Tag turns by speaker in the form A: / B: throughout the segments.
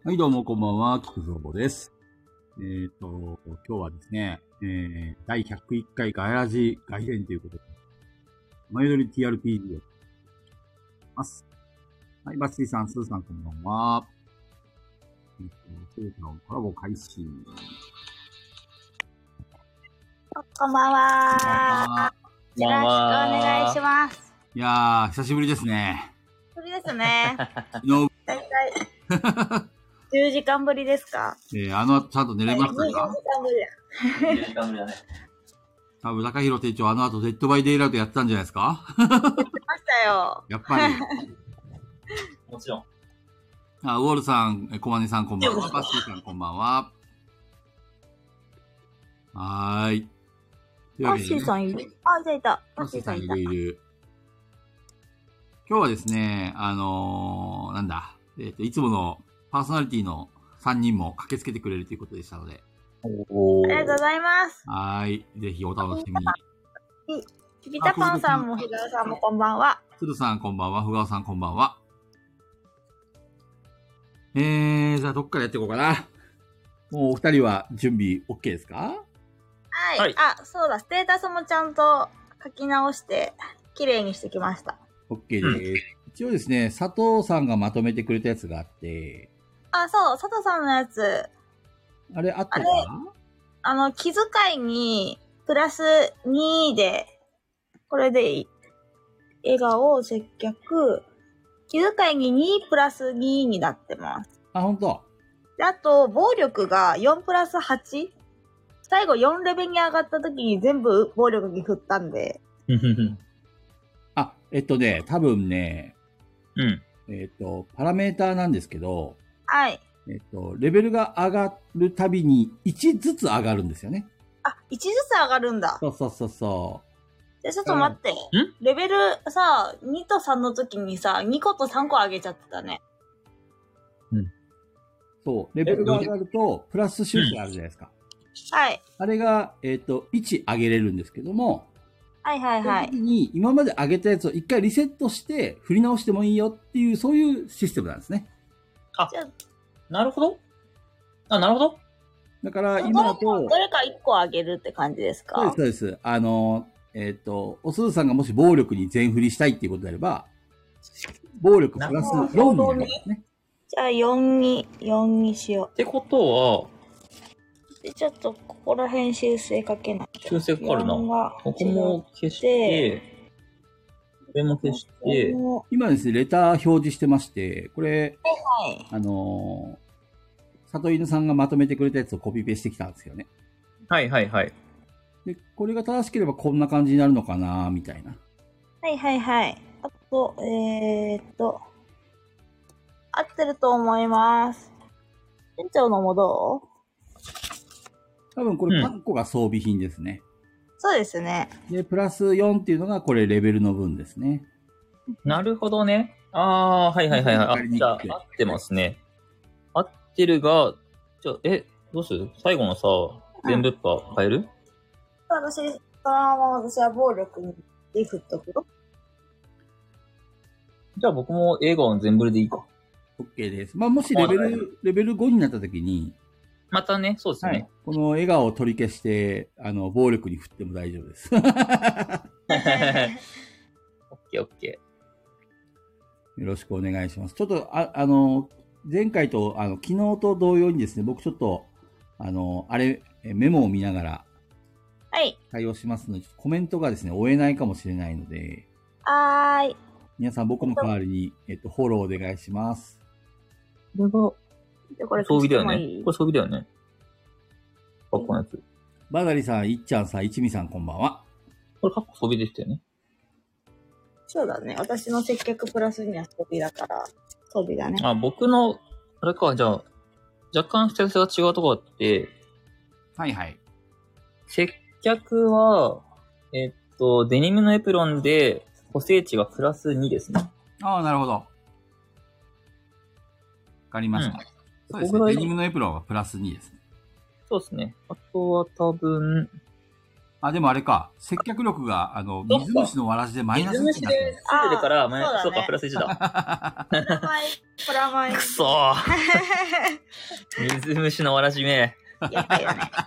A: はい、どうもこんばんは、菊蔵です。今日はですね、第101回ガヤラジ外伝ということで、前撮り TRPG をやってます。はい、バッシーさん、スーさんこんばんは。スーさんコラボ開始。
B: こんばんは。よろしくお願いします。
A: いやー、久しぶりですね。
B: 久しぶりですね。だいたい10時間ぶりですか？
A: ちゃんと寝れましたか？
B: 10時間ぶりだ。
C: 10時間ぶりだね。
A: 多分、高弘店長、後、デッドバイデイライトやってたんじゃないですか？
B: やってましたよ。
A: やっぱり。
C: もちろん。
A: ウォールさん、コマネさんこんばんは。バッシーさんこんばんは。はーい。
B: バッシーさんいる？あ、いた。
A: バッシーさんいる。今日はですね、なんだ、いつものパーソナリティの3人も駆けつけてくれるということでしたので。
B: ありがとうございます。
A: はい。ぜひお楽しみに。
B: ピタパンさんもひがさんもこんばんは。
A: 鶴さんこんばんは。ふがおさんこんばんは。じゃあどっからやっていこうかな。もうお二人は準備 OK ですか？
B: はい。あ、そうだ。ステータスもちゃんと書き直して、綺麗にしてきました。
A: OK です。一応ですね、佐藤さんがまとめてくれたやつがあって、
B: あ、そう、佐藤さんのやつ。
A: あれあったか
B: な？気遣いに、プラス2で、これでいい。笑顔、接客、気遣いに2プラス2になってます。
A: あ、ほんと？
B: で、あと、暴力が4プラス 8？ 最後4レベルに上がった時に全部暴力に振ったんで。
A: あ、多分ね、
C: うん。
A: パラメーターなんですけど、
B: はい。
A: レベルが上がるたびに1ずつ上がるんですよね。
B: あ、1ずつ上がるんだ。
A: そう。
B: じゃあちょっと待って。レベルさ、2と3の時にさ、2個と3個上げちゃってたね。
A: うん。そう。レベルが上がると、プラス周期あるじゃないですか。
B: はい。
A: あれが、1上げれるんですけども、
B: はい。
A: その時に今まで上げたやつを一回リセットして振り直してもいいよっていう、そういうシステムなんですね。
C: あ、なるほど。あ、なるほど。
A: だから今だと、
B: どれか1個上げるって感じですか？
A: そうです。おすずさんがもし暴力に全振りしたいっていうことであれば、暴力プラス4になるんですね。
B: じゃあ4にしよう。
C: ってことは、
B: でちょっとここら辺修正かけないと。
C: 修正かかるな。ここも消して、これも消して、
A: 今ですね、レター表示してまして、これ、
B: はい。
A: 里犬さんがまとめてくれたやつをコピペしてきたんですよね。
C: はい。
A: で、これが正しければこんな感じになるのかなみたいな。
B: はい。あと、合ってると思います。店長のもどう？
A: 多分これカッコが装備品ですね。
B: そうですね。
A: で、プラス4っていうのがこれレベルの分ですね。
C: なるほどね。はい。合ってますね。合ってるが、じゃあ、どうする？最後のさ、全部変える？
B: 私は暴力に振っとくよ。
C: じゃあ僕も笑顔の全部でいいか。
A: OK です。まあ、もしレベル5になった時に、
C: またね、そうですね。はい、
A: この笑顔を取り消して、暴力に振っても大丈夫です。オッ
C: ケー。
A: よろしくお願いします。ちょっと、前回と、昨日と同様にですね、僕ちょっと、メモを見ながら、
B: はい。
A: 対応しますので、コメントがですね、追えないかもしれないので、皆さん僕の代わりに、フォローお願いします。
C: これ装備だよね。これ装備だよね。カッコのやつ。
A: バダリさん、いっちゃんさん、いちみさんこんばんは。
C: これカッコ装備でしたよね。
B: そうだね。私の接客プラスには装備だから、装備だね。
C: あ、僕の、あれか、じゃあ、若干ステルスが違うところあって、
A: はい。
C: 接客は、デニムのエプロンで、補正値がプラス2ですね。
A: ああ、なるほど。わかりました。そうですね。デニムのエプロンはプラス2ですね。
C: そうですね。あとは多分、
A: あ、でもあれか。接客力が、水虫のわらじでマイナス1
C: 水虫で
A: になってる。
C: 住んでるから、
B: そうだね
C: そうか、プラス1だ。
B: プラマイ。
C: くそー。水虫のわらじめ。
B: やっぱりだね。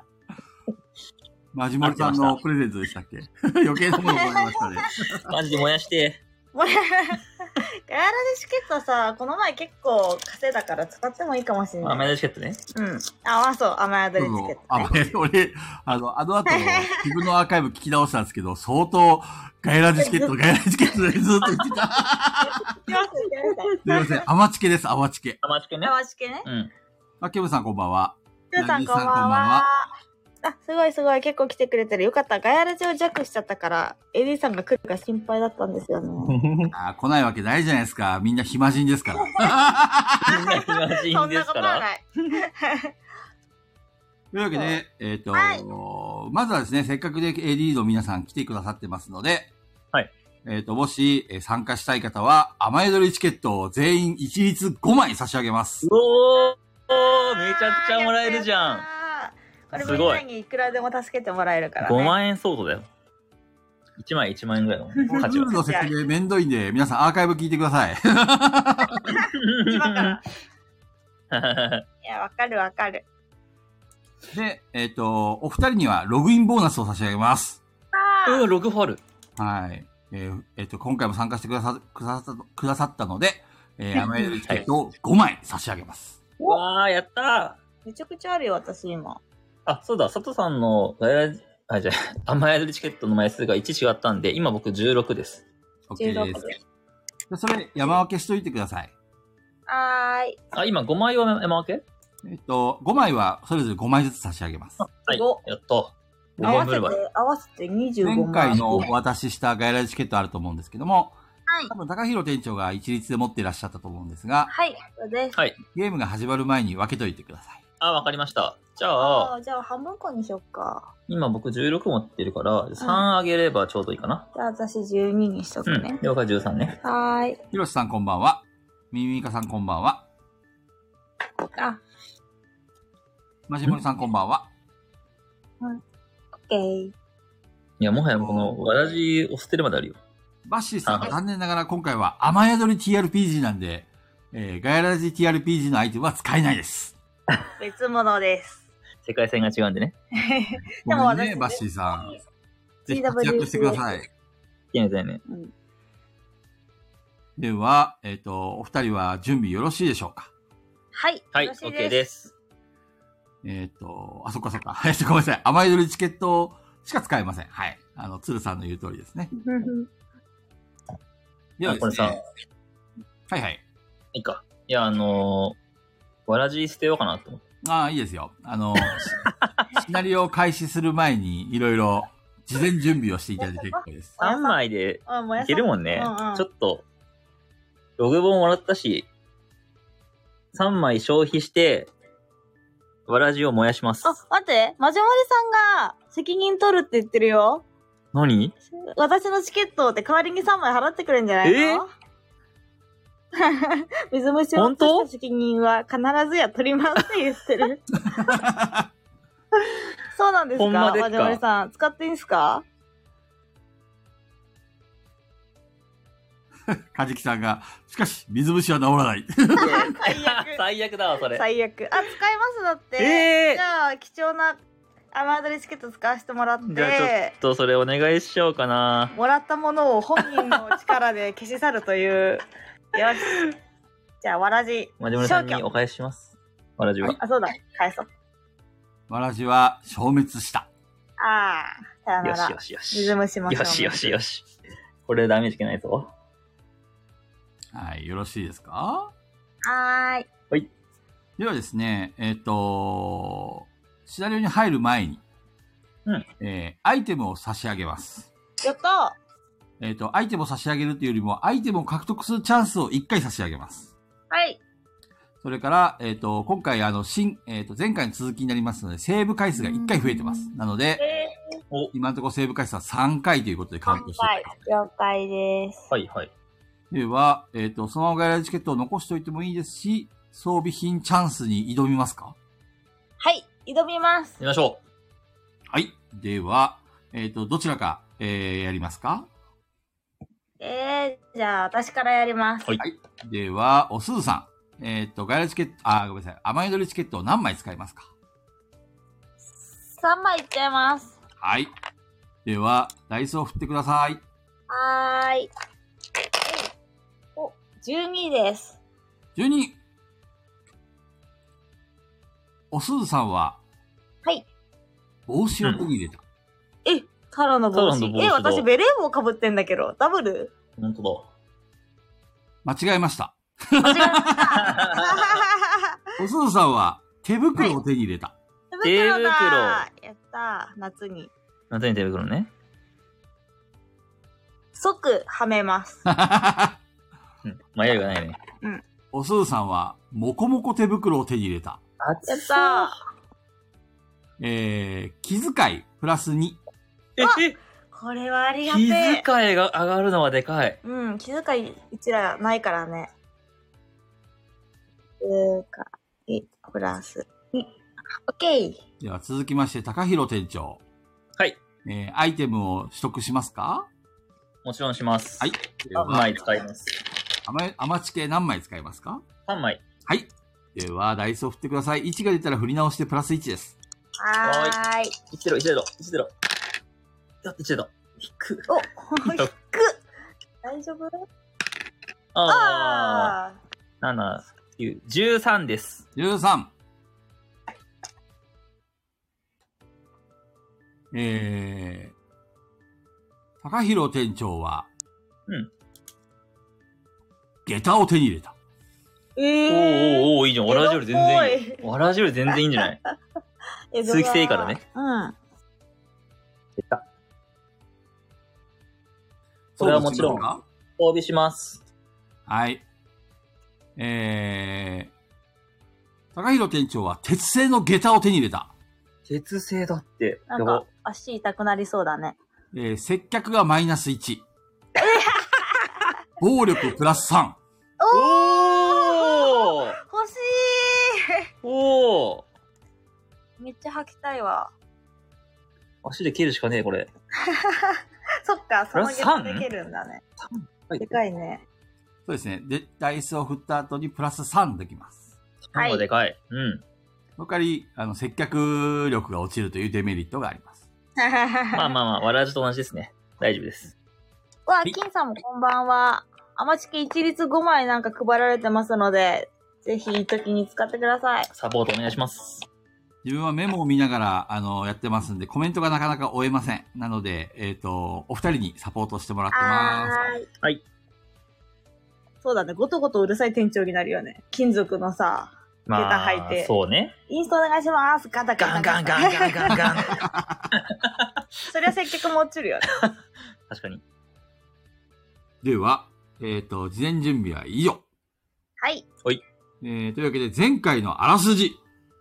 A: マジモリさんのプレゼントでしたっけ余計なものを思いましたね。
C: マジで燃やして。
B: ガヤラジチケットさ、この前結構稼いだから使ってもいいかもしれない。
C: 甘いチケットね。
B: うん。あ、まあそう、雨宿りチケット、ね。
A: 俺、あの後、自分のアーカイブ聞き直したんですけど、相当、ガヤラジチケット、ガヤラジチケットでずっと言ってた。
B: すい
A: ません、アマチケです、アマチケ。
C: 甘チケね。
B: 甘チケね。
C: うん。
A: あ、ケムさんこんばんは。
B: ケムさんこんばんは。あ、すごいすごい。結構来てくれてる。よかった。ガヤラジを弱しちゃったから、エディさんが来るか心配だったんですよね。
A: 来ないわけないじゃないですか。みんな暇人ですから。
C: みんな暇人ですから。
B: そんなことはない。
A: というわけで、
B: はい、
A: まずはですね、せっかくで AD の皆さん来てくださってますので、
C: はい。
A: もし、参加したい方は、雨宿りチケットを全員一律5枚差し上げます。
C: おー、めちゃくちゃもらえるじゃん。
B: これみんなにいくらでも助けてもらえるからね。
C: 5万円相当だよ。1枚1万円ぐらいの価値。
A: ルールの説明めんどいんで、皆さんアーカイブ聞いてください。
B: 今から。いや、わかるわかる。
A: で、お二人にはログインボーナスを差し上げます。
C: ログファル。
A: はい。今回も参加してくださったので、雨宿りチケットを5枚差し上げます。
C: わー、やった
B: ー。めちゃくちゃあるよ、私今。
C: あ、そうだ、佐藤さんの雨宿りチケットの枚数が1違ったんで、今僕16です。
A: OK です。それ、山分けしといてください。
B: はーい。
C: あ、今5枚は山分け
A: 5枚はそれぞれ5枚ずつ差し上げます。
C: はい、やっと。
B: 合わせて25枚。
A: 前回のお渡ししたガヤラジチケットあると思うんですけども、
B: はい。
A: 多分、高弘店長が一律で持っていらっしゃったと思うんですが、
B: はい、そうです。
C: はい。
A: ゲームが始まる前に分けといてください。
C: あ、わかりました。じゃあ、
B: 半分こにしよっか。
C: 今僕16持ってるから、3あげればちょうどいいかな。
B: じゃあ私12にしとくね。
C: 了解13ね。
B: はーい。
A: ひろしさんこんばんは。みみかさんこんばんは。
B: あ。
A: まじもりさんこんばんは。
B: オッケー。
C: いや、もはやこの、わらじを捨てるまであるよ。
A: バッシーさん、残念ながら今回は雨宿り TRPG なんで、ガヤラジ TRPG のアイテムは使えないです。
B: 別物です。
C: 世界線が違うんでね。
A: でもね、バッシーさん。ぜひ活躍してください。
C: 現在ね。
A: では、お二人は準備よろしいでしょうか？
B: はい。
C: はい、OK です。
A: そっかそっか。ごめんなさい。雨宿りチケットしか使えません。はい。鶴さんの言う通りですね。ではですね。
C: これさ、
A: はいはい。
C: いいか。いや、わらじ捨てようかなと思って。
A: ああ、いいですよ。シナリオを開始する前に、いろいろ、事前準備をしていただいて結構です。
C: 3枚でいけるもんね。ちょっと、ログ本もらったし、3枚消費して、わらじを燃やします。
B: あ、待って。まじもりさんが責任取るって言ってるよ。
C: 何？
B: 私のチケットって代わりに3枚払ってくれんじゃないの？水虫を落とした責任は必ずや取りますって言ってる。そうなんですか？まじもりさん。使っていいんすか？
A: かじきさんが、しかし、水虫は治らない。
C: 最悪だわ、それ。
B: 最悪。あ、使いますだって。じゃあ、貴重な雨宿りチケット使わせてもらって。
C: じゃあちょっとそれお願いしようかな。
B: もらったものを本人の力で消し去るという。よし。じゃあ、わらじ。
C: まじもりさんにお返しします。わらじは。
B: あ、そうだ。返そう。
A: わらじは消滅した。
B: ああ、さよなら。
C: よしよしよし。
B: 水虫も消滅。
C: よしよしよし。これダメージいけないぞ。
A: はい、よろしいですか？
B: はーい。
C: はい。
A: ではですね、シナリオに入る前に、アイテムを差し上げます。
B: やった
A: ー！アイテムを差し上げるというよりも、アイテムを獲得するチャンスを1回差し上げます。
B: はい。
A: それから、今回、前回の続きになりますので、セーブ回数が1回増えてます。なので、今のところセーブ回数は3回ということでカウントしています。
B: 了解です。
C: はいはい。
B: で
A: は、そのままガヤラジチケットを残しておいてもいいですし、装備品チャンスに挑みますか？
B: はい、挑みます。
C: やりましょ
A: う。はい。では、 どちらか、やりますか？
B: じゃあ、私からやります。
C: はい。
A: では、おすずさん。ガイラチケット、ごめんなさい。雨宿りチケットを何枚使いますか
B: 3枚いっちゃいます。
A: はい。では、ダイスを振ってください。
B: はーい。お、12です。
A: 12。おすずさんは、
B: はい。
A: 帽子を手に入れた。
B: タラの帽子。
C: タラの帽子だ
B: 私ベレー帽かぶってんだけど、ダブル？
C: ほんと
A: 間違えました。
B: 間違えました。
A: おすずさんは、手袋を手に入れた。
B: 手袋だ。
C: 手袋
B: やったー。夏に。
C: だ。夏に手袋ね。
B: 即はめます。
C: うん。迷いがないね。
A: おすずさんは、もこもこ手袋を手に入れた。
B: やった
A: 気遣いプラス2。
C: ー。
B: ー。これはありがて
C: 気
B: え。
C: 遣いが上がるのはでかい。
B: うん、気遣いうちらないからね。気遣いプラス2。オッケー。
A: では続きまして、高弘店長。
C: はい。
A: アイテムを取得しますか？
C: もちろんします。
A: はい。では
C: 3枚使います。
A: 甘チケ何枚使いますか？
C: 3枚。
A: はい。では、ダイスを振ってください。1が出たら振り直してプラス1です。
B: はーい。
C: 1-0、1-0、1-0。1-0。引く。
B: お、引く。大丈夫？
C: あ
B: あ
C: ー。7、9、13です。
A: 13。高弘店長は、
C: うん。
A: 下駄を手に入れた。
B: ー。
C: おー、いいじゃん。わらじより全然いい
B: 江戸っ
C: よ。わらじより全然いいんじゃない？通気性いいからね。
B: うん。
C: 出た。それはもちろん
A: そうですか？
C: 装備します。
A: はい。高弘店長は鉄製の下駄を手に入れた。
C: 鉄製だって。
B: なんか、足痛くなりそうだね。
A: 接客がマイナス1。暴力プラス3。
C: おー
B: 欲し
C: おー
B: い。めっちゃ履きたいわ。
C: 足で蹴るしかねえ、これ。
B: そっか、その
C: プラス
B: ゲ
C: 3？
B: できるんだね。
C: はい
B: でかいね。
A: そうですね。で、ダイスを振った後にプラス3できます。
B: はい
C: 3がでかい。うん。
A: その代わり、接客力が落ちるというデメリットがあります。
C: まあまあまあ、わらじと同じですね。大丈夫です。
B: わ、金さんもこんばんは。甘チケ一律5枚なんか配られてますので、ぜひいい時に使ってください。
C: サポートお願いします。
A: 自分はメモを見ながら、やってますんで、コメントがなかなか追えません。なので、お二人にサポートしてもらってます。
B: はーい。
C: はい。
B: そうだね、ごとごとうるさい店長になるよね。金属のさ、
C: ま
B: 下駄履いて
C: そうね。
B: インストお願いしますガタガタ
C: ガンガンガンガンガンガン。
B: そりゃ接客も落ちるよね。
C: 確かに。
A: では、事前準備は以上。
B: はい。
A: というわけで、前回のあらすじ。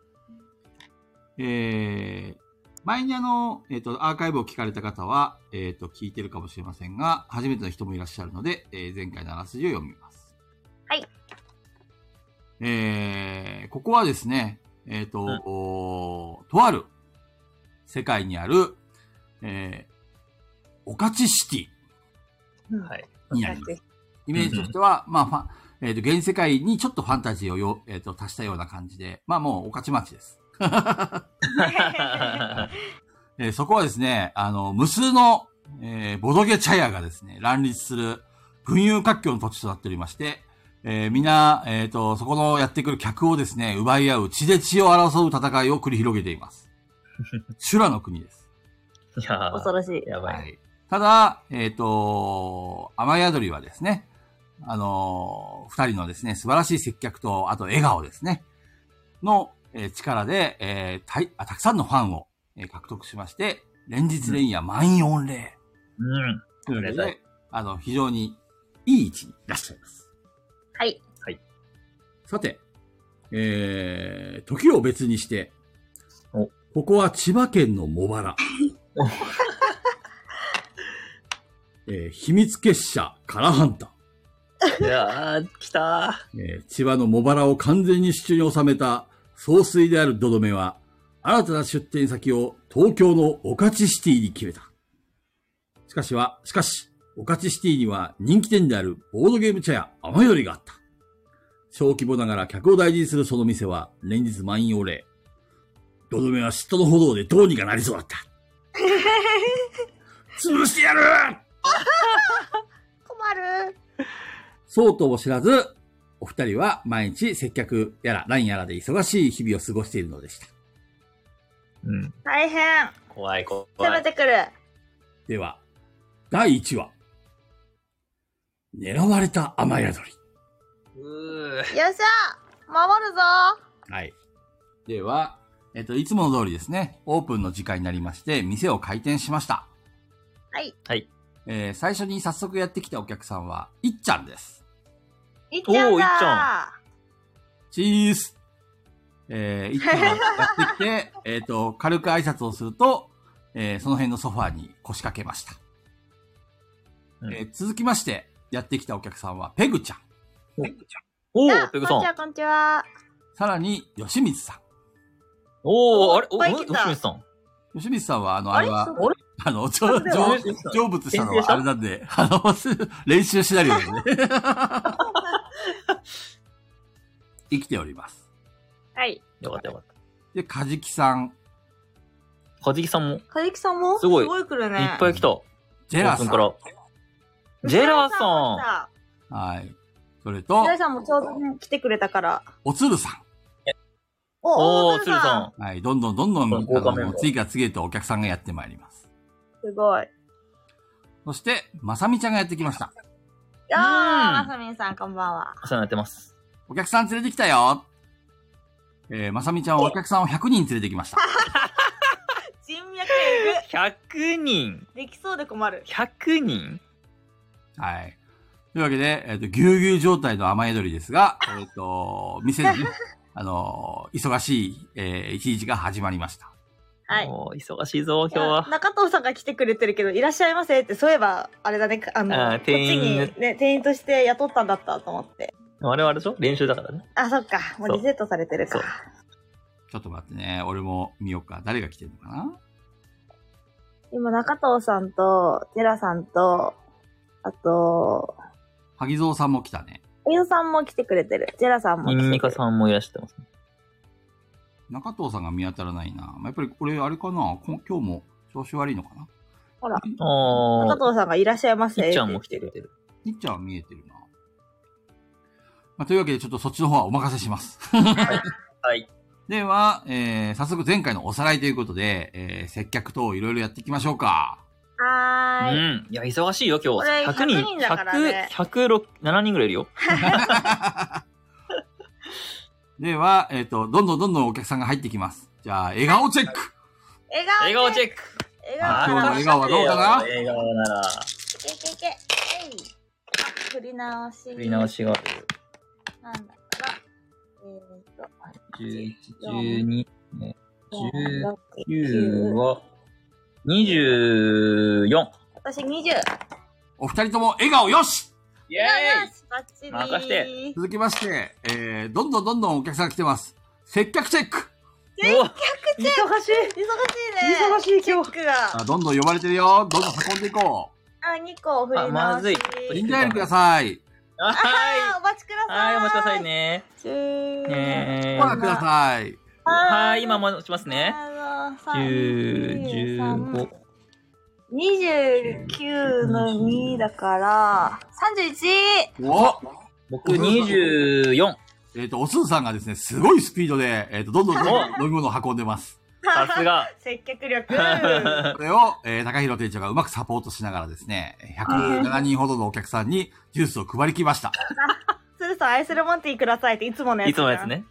A: 前にアーカイブを聞かれた方は、聞いてるかもしれませんが、初めての人もいらっしゃるので、前回のあらすじを読みます。
B: はい。
A: ここはですね、とある世界にある、御徒シティ
C: はい。
A: になります。イメージとしては、まあ、現世界にちょっとファンタジーを足したような感じで、まあもう御徒町です。そこはですね、無数の、ボドゲ茶屋がですね、乱立する群雄割拠の土地となっておりまして、みんな、そこのやってくる客をですね、奪い合う血で血を争う戦いを繰り広げています。修羅の国です。
C: いやー
B: 恐ろしい。
C: やばい。
A: はい。ただ、雨宿りはですね、二人のですね、素晴らしい接客と、あと笑顔ですね、の、力で、たくさんのファンを、獲得しまして、連日連夜満員御礼。
C: うん。
A: ということ
C: あり
A: で、非常にいい位置にいらっしゃいます。
B: はい。
A: さて、時を別にして、
C: お
A: ここは千葉県の茂原。秘密結社カラハンタ。
C: いやー、来た
A: 千葉の茂原を完全に手中に収めた総帥であるドドメは、新たな出店先を東京の御徒シティに決めた。 しかし、御徒シティには人気店であるボードゲーム茶屋雨宿りがあった。小規模ながら客を大事にするその店は連日満員御礼。どどめは嫉妬の炎でどうにかなりそうだった。潰してやる
B: 困る。
A: そうとも知らず、お二人は毎日接客やらLINEやらで忙しい日々を過ごしているのでした。
C: うん。
B: 大変。
C: 怖い。
B: 攻めてくる。
A: では、第1話。狙われた雨宿り。
B: よっしゃ守るぞ。
A: はい。では、いつもの通りですね、オープンの時間になりまして、店を開店しました。
B: はい。
C: はい。
A: 最初に早速やってきたお客さんは、いっちゃんです。
B: いっちゃんだ。
C: おーいっちゃ
A: チーズ。いっちゃんがやってきて、軽く挨拶をすると、その辺のソファーに腰掛けました。続きまして、やってきたお客さんは、ペグちゃん。
C: おー、ペグさん。
B: こんにちは。
A: さらに、吉光さん。
C: おー、あれ吉
B: いっぱい来た
C: 光さん。
A: 吉光さんは、あれは、
C: あれ
A: 成仏したのはあれなんで、練習しないようにね。生きております。
B: はい。
C: よかったよかっ
A: で、カジキさん、
C: た。カジキさんも
B: かじきさんも
C: すごい
B: 来るね。
C: いっぱい来た。
A: ジェラさん。
C: オープンから。ジェラさん。
A: はい。それと
B: ジェ、ラさんもちょうどね、来てくれたから。
A: おつるさ
C: おー、
B: つ
C: つるさ
A: ん。はい。どんどん、
C: 豪華メンバー
A: 次から次へとお客さんがやってまいります。
B: すごい。
A: そして、まさみちゃんがやってきました。
B: まさみんさんこんばんは。
C: ん。お世話になってます。
A: お客さん連れてきたよ。まさみちゃんはお客さんを100人連れてきました。
B: 人脈え
C: 100人
B: ぐ。できそうで困る。
C: ?100 人
A: はい。というわけで、ぎゅうぎゅう状態の雨宿りですが、店でね、忙しい、一日が始まりました。
B: はい。
C: おー、忙しいぞ、今日は。
B: 中藤さんが来てくれてるけど、いらっしゃいませって、そういえば、あれだね、こっち
C: 店員
B: にね、店員として雇ったんだったと思って。
C: 我々でしょ練習だからね。
B: あ、そっか。もうリセットされてるか
C: そう。
A: ちょっと待ってね。俺も見ようか。誰が来てるのかな？
B: 今、中藤さんと、ジェラさんと、あと、
A: 萩蔵さんも来たね。
B: ゆうさんも来てくれてる。ジェラさんも来てくれてる。
C: ニンニカさんもいらっしゃってますね。
A: 中藤さんが見当たらないな。やっぱりこれあれかな？今日も調子悪いのかな？
B: ほら、
C: お
B: 中藤さんがいらっしゃいませ。
C: いっちゃんも来てくれてる。
A: いっちゃんは見えてるな。というわけでちょっとそっちの方はお任せします。
C: はい。
A: では、早速前回のおさらいということで、接客等いろいろやっていきましょうか。
B: はーい。
C: うん。いや、忙しいよ、今
B: これ
C: 日。100
B: 100人だからね
C: 107人ぐらいいるよ。
A: では、どんどんお客さんが入ってきます。じゃあ、笑顔チェック。
C: 笑顔チェック。
B: 笑顔
A: 今日の笑顔はどうかな？
C: 笑顔なら。
B: いけいけいけ。振り直し。
C: 振り直しがある。
B: なんだから。
C: 11、12、19は、24。
B: 私20。
A: お二人とも笑顔よし！
C: イェーイ
B: バッチリ。
C: 任して
A: 続きまして、どんどんお客さんが来てます。接客チェック。
C: お
B: 忙しい。
C: 忙しい
B: ね。
C: 忙しい今日
B: チェックが。
A: どんどん呼ばれてるよ。どんどん運んでいこ
B: 2個振り直し。
C: まずい。
A: う。インタイムください。
C: は
B: お待ちください。
C: はい、お待ちくださいね。
A: ご覧ください。
C: はい、今もしますね。10、15。
B: 29の2だから、31!
A: お
C: 僕24。
A: おすずさんがですね、すごいスピードで、どんどん飲み物を運んでます。
C: さすが。
B: 接客力。
A: これを、高弘店長がうまくサポートしながらですね、107人ほどのお客さんにジュースを配りきました。
B: スーさん、アイスレモンティーくださいっていつものやつ。
C: いつものやつ。ね。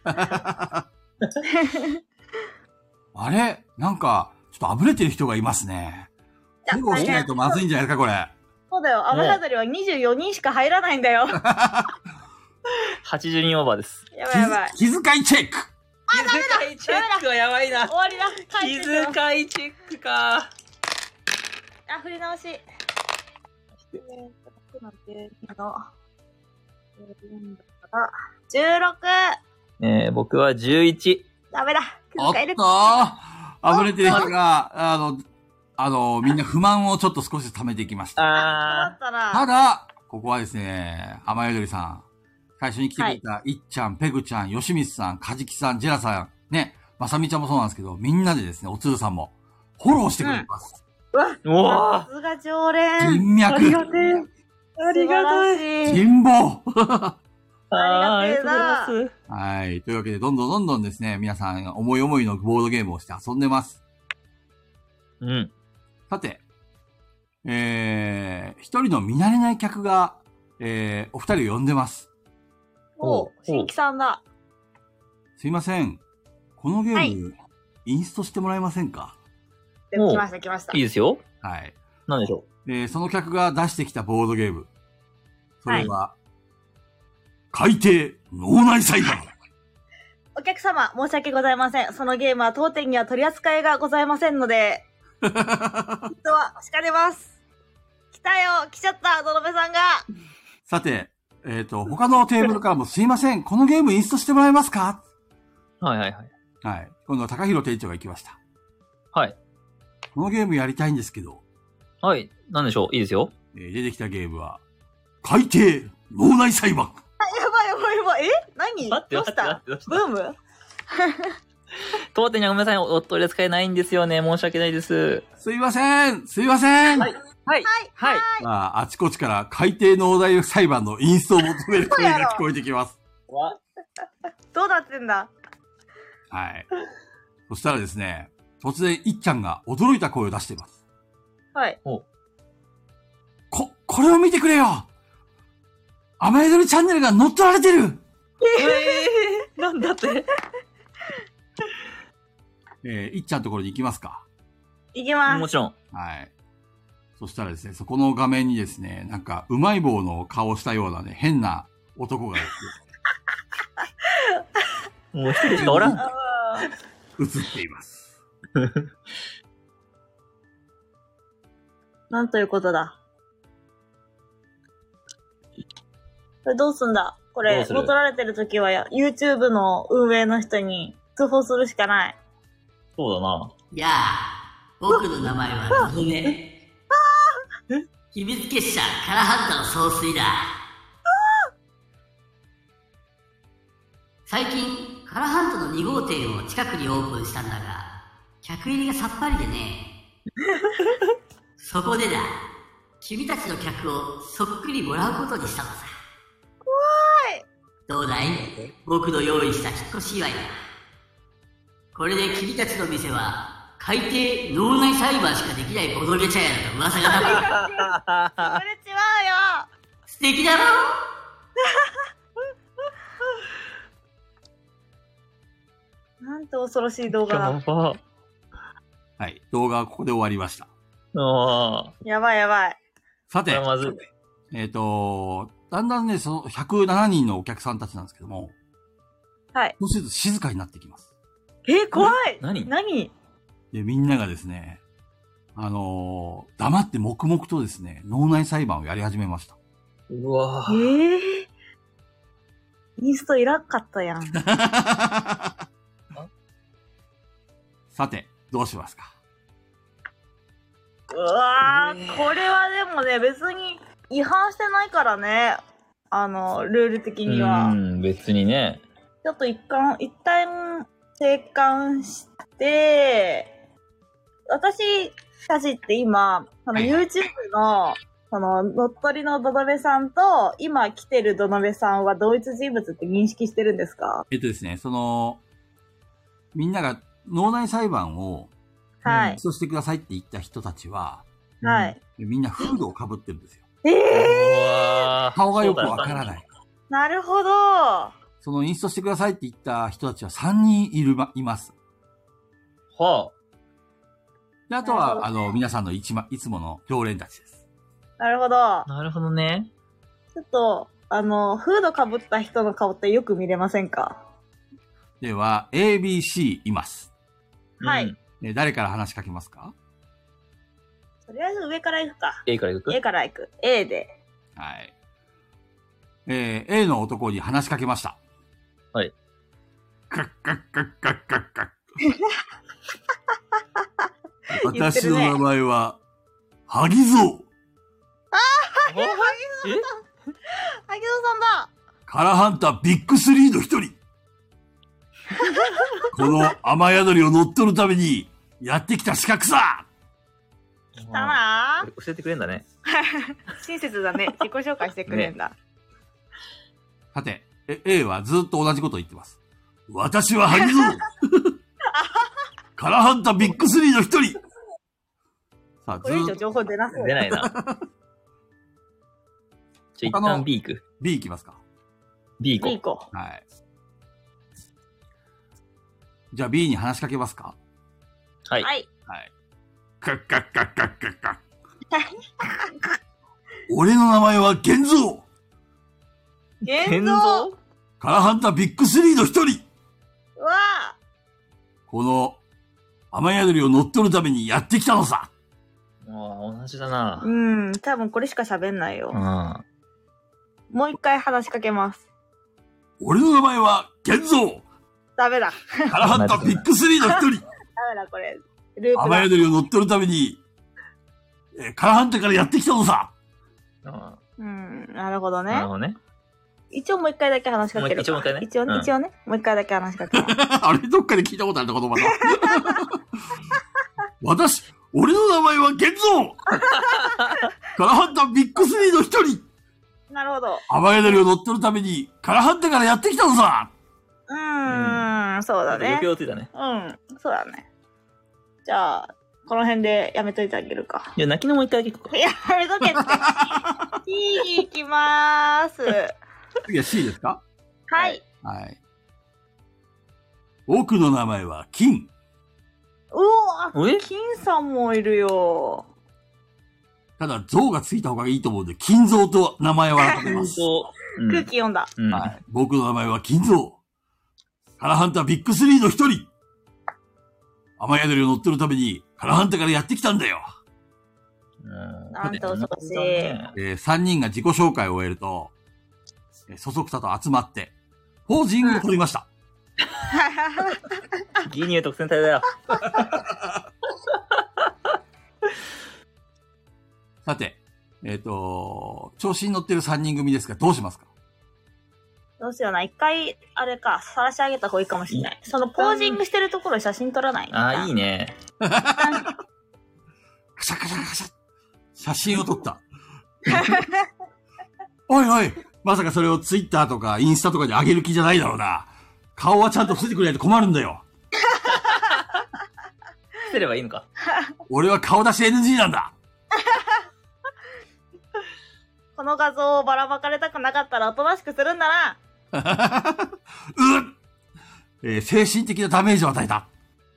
A: あれなんか、ちょっと溢れてる人がいますね。保護しないとまずいんじゃないですか、これ。
B: そうだよ。雨宿りは24人しか入らないんだよ。
C: 80人オーバーです。
B: やばいやばい。
A: 気遣いチェック。
C: 気遣いチェックはやばいな。
B: 終わりだ。
C: 気遣いチェックか。
B: あ、振り直し。16。
C: 僕は11。
B: ダメだ。気
A: おっ
B: 遣い力。
A: と溢れてる人が、 みんな不満をちょっと少し溜めていきました。
C: あ
B: ったな。
A: ただ、ここはですね、雨宿りさん、最初に来てくれた、いっちゃん、ペグちゃん、よしみつさん、かじきさん、ジェラさん、ね、まさみちゃんもそうなんですけど、みんなでですね、おつるさんも、フォローしてくれてます。
B: うわ、
C: ー。うわ
B: さすが常連。
A: 人脈。
C: ありがてえ。ありがたい。
B: い。
A: 人望。
B: ありがてえな
C: ありがとうございます。
A: はい。というわけで、どんどんですね、皆さん、思い思いのボードゲームをして遊んでます。
C: うん。
A: さて、一人の見慣れない客が、お二人を呼んでます。
B: お新規さんだ。
A: すいません。このゲーム、
B: はい
A: インストしてもらえませんか？
B: で来ました、来ました
C: いい。ですよ。
A: はい。
C: なんでしょ
A: その客が出してきたボードゲーム。それは、海底脳内裁判。
B: お客様、申し訳ございません。そのゲームは当店には取り扱いがございませんので、人は叱れます。来たよ、来ちゃった、どのべさんが。
A: さて、他のテーブルからもすいません。このゲームインストしてもらえますか？
C: う。はいはいはい。
A: はい。今度は高弘店長が行きました。
C: はい。
A: このゲームやりたいんですけど、
C: はい。なんでしょう。いいですよ。
A: 出てきたゲームは、海底脳内裁判。
B: やばいやばいやばい。何
C: 待って
B: どうした
C: どうした
B: ブーム
C: 当店にはごめんなさい。お取り扱いないんですよね。申し訳ないです。
A: すいません。すいません。
C: はい。はい。はい。
A: まあ、あちこちから海底脳内裁判のインストを求める声が聞こえてきます。
B: どうなってんだ
A: はい。そしたらですね、突然、いっちゃんが驚いた声を出しています。
B: はい。
A: これを見てくれよ！雨宿りチャンネルが乗っ取られてる！
C: なんだって
A: いっちゃんのところに行きますか？
B: いきます。
C: もちろん。
A: はい。そしたらですね、そこの画面にですね、なんか、うまい棒の顔をしたようなね、変な男が
C: もう一人しかおらん。
B: あ
A: 映っています。
B: なんということだ。これどうすんだこれ、
C: どうする
B: 乗っ取られてる時はYouTube の運営の人に通報するしかない。
C: そうだな。
D: やあ、僕の名前はのぞめ。秘密結社カラハンタの総帥だ。最近、カラハンタの2号店を近くにオープンしたんだが、客入りがさっぱりでね。そこでだ、君たちの客をそっくりもらうことにしたのさ。
B: 怖い。
D: どうだい？僕の用意した引っ越し祝いだ。これで君たちの店は、海底脳内裁判しかできないボドゲ茶屋だと噂が立ってる。
B: それ違うよ。
D: 素敵だろ？
B: なんて恐ろしい動画だ。
C: やば。
A: はい。動画はここで終わりました。
C: ああ。
B: やばいやばい。
A: さて
C: これは、まずい。
A: だんだんね、その107人のお客さんたちなんですけども、
B: はい。
A: 少しずつ静かになってきます。
B: 怖い。
C: 何
B: 何
A: で、みんながですね、黙って黙々とですね、脳内裁判をやり始めました。
C: うわ
B: インストいらんかったやん。
A: さて、どうしますか？
B: うわー、これはでもね、別に違反してないからね。ルール的には。
C: 別にね。
B: ちょっと一旦静観して、私たちって今、YouTube の、乗っ取りのドドベさんと、今来てるドドベさんは同一人物って認識してるんですか？
A: ですね、みんなが脳内裁判を、
B: はい。
A: そうしてくださいって言った人たちは、
B: はい。
A: みんなフードをかぶってるんですよ。
C: うわ
A: 顔がよくわからない。
B: なるほど。
A: そのインストしてくださいって言った人たちは3人います。
C: は
A: で、あとは、
B: なるほどね
A: 皆さんのいつもの常連たちです。
B: なるほど。
C: あ。なるほどね。
B: ちょっと、フードかぶった人の顔ってよく見れませんか？
A: では、ABC います。
B: はい
C: うん。
A: 誰から話しかけますか？
B: とりあえず上から行くか。
C: A から行く
B: A から行く。A で。
A: はい。A の男に話しかけました。
C: はい。
A: カッカッカッカッカッカッ。 私の名前は、萩蔵。
C: え
B: 萩野さんだ。
A: カラハンタービッグ3の一人。この雨宿りを乗っ取るためにやってきた資格さ。
B: 来たな
C: 教えてくれんだね。
B: 親切だね。自己紹介してくれんだ。
A: さて、A はずっと同じことを言ってます。私は萩蔵。カラハンタービッグ3の一人。さあ、
B: これ以上情報出なそう。
C: 出ないな。一旦 B 行く。
A: B いきますか。
C: B 行こ
B: いい子。
A: はい。じゃあ B に話しかけますか。
C: う。はい。
B: はい。
A: はい。カッカッカッカッカッカッ。俺の名前は玄蔵。
B: 現像。
A: カラハンタービッグ3の一人。
B: うわ
A: この雨宿りを乗っ取るためにやってきたのさ。
C: 同じだな。
B: 多分これしか喋んないよ。
C: うん。
B: もう一回話しかけます。
A: 俺の名前は玄蔵。
B: ダメだ。
A: カラハンタービッグ3の一人。
B: ダメだ、これ。ループだ。
A: 雨宿りを乗っ取るために、カラハンターからやってきたのさ。
B: なるほどね。
C: なるほどね。
B: 一応もう一回だけ話しかける。
C: 一応ね。
B: 一応ね。もう一回だけ話しかけます。
A: あれ、どっかで聞いたことあるって言葉だ。俺の名前は玄蔵。カラハンタービッグ3の一人。
B: なるほど。
A: 雨宿りを乗っ取るために、カラハンターからやってきたのさ。
B: そうだね。
C: 余計ついたね。
B: そうだね。じゃあ、この辺でやめといてあげるか。
C: いや、泣きのもう一回だけ行こうか。
B: やめとけって。C に行きまーす。
A: 次は C ですか。
B: はい。
A: はい。僕の名前は金。
B: 金さんもいるよ。
A: ただ、象がついた方がいいと思うんで、金蔵と名前を改めます。
B: 空気読んだ。
A: はい。僕の名前は金蔵。カラハンタービッグ3の一人。雨宿りを乗ってるために、カラハンターからやってきたんだよ。
B: なんと恐ろしい。
A: 3人が自己紹介を終えると、そそくさと集まって、ポージングを取りました。
C: ギニュー特選隊だよ。
A: さて、調子に乗ってる3人組ですが、どうしますか？
B: どうしような。一回、あれか、晒し上げた方がいいかもしれない。そのポージングしてるところ写真撮らない？
C: いいね。
A: カシャカシャカシャ。写真を撮った。おいおい、まさかそれをツイッターとかインスタとかで上げる気じゃないだろうな。顔はちゃんと伏せてくれないと困るんだよ。
C: 伏せればいいのか。
A: 俺は顔出し NG なんだ。
B: この画像をばらまかれたくなかったらおとなしくするんだな。
A: 精神的なダメージを与えた。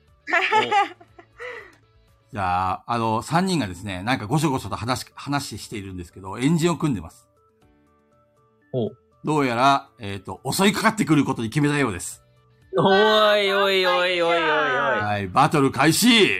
A: じゃあ、3人がですね、なんかごしょごしょと話しているんですけど、エンジンを組んでます。どうやら、襲いかかってくることに決めたようです。
C: おいおいおいおいおいおい。
A: はい、バトル開始。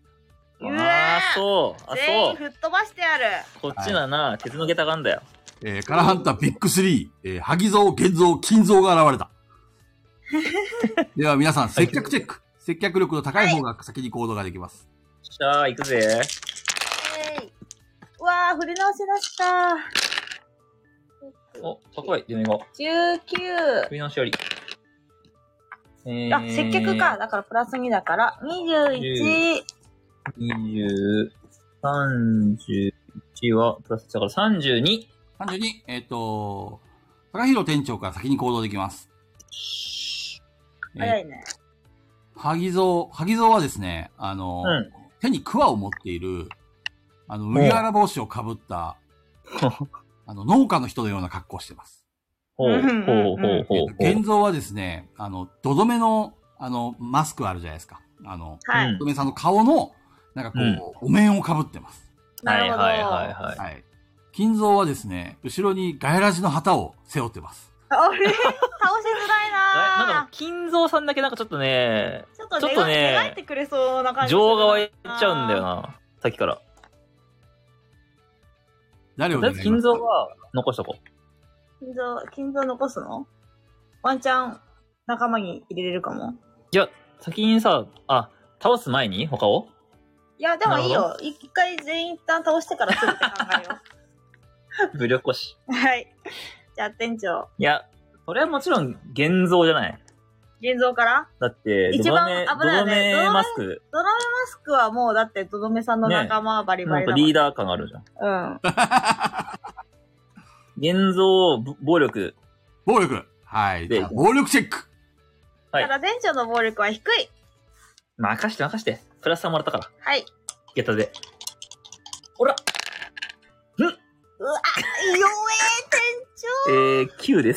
C: そう。
B: 全員吹っ飛ばしてやる。
C: こっちはな、鉄の下駄があんだよ。
A: カラハンタービッグ3、萩蔵、玄蔵、金蔵が現れた。では皆さん、接客チェック。接客力の高い方が先に行動ができます。
C: じゃあ、行くぜ。
B: うわー、振り直しだした。
C: 高い、デメが。
B: 19。
C: 振り直しより。
B: 接客か。だからプラス2だから、21。
C: 20、31は、プラスだから32。
A: 32、高弘店長から先に行動できます。
B: 早いね。
A: 萩蔵はですね、手に桑を持っている、麦わら帽子をかぶった、農家の人のような格好をしています。玄蔵はですね、どどめの、マスクあるじゃないですか。どどめさんの顔の、なんかこう、お面をかぶってます。
C: はい。
A: 金蔵はですね、後ろにガヤラジの旗を背負ってます。
B: 倒しづらいな
C: なんか、金蔵さんだけなんかちょっとね、
B: ちょっとね、描いてくれそうな感じ。
C: 情が湧いちゃうんだよな、さっきから。
A: 誰を
C: ね、金蔵は残しとこう。
B: 金蔵残すの？ワンチャン仲間に入れれるかも。
C: いや、先にさ、倒す前に他を
B: いや、でもいいよ。一回全員一旦倒してからすぐって考えよ
C: 武力越し。
B: う。はい。じゃあ店長。
C: いや、それはもちろん現像じゃない。
B: 現像から
C: だって、
B: 一番危ないよね。
C: ドドメマスク。
B: ドドメマスクはもうだってドドメさんの仲間バリバリだもん、
C: なんかリーダー感があるじゃん。
B: うん。
C: 現像、暴力。
A: 暴力。はい。
C: で
A: 暴力チェック。
C: はい
B: ただ店長の暴力は低い。
C: 任して。プラス3もらったから。
B: はい。
C: ゲッタで。ほら
B: うわ、弱え店
C: 9です。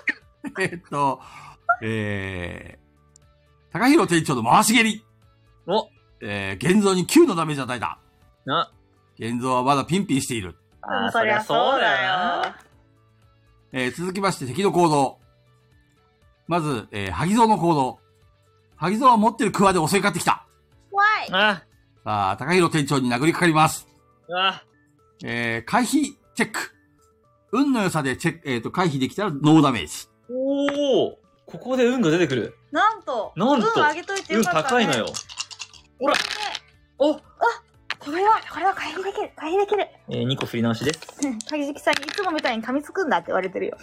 A: 高弘店長の回し蹴り。
C: お
A: 現像に9のダメージ与えた。現像はまだピンピンしている。
B: 長。そりゃそうだよ。
A: 続きまして敵の行動。まず、萩蔵の行動。萩蔵は持ってるクワで襲いかかってきた。
B: 怖い。
A: さあ、高弘店長に殴りかかります。回避チェック。運の良さで回避できたらノーダメージ。
C: おお、ここで運が出てくる。
B: なんと
C: 運
B: 上げといてよかったね。
C: 運高いのよ。ほら。
B: これは回避できる。
C: 2個振り直しです。
B: かぎじきさんにいつもみたいに噛みつくんだって言われてるよ。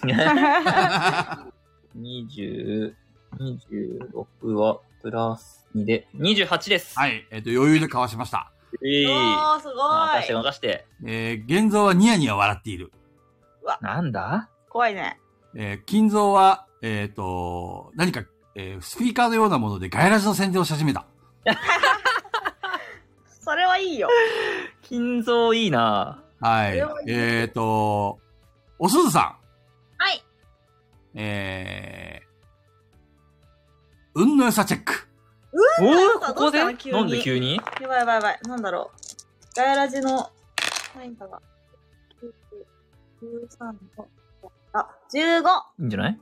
C: 26はプラス2で28です。
A: はい、余裕でかわしました。
B: おー、すごい。
C: 任して。
A: 現像はニヤニヤ笑っている。
C: なんだ
B: 怖いね。
A: 金蔵は、何か、スピーカーのようなものでガイラジの宣伝をし始めた。
B: それはいいよ。
C: 金蔵いいな。
A: はい。おすずさん。
B: はい。
A: 運の良さチェック。
C: ここでなんで急に
B: やばい。なんだろう。ガヤラジの、何かが。13の、15!
C: いいんじゃない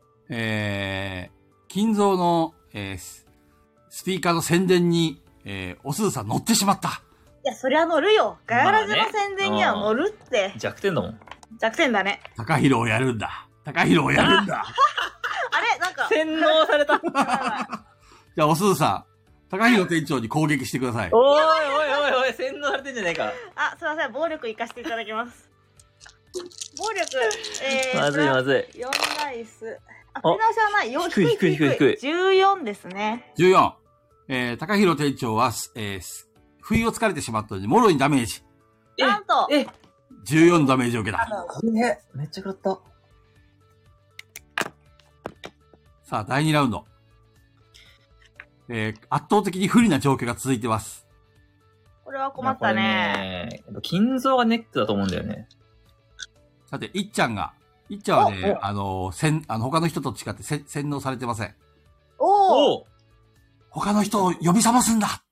A: 金蔵の、スピーカーの宣伝に、おすずさん乗ってしまった。
B: いや、そりゃ乗るよ。ガヤラジの宣伝には乗るって。
C: 弱点だもん。
B: 弱点だね。
A: 高弘をやるんだ。
B: あれなんか。
C: 洗脳された。
A: じゃあ、おすずさん、高弘店長に攻撃してください。
C: おい、洗脳されてんじゃねえか。
B: すいません、暴力活かしていただきます。暴力、
C: まずい。
B: 4ダイス。振り直しはない。
C: 低い。
B: 14ですね。
A: 14。高弘店長は、不意をつかれてしまったので、もろにダメージ。
B: なんと。
A: 14ダメージを受けた。
C: めっちゃ食らった。
A: さあ、第2ラウンド。圧倒的に不利な状況が続いてます。
B: これは困ったね。
C: 金蔵がネックだと思うんだよね。
A: さて、いっちゃんはね、他の人と違って洗脳されてません。
B: おー
A: 他の人を呼び覚ますんだ。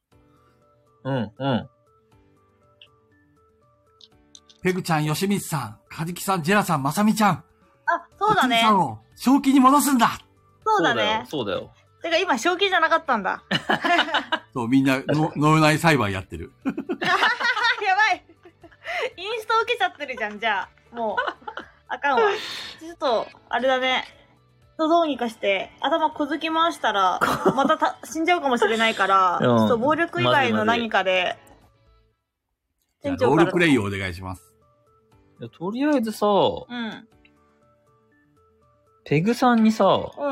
A: ペグちゃん、吉光さん、カジキさん、ジェラさん、まさみちゃん。
B: そうだね。
A: さんを正気に戻すんだ。
B: そうだね。
C: そうだよ。
B: てか今、正気じゃなかったんだ。
A: そう、みんな、脳内裁判やってる。
B: やばい。インスト受けちゃってるじゃん、じゃあ。もう、あかんわ。ちょっと、あれだね。どうにかして、頭小突き回したら、また死んじゃうかもしれないから、ちょっと暴力以外の何かで、
A: 店長から。ロールプレイをお願いします。
C: とりあえずさ、
B: うん。
C: ペグさんにさ、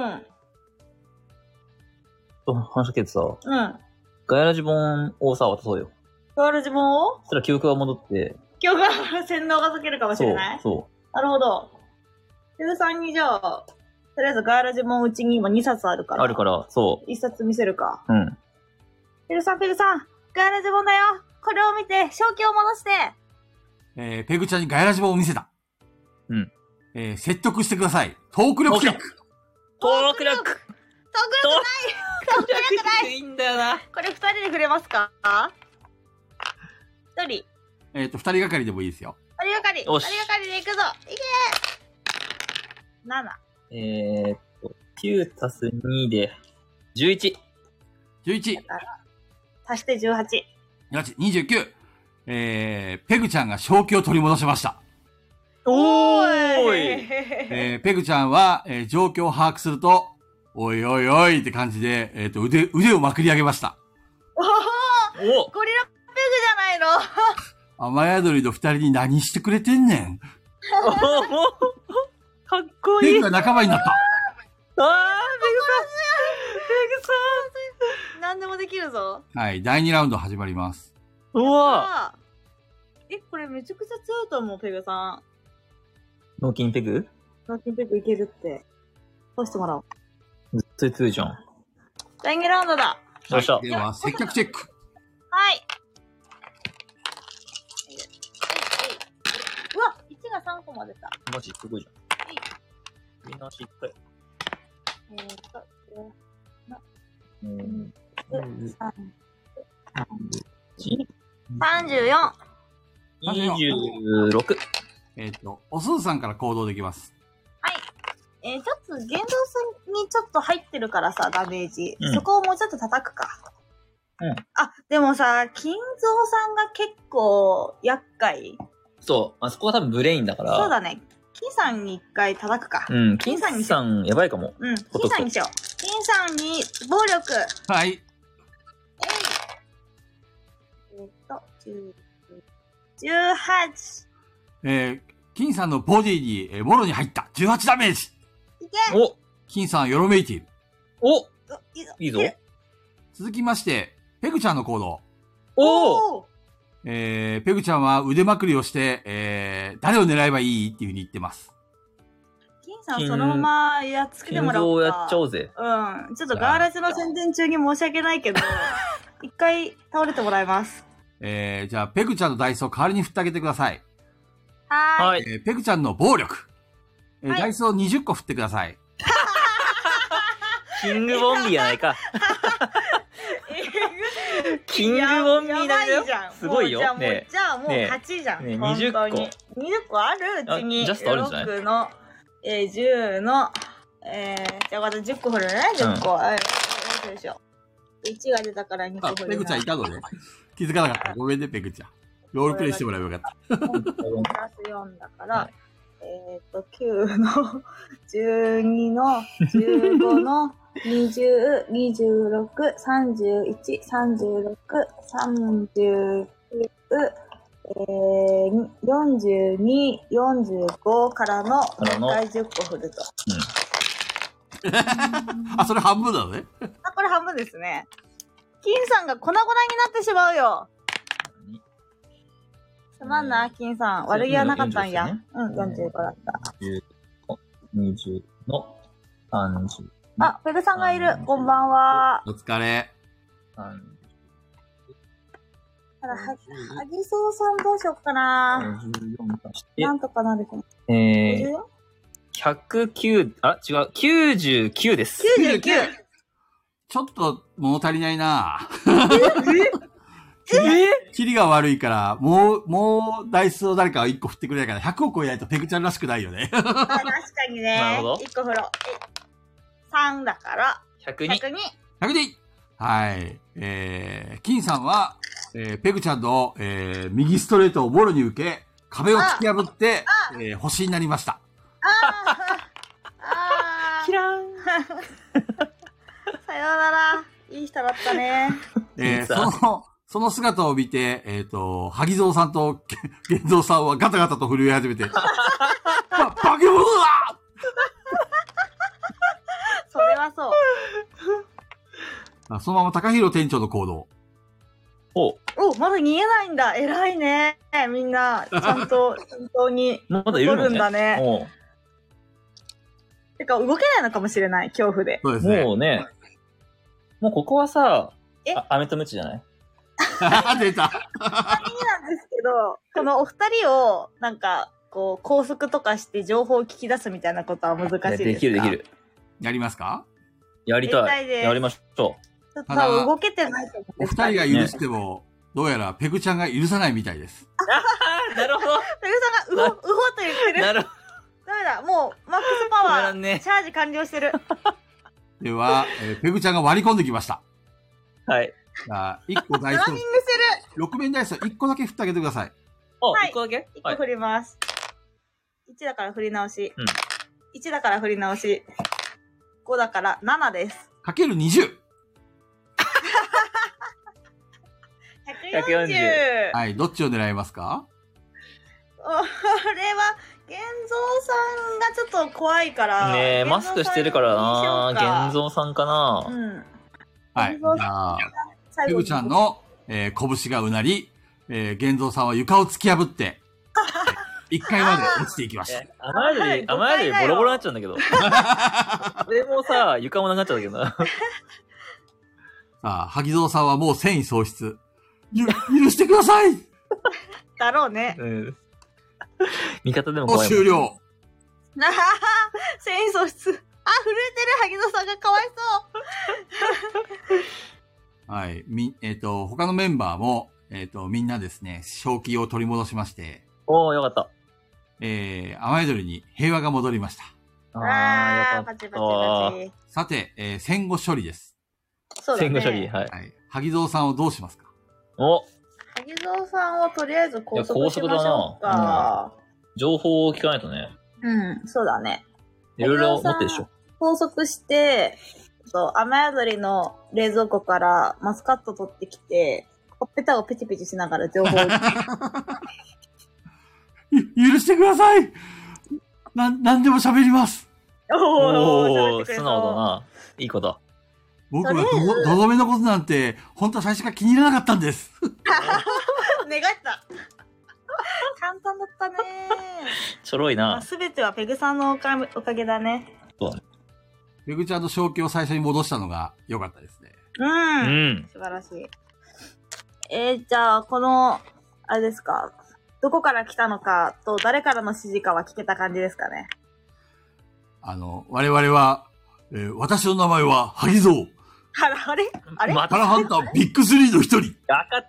C: 話しかけてさ、ガヤラジ本をさ、渡そうよ。
B: ガヤラジ本を
C: そしたら記憶が戻って、
B: 記憶が洗脳が解けるかもしれない。
C: そう。
B: なるほど。ペグさんにじゃあ、とりあえずガヤラジ本うちに今2冊あるから。
C: そう。
B: 1冊見せるか。
C: ペグ
B: さん、ガヤラジ本だよ。これを見て、正気を戻して。
A: ペグちゃんにガヤラジ本を見せた。説得してください。トーク力チェック。
B: トーク力ない
C: いいんだよな。
B: これ2人で触れますか ?1 人。
A: 2人がかりでもいいですよ。
B: 2人がかりで行くぞ。いけー
C: 9足す2で、11。
B: 足して18。
A: 29。ペグちゃんが正気を取り戻しました。
C: おー
A: い。ペグちゃんは、状況を把握すると、おいって感じで、腕をまくり上げました。
B: お
C: お
B: ゴリラペグじゃないの。
A: 雨宿りの二人に何してくれてんねん。
C: おかっこいい。
A: ペグが仲間になった。
C: あー、ペグ
B: 何でもできるぞ。
A: はい、第2ラウンド始まります。
C: さん。うわ
B: あこれめちゃくちゃ強いと思う、ペグさん。
C: 脳筋ペグ
B: ラッキンペグいけるって。そうしてもらおう。
C: 絶対強いじゃん。
B: 第2ラウンドだ。
C: よっしゃ。
A: では、接客チェック。
B: はい。うわ、1が3個まで出た。
C: マジすごいじゃん。みんなしっかり。
B: 34。
C: 26。
A: おすずさんから行動できます。
B: はい。ちょっと、現像にちょっと入ってるからさ、ダメージ。
C: うん
B: そこをもうちょっと叩くか。
C: うん。
B: あ、でもさ、金蔵さんが結構厄介。
C: そう。あそこは多分ブレインだから。
B: そうだね。金さんに一回叩くか。
C: うん。金さん、やばいかも。
B: うん。金さんにしよう。金さんに暴力。
A: はい。
B: 18。
A: 金さんのボディに、もろに入った。18ダメージ。
B: いけ
C: お
A: 金さん、よろめいている。
C: お
B: い
C: いいぞ。
A: 続きまして、ペグちゃんの行動。
C: おお
A: ペグちゃんは腕まくりをして、誰を狙えばいいっていう風に言ってます。
B: 金さんそのままやっつけてもらおうか。
C: やっちゃおうぜ。
B: うん。ちょっとガーラジの宣伝中に申し訳ないけど、一回倒れてもらいます。
A: じゃあ、ペグちゃんのダイスを代わりに振ってあげてください。
B: はーい。
C: はい。
A: ペグちゃんの暴力。
B: はい
A: ダイスを20個振ってください。
C: キングボンビーやないか。キングボンビーだよ。すごいよ。ね
B: じゃあもう勝ちじゃん。
C: ね
B: 本当に
C: 20
B: 20個あるうちに。
C: あジャストあるんじゃない
B: 6の、10の、じゃあまた10個振るね。10個。よいしょ。1が出たから2個振る。
A: ペグちゃんいたのね。気づかなかった。ごめんね、ペグちゃん。ロールプレイしてもらえばよかった。
B: プラス4だから、9の、12の、15の、20、26、31、36、39、42、45からの、もう一回10個振ると。
A: あ、それ半分なのね。
B: あ、これ半分ですね。金さんが粉々になってしまうよ。すまんな、金さん。悪気はなかったんや。うん、45だった。
C: 20の30。
B: あ、ペグさんがいる。こんばんは。
A: お疲れ。
B: ただ、はぎそうさんどうしよっかな。
C: 54足して
B: なんとかなるかな。
C: 109、あ、違う、99です。
B: 99!
A: ちょっと物足りないな
C: え
A: キリが悪いから、もう、ダイスを誰かが1個振ってくれないから、100を超えないとペグちゃんらしくないよね。
B: あ、確かにね。
C: なるほど
B: 1個振ろう。3だから、
C: 102。
B: 102。
A: 102! はい。金さんは、ペグちゃんの、右ストレートをもろに受け、壁を突き破って、星になりました。
B: あ
C: キラン。
B: さようなら。いい人だったね。
A: その姿を見て、萩蔵さんと玄蔵さんはガタガタと震え始めて、バケモノだ
B: それはそう。
A: そのまま高弘店長の行動。
B: お、まだ逃げないんだ。偉いね。みんな、ちゃんと、本当に。
C: まだいるのね。
B: んだね。
C: お
B: てか、動けないのかもしれない。恐怖で。
A: そうですね。
C: もうね、もうここはさ
B: え、
C: アメとムチじゃない
A: 出た。
B: ちなみになんですけど、このお二人を、なんか、こう、拘束とかして情報を聞き出すみたいなことは難しいですか？
C: できるできる。
A: やりますか？
C: やりたい。
B: やりたいです
C: やりましょ
B: ちょっと多分動けてないと思う。
A: お二人が許しても、どうやらペグちゃんが許さないみたいです。
C: う。なるほど。
B: ペグさんが、うほと言ってる。
C: なるほ
B: ダメだ。もう、マックスパワー、
C: 止まらんね
B: チャージ完了してる。
A: では、ペグちゃんが割り込んできました。
C: ど。はい。
A: じゃあ、1個ダイスを
B: ランニングしてる。
A: 6面ダイスを1個だけ振ってあげてください。
C: あ、
B: はい
C: 1個だけ
B: 1個振ります。1だから振り直し。
C: うん
B: 1だから振り直し。5だから7です。
A: かける20。
B: 140。
A: はい、どっちを狙いますか？
B: これは、玄三さんがちょっと怖いから。
C: ねえ、マスクしてるからな。玄三さんかな。
B: うん。
A: はい。じゃあ、ペグちゃんの、拳がうなり、玄三さんは床を突き破って、1階まで落ちていきました。
C: 雨宿りボロボロになっちゃうんだけど。それもさ、床もなくなっちゃうんだけどな。
A: さあ、萩蔵さんはもう繊維喪失。許してください
B: だろうね。
C: うん。味方でも怖いもん。
A: 終了。
B: 繊維喪失。あ、震えてる萩蔵さんがかわい
A: そう。はい。他のメンバーも、みんなですね、正気を取り戻しまして。
C: おー、よかった。
A: 雨宿りに平和が戻りました。
C: よかった。
B: パチパチパチ。
A: さて、戦後処理です。
B: そうだね。
C: 戦後処理、はい。
A: 萩蔵さんをどうしますか？
B: 萩蔵さんをとりあえず拘束しましょうか。
C: 情報を聞かないとね。
B: うん、そうだね。
C: いろいろ持ってるでしょ。
B: 拘束して、雨宿りの冷蔵庫からマスカット取ってきて、ほっぺたをペチペチしながら情報を
A: 許してください。なんでも喋ります。
C: おー、素直だな。いい子だ。
A: 僕はどどめのことなんて、本当は最初から気に入らなかったんです。
B: 願った簡単だったね。
C: ちょろいな。
B: すべてはペグさんのおかげだね。
C: そうだね。
A: ペグちゃんの正気を最初に戻したのが良かったですね。
B: うん。素晴らしい。じゃあ、あれですか。どこから来たのかと、誰からの指示かは聞けた感じですかね。
A: 我々は、私の名前は萩蔵。
B: あれ
A: カラハンタービッグ3の一人。
C: わかった。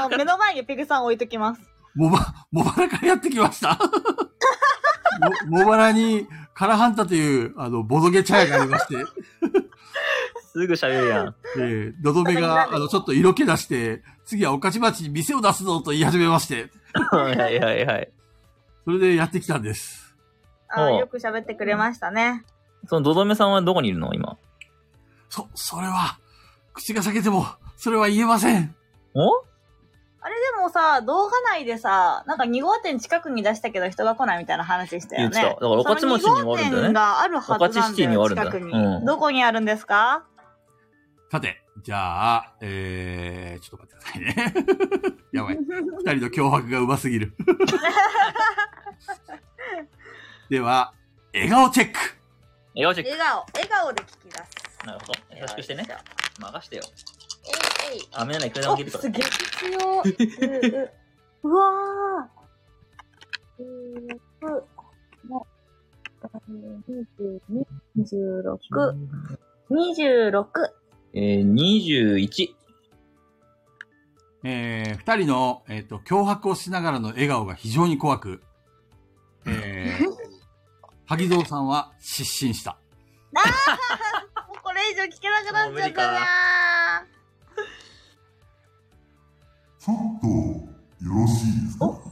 B: 目の前にペグさん置いときます。
A: 茂原からやってきました。茂原にカラハンタという、ボドゲ茶屋がありまして。
C: すぐ喋るやん。
A: どどめが、ちょっと色気出して、次は御徒町に店を出すぞと言い始めまして。
C: はい。
A: それでやってきたんです。
B: よく喋ってくれましたね。
C: そのどどめさんはどこにいるの今。
A: それは、口が裂けても、それは言えません。
B: あれでもさ、動画内でさ、なんか2号店近くに出したけど人が来ないみたいな話したよね。
C: 言ってた。だから、御徒町にもあるんだよね。
B: 2号店があるはずなんだよ。御徒シティにもあるんだよ。近くに。どこにあるんですか？
A: さて、じゃあ、ちょっと待ってくださいね。やばい。二人の脅迫がうますぎる。では、笑顔チェック。
B: 笑顔で聞き出す。
C: なるほど。優しくしてね。任してよ。
B: えい。
C: 雨ならいくらでもあげるから。
B: すげえ必要。うわ26。
C: 21。
A: 二人の、脅迫をしながらの笑顔が非常に怖く、萩蔵さんは失神した。
B: もうこれ以上聞けなくなっちゃったな。
E: ちょっと、よろしいですか？
B: こ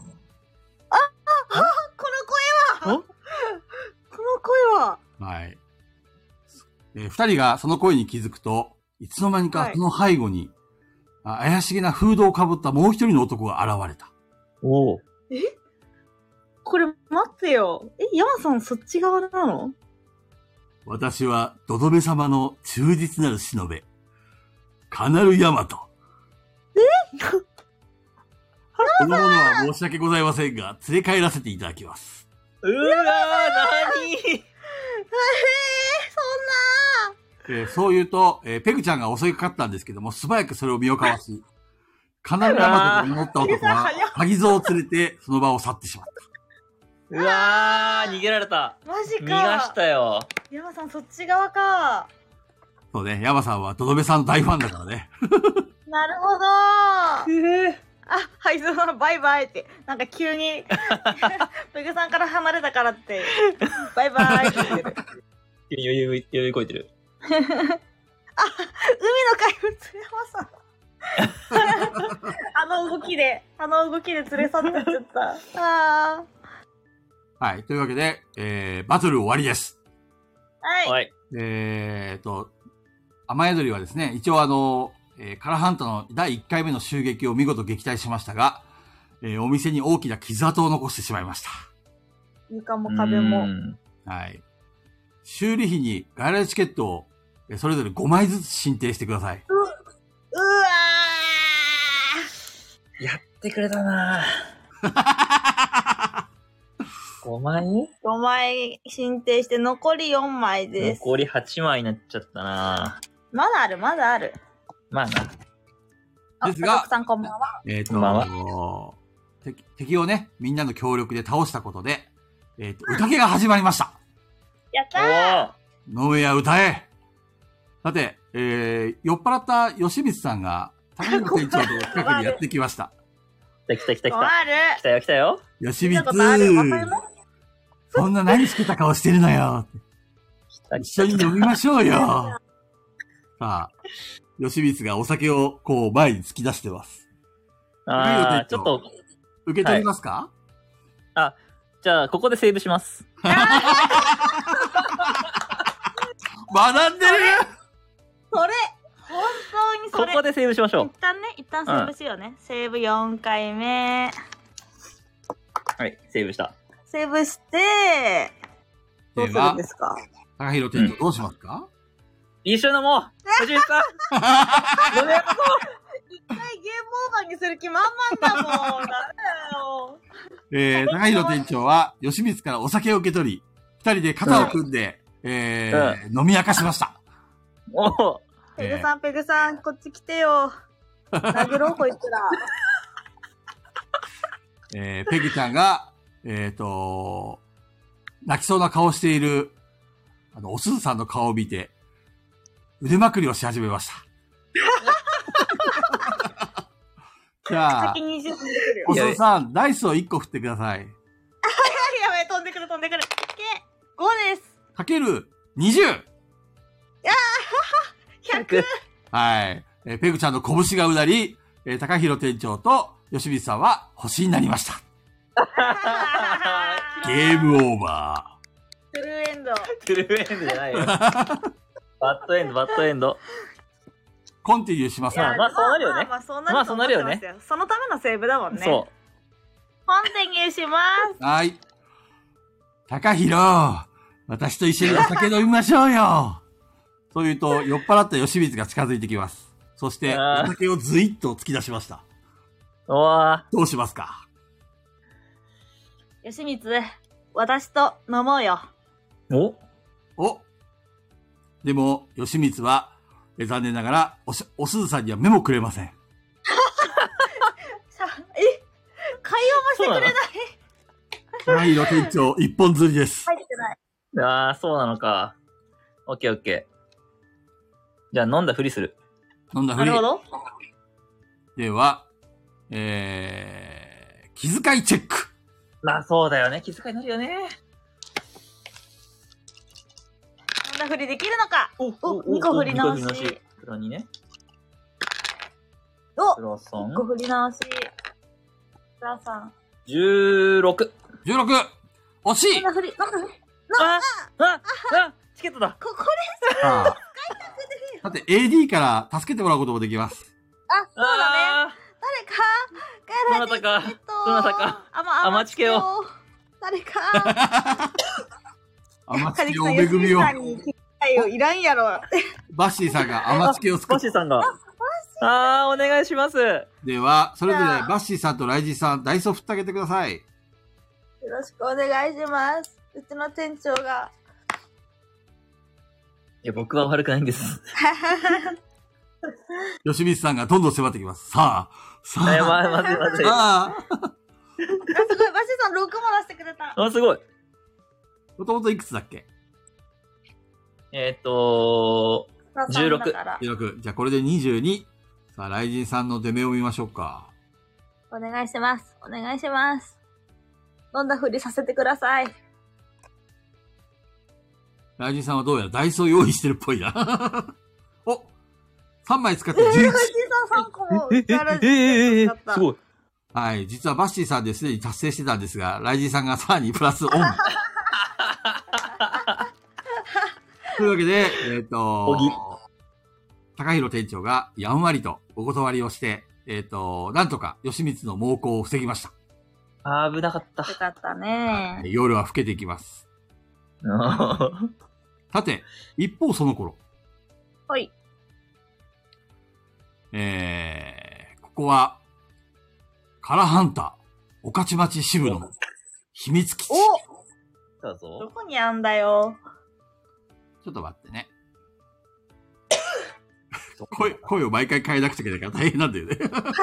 B: の声は
A: はい。二人がその声に気づくと、いつの間にかその背後に、怪しげなフードをかぶったもう一人の男が現れた。
C: おお。
B: これ待ってよ。山さんそっち側なの？
A: 私はドドメ様の忠実なる忍べ、カナルヤマト。この者は申し訳ございませんが、連れ帰らせていただきます。
C: うわー、なに
B: そんな
A: そう言うと、ペグちゃんが襲いかかったんですけども、素早くそれを見をかわし、カナルヤマトと名乗った男は、萩蔵を連れてその場を去ってしまった。
C: うわー、逃げられた。
B: マジか。
C: 逃がしたよ。
B: 山さんそっち側か。
A: そうね、山さんはドドメさんの大ファンだからね。
B: なるほど。はい、バイバイって。なんか急に、ペグさんから離れたからって、バイバイって言ってる。
C: 急に余裕こいてる。
B: 海の怪物、山さん。あの動きで連れ去ってっちゃった。
A: はい、というわけで、バトル終わりです。
B: はい。
C: はい。
A: 雨宿りはですね、一応カラハントの第1回目の襲撃を見事撃退しましたが、お店に大きな傷跡を残してしまいました。
B: 床も壁も。
A: はい。修理費に外来チケットをそれぞれ5枚ずつ申請してください。
B: うわ
C: ーやってくれたな5枚
B: ?5 枚申請して残り4枚です。
C: 残り8枚になっちゃったな
B: まだある、まだある。
C: まあな。
A: ですが、
B: さんこんばんは。
C: こんばんは。
A: 敵をね、みんなの協力で倒したことで、宴が始まりました。
B: やったー。
A: 飲めや歌え。さて、酔っ払った吉光さんが、高弘店長と近くにやってきました。
C: 来た。来たよ来たよ。
A: 吉光。そんな何してた顔してるのよ。一緒に飲みましょうよ。さあ、吉光がお酒をこう前に突き出してます。
C: ちょっと。
A: 受け取りますか？
C: じゃあ、ここでセーブします。
A: 学んでる
B: それ本当にそれ
C: ここでセーブしましょう。
B: 一旦セーブしようね。セーブ4回目。
C: はい、セーブした。
B: セーブして、どうするんですか？
A: 高弘店長どうしますか？
C: 一緒に飲もう吉光さん飲めよ
B: 一回ゲームオーバーにする気満々だもん。ダメだよ。
A: 高弘店長は吉光からお酒を受け取り、二人で肩を組んで、飲み明かしました。
C: お
B: ペグさん、こっち来てよ。殴ろう、こいつら。
A: ペグちゃんが、泣きそうな顔している、おすずさんの顔を見て、腕まくりをし始めました。じゃあ、
B: 先に20分で来るよ。
A: おすずさん、ダイスを1個振ってください。
B: やべ、飛んでくる。5です。
A: かける20。
B: 100。
A: はい。ペグちゃんの拳がうなり、高弘店長と吉光さんは星になりました。ゲームオーバ
B: トゥルーエンド。
C: トゥルーエンドじゃないよ。バッドエンド。
A: コンティニューしますか？
C: まあそうなるよね。
B: まあそうなるよね。そのためのセーブだもんね。
C: そう。
B: コンティニューします。
A: はい。高弘、私と一緒にお酒飲みましょうよ。そう言うと、酔っ払った吉光が近づいてきます。そして、お酒をずいっと突き出しました。どうしますか？
B: 吉光、私と飲もうよ。
A: おでも、吉光は、残念ながら、おすずさんには目もくれません。
B: 会話もしてくれない。
A: 高弘店長、一本釣りです。
B: 入ってない。
C: そうなのか。オッケー。じゃあ飲んだふりする。
B: なるほど。
A: では、気遣いチェック。
C: まあそうだよね。気遣いになるよね。
B: 飲んだふりできるのか。2個振り直し。
C: プラ2ね。
B: プラ
C: 3。
B: 1個振り直し。プラ3。
C: 16。
A: 惜しい。
B: 飲んだふり。
C: チケットだ。
B: ここです。
A: さて、AD から助けてもらうこともできます。
B: そうだね。誰か、
C: どなたか、アマチケを。
B: 誰か。
A: アマチケお恵みを。
B: いらんやろ。
A: バッシーさんがアマチケを救
C: バッシーさんが。お願いします。
A: では、それぞれバッシーさんとライジーさん、ダイソー振ってあげてください。
B: よろしくお願いします。うちの店長が。
C: いや、僕は悪くないんです。
A: 吉光さんがどんどん迫ってきます。さあ。
C: まずい。
B: すごい、バッシーさん6も出してくれた。
C: すごい。
A: もともといくつだっけ
C: ？16。
A: 16。じゃあこれで22。さあ、ライジンさんの出目を見ましょうか。
B: お願いします。飲んだふりさせてください。
A: ライジンさんはどうやらダイソー用意してるっぽいな。お !3 枚使って11。
B: ライジンさん3個も。
C: すごい。
A: はい。実はバッシーさんですでに達成してたんですが、ライジンさんがさらにプラスオン。というわけで、 高弘店長がやんわりとお断りをして、なんとか吉光の猛攻を防ぎました。
C: 危なかった。
B: よかったね。
A: 夜は更けていきます。さて、一方その頃。
B: はい。
A: ここは、カラハンター、御徒町支部の秘密基地。
C: だぞ。
B: どこにあんだよ。
A: ちょっと待ってね。声を毎回変えなくちゃいけないから大変なんだよね。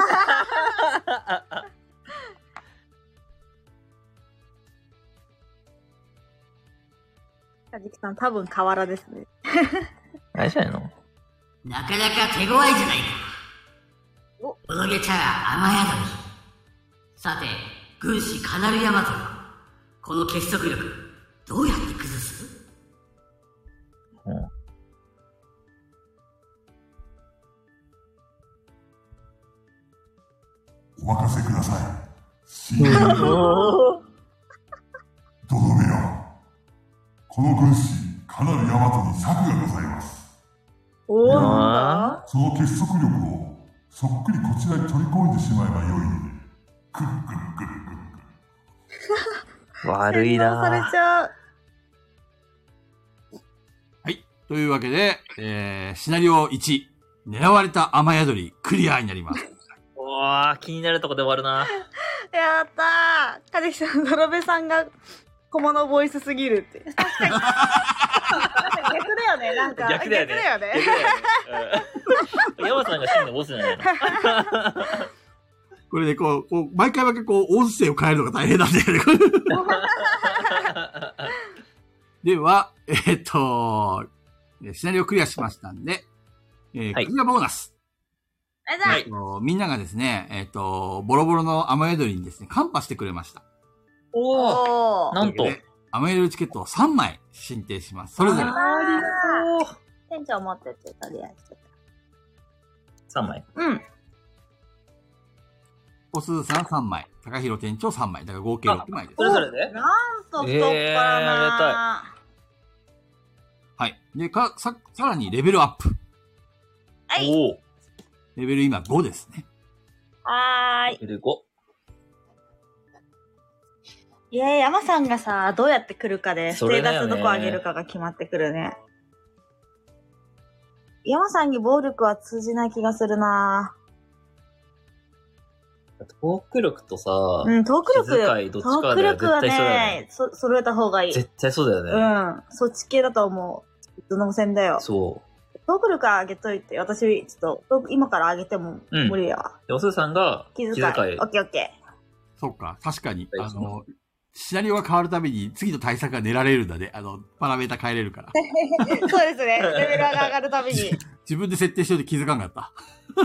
B: かじきさん多分河原ですね。
C: あれじゃないの？
D: なかなか手強いじゃないか。おのげちゃが雨宿り。さて、軍師カナルヤマト、この結束力、どうやって崩す？
E: お任せください。ドドメよ。この軍師、カナルヤマトに策がございます。
B: おー。
E: その結束力をそっくりこちらに取り込んでしまえばよいので。クックックックック。
C: 悪いな
B: されちゃう。
A: はい。というわけで、シナリオ1、狙われた雨宿り、クリアになります。
C: うわー、気になるとこで終わるな。
B: やったー。かじきさん、ドロベさんが小物ボイスすぎるって。確かに。逆だよね、なんか。
C: 逆だよね。
B: 逆だよね。
C: 山さんが真のボスじゃないの。
A: これね、こう毎回音声を変えるのが大変なんだよね。では、シナリオクリアしましたんで、クリアボーナス。
B: はい。
A: みんながですね、ボロボロの雨宿りにですね、カンパしてくれました。
C: おー。なんと。
A: 雨宿りチケットを3枚申請します。それぞれ。
B: 店長持ってって、とりあえず。
C: 3枚。
B: うん。
A: おすずさん3枚。高弘店長3枚。だから合計6枚です。
C: それぞれで
B: なんと太っ腹な
A: はい。で、さらにレベルアップ。
B: はい。
C: おー。
A: レベル今5ですね。
B: はーい。
C: レベル5。
B: 山さんがさ、どうやって来るかで、ステータスどこ上げるかが決まってくるね。山さんに暴力は通じない気がするな
C: トーク力とさ、
B: うん、トーク力。
C: 気遣いどっちかで絶対そうだよね。
B: 揃えた方がいい。
C: 絶対そうだよね。
B: うん。そっち系だと思う。どの線だよ。
C: そう。
B: トーク力上げといて、私、ちょっと、今から上げても無理やわ。
C: で、おすずさんが
B: 気遣い。オッケーオッケー。
A: そっか、確かに。シナリオが変わるたびに次の対策が練られるんだね。パラメータ変えれるから。
B: そうですね。レベルが上がるたびに。
A: 自分で設定しておいて気づかんかった。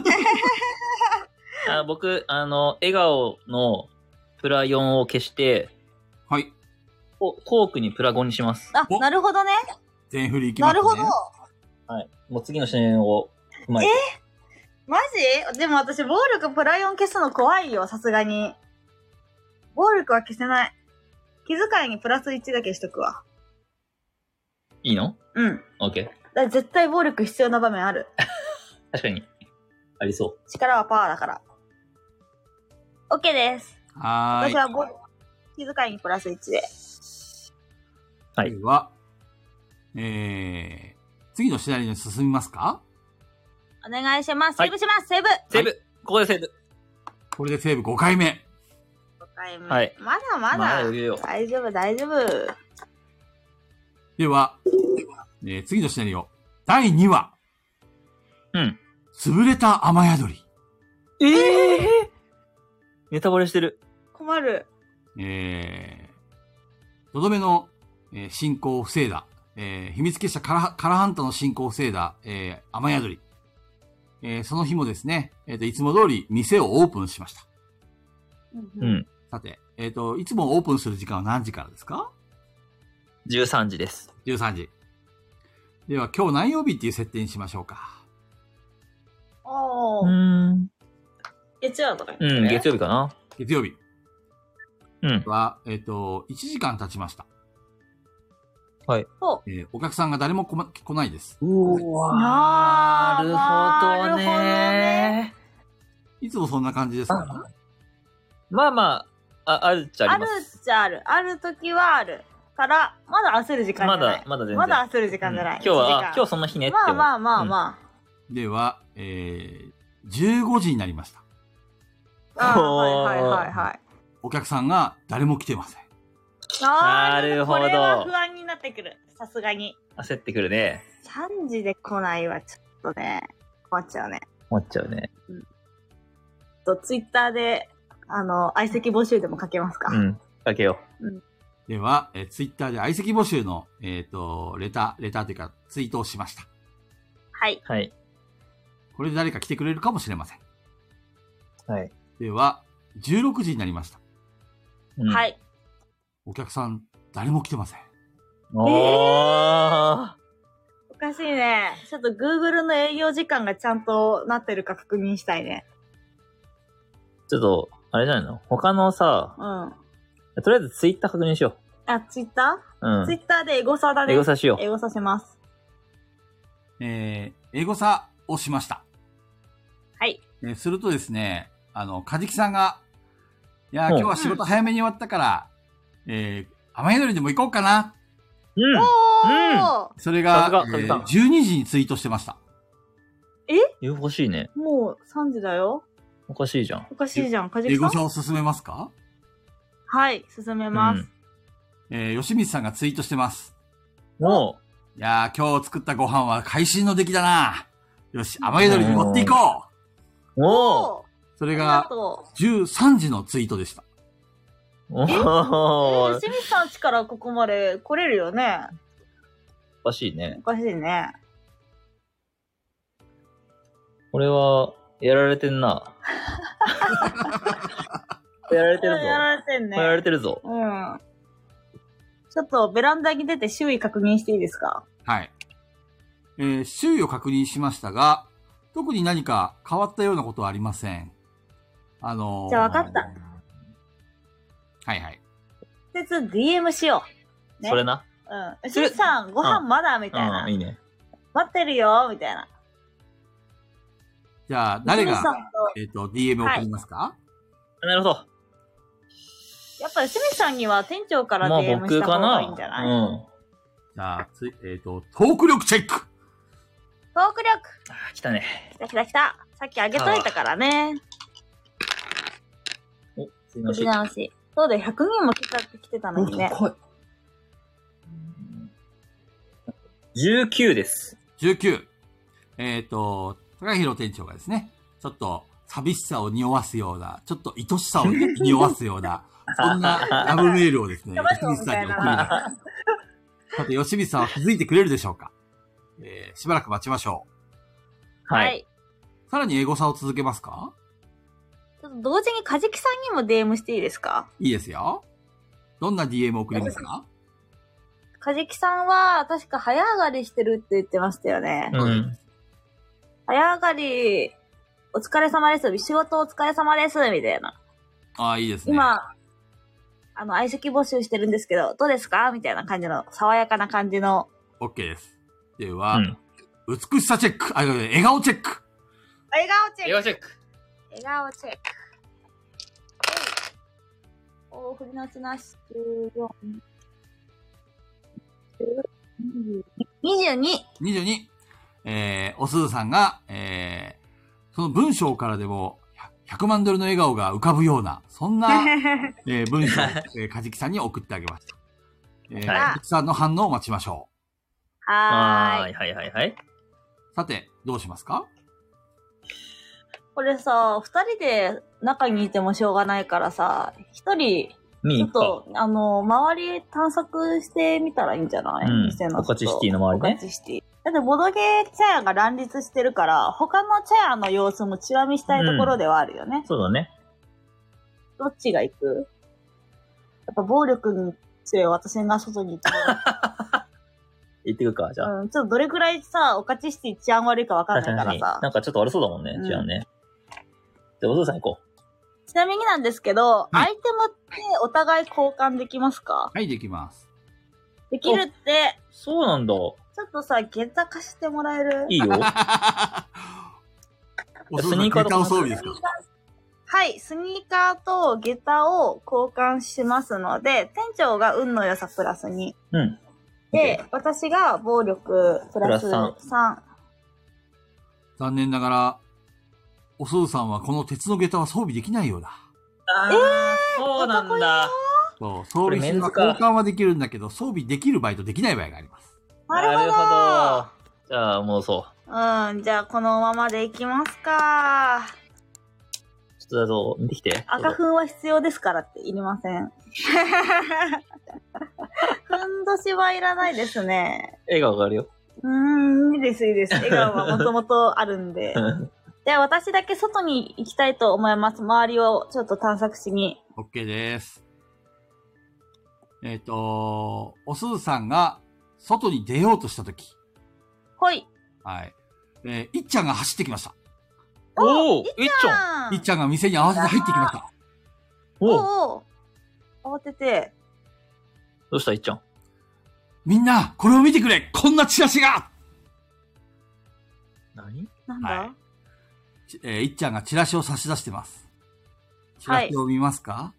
C: 僕、笑顔のプラ4を消して、
A: はい。
C: トークにプラ5にします。
B: あ、なるほどね。
A: 全振りいきますね。
B: なるほど。
C: はい。もう次の視点を踏まえて。
B: マジ？でも私、暴力プラ4消すの怖いよ、さすがに。暴力は消せない。気遣いにプラス1だけしとくわ。
C: いいの？
B: うん。
C: オッケー。
B: だ絶対暴力必要な場面ある。
C: 確かに。ありそう。
B: 力はパワーだから。オッケーです。
A: はーい。
B: 私は気遣いにプラス1で。
C: はい。
A: では、次のシナリオに進みますか？
B: お願いします。セーブします、セーブ。
C: セーブ、ここでセーブ。
A: これでセーブ5回目。
B: 5回目。
C: はい。
B: まだまだ。
C: まだ余裕よ。
B: 大丈夫、大丈夫。
A: では、次のシナリオ。第2話。
C: うん。
A: 潰れた雨宿り。
C: ネタバレしてる。
B: 困る。
A: とどめの、進行を防いだ。秘密結社カラハンタの進行を防いだ、雨宿り。その日もですね、いつも通り店をオープンしました。
C: うん。
A: さて、いつもオープンする時間は何時からですか？
C: 13時です。
A: 13時。では今日何曜日っていう設定にしましょうか。
B: おー。月曜とか、ね。
C: うん、月曜日かな。
A: 月曜日。
C: うん。
A: は、1時間経ちました。
C: はい。
A: お客さんが誰も来ないです。
C: うわ
B: な
C: るほほどね。
A: いつもそんな感じですか？
C: まあまあ、あるっちゃあ
B: ある
C: ります。
B: っちゃある。ある時はある。から、まだ焦る時間じゃない。
C: まだ全然。
B: まだ焦る時間じゃない。
C: 今日は、
B: 1
C: 今日そんな日ねって
B: ま
C: 思う。
B: あまあまあま
A: では、15時になりました。
B: あ。ああ、はいはいはいはい。
A: お客さんが誰も来てません。
B: あー
C: なるほど
B: これは不安になってくる。さすがに。
C: 焦ってくるね。
B: 3時で来ないはちょっとね、困っちゃうね。
C: 思っちゃうね。
B: ツイッターで、相席募集でもかけますか。
C: うん。かけよ
A: では、ツイッターで相席募集の、レターというか、ツイートをしました。
B: はい。
C: う。はい。
A: これで誰か来てくれるかもしれません。
C: はい。
A: では、16時になりました。
C: うん、。
B: はいい。
A: お客さん、誰も来てません。
C: おー。
B: おかしいね。ちょっと Google の営業時間がちゃんとなってるか確認したいね。
C: ちょっと、あれじゃないの？他のさ、
B: うん。
C: とりあえずツイッター確認しよ
B: あ、ツイッタ
C: う。う
B: ー、
C: ん
B: ツイ。ッターでエゴサだね。
C: エゴサしよう。
B: エゴサします。
A: エゴサをしました。
B: はい。
A: するとですね、カジキさんが、いや、今日は仕事早めに終わったから、雨宿りでも行こうかな。
C: うん。
B: おー、
A: それが、
C: さすが
A: 12時にツイートしてました。
C: おかしいね。
B: もう3時だよ。
C: おかしいじゃん。
B: おかしいじゃん。カジキさん
A: エゴサを進めますか？
B: はい、進めます。
A: 吉光さんがツイートしてます。
C: も
A: いやー、今日作ったご飯は会心の出来だな。よし、雨宿りに持っていこう。
C: う、お
A: それ
B: ありが
A: が
B: と
A: 13時のツイートでした。
C: ー。おー。
B: 清水さん家からここまで来れるよね。
C: おかしいね
B: お。かしいね。
C: これは、やられてんな。やられてるぞ。
B: やられてんね。
C: やられてるぞ。
B: うん。ちょっとベランダに出て周囲確認していいですか？
A: はい。周囲を確認しましたが、特に何か変わったようなことはありません。
B: じゃあ分かった。
A: はいはい。
B: とりあえず DM しよう。ね。
C: それな。
B: うん。清水さん、ご飯まだみたいな。
C: うん、いいね。
B: 待ってるよみたいな。
A: じゃあ、誰が
B: 清水さんと、
A: DM を送りますか？
C: なるほど。
B: やっぱり清水さんには店長から
C: まあ
B: DM した方
C: 僕かな。
B: がいいんじゃない？
C: うん。
A: じゃあ、トーク力チェック。
B: トーク力
C: あ、来たね。
B: 来た来た来た。さっきあげといたからね。
C: お、すいません。
B: 振り直し。そうだよ、100人も来てたのにね。
C: 高い。19です。
A: 19。高弘店長がですね、ちょっと寂しさを匂わすような、ちょっと愛しさを匂わすような、そんなラブメールをですね、
B: やばい
A: 吉光さんに送りました。さて、吉光さんは気づいてくれるでしょうか？しばらく待ちましょう。
C: はい。
A: さらにエゴサを続けますか？
B: ちょっと同時にカジキさんにも DM していいですか？
A: いいですよ。どんな DM を送りますか？
B: カジキさんは確か早上がりしてるって言ってましたよね。
C: うん。
B: 早上がり、お疲れ様です。仕事お疲れ様です。みたいな。
A: ああ、いいですね。
B: 今、相席募集してるんですけど、どうですかみたいな感じの、爽やかな感じの。
A: OK です。では、
C: うん。
A: 美しさチェック。笑顔チェック。
B: 笑顔チェック
C: 映画チェック。
B: 笑顔チェック。おー、振り直しなし。14。22。
A: 22。おすずさんが、その文章からでも、100万ドルの笑顔が浮かぶような、そんな、文章を、カジキさんに送ってあげました。
C: はい
A: カジキさんの反応を待ちましょ
B: はーい。
C: はいはいはい。
A: う。さて、どうしますか？
B: これさ、二人で中にいてもしょうがないからさ、一人、ちょっ
C: 見に行くか。
B: と、周り探索してみたらいいんじゃない？
C: うん
B: 店の
C: オカチシティの周りね
B: オカチシティ。だって、ボドゲー茶屋が乱立してるから、他の茶屋の様子もチラ見したいところではあるよね。
C: そうだね。
B: どっちが行く？やっぱ暴力に強い私が外に行く
C: 行ってくか、じゃあ。
B: うん、ちょっとどれくらいさ、オカチシティ治安悪いかわかん
C: 確かに。
B: ないからさ。
C: なんかちょっと悪そうだもんね、じゃあね。じゃあお父さん行こ
B: ちなみになんですけど、アイテムってお互い交換できますか？
A: はい、できます。
B: できるって
C: う。、そうなんだ。
B: ちょっとさ、下駄貸してもらえる？
C: いいよ。
A: おすずさん、下駄を装備ですか？
B: はい、スニーカーと下駄を交換しますので、店長が運の良さプラス2。
C: うん。
B: で、私が暴力プラス
C: プラス
B: 3。
A: 残念ながら、おすずさんはこの鉄の下駄は装備できないようだ。
C: そうなんだ。
A: そう、装備品は交換はできるんだけど、装備できる場合とできない場合があります。
B: なるほど。
C: じゃあ、もうそう。
B: じゃあこのままでいきますか。
C: ちょっと見てきて。
B: 赤粉は必要ですからっていりません。ふんどしはいらないですね。
C: 笑顔があるよ。
B: いいです、いいです。笑顔はもともとあるんで。じゃあ私だけ外に行きたいと思います。周りをちょっと探索しに。
A: OK です。おすずさんが外に出ようとしたとき。
B: ほい。
A: はい。いっちゃんが走ってきました。
C: おー、
B: いっちゃん。
A: いっちゃんが店に合わせて入ってきました。
B: おー。慌てて。
C: どうしたいっちゃん。
A: みんな、これを見てくれ！こんなチラシが！
C: 何？
B: なんだ、
A: はい、いっちゃんがチラシを差し出してます。チラシを見ますか？はい、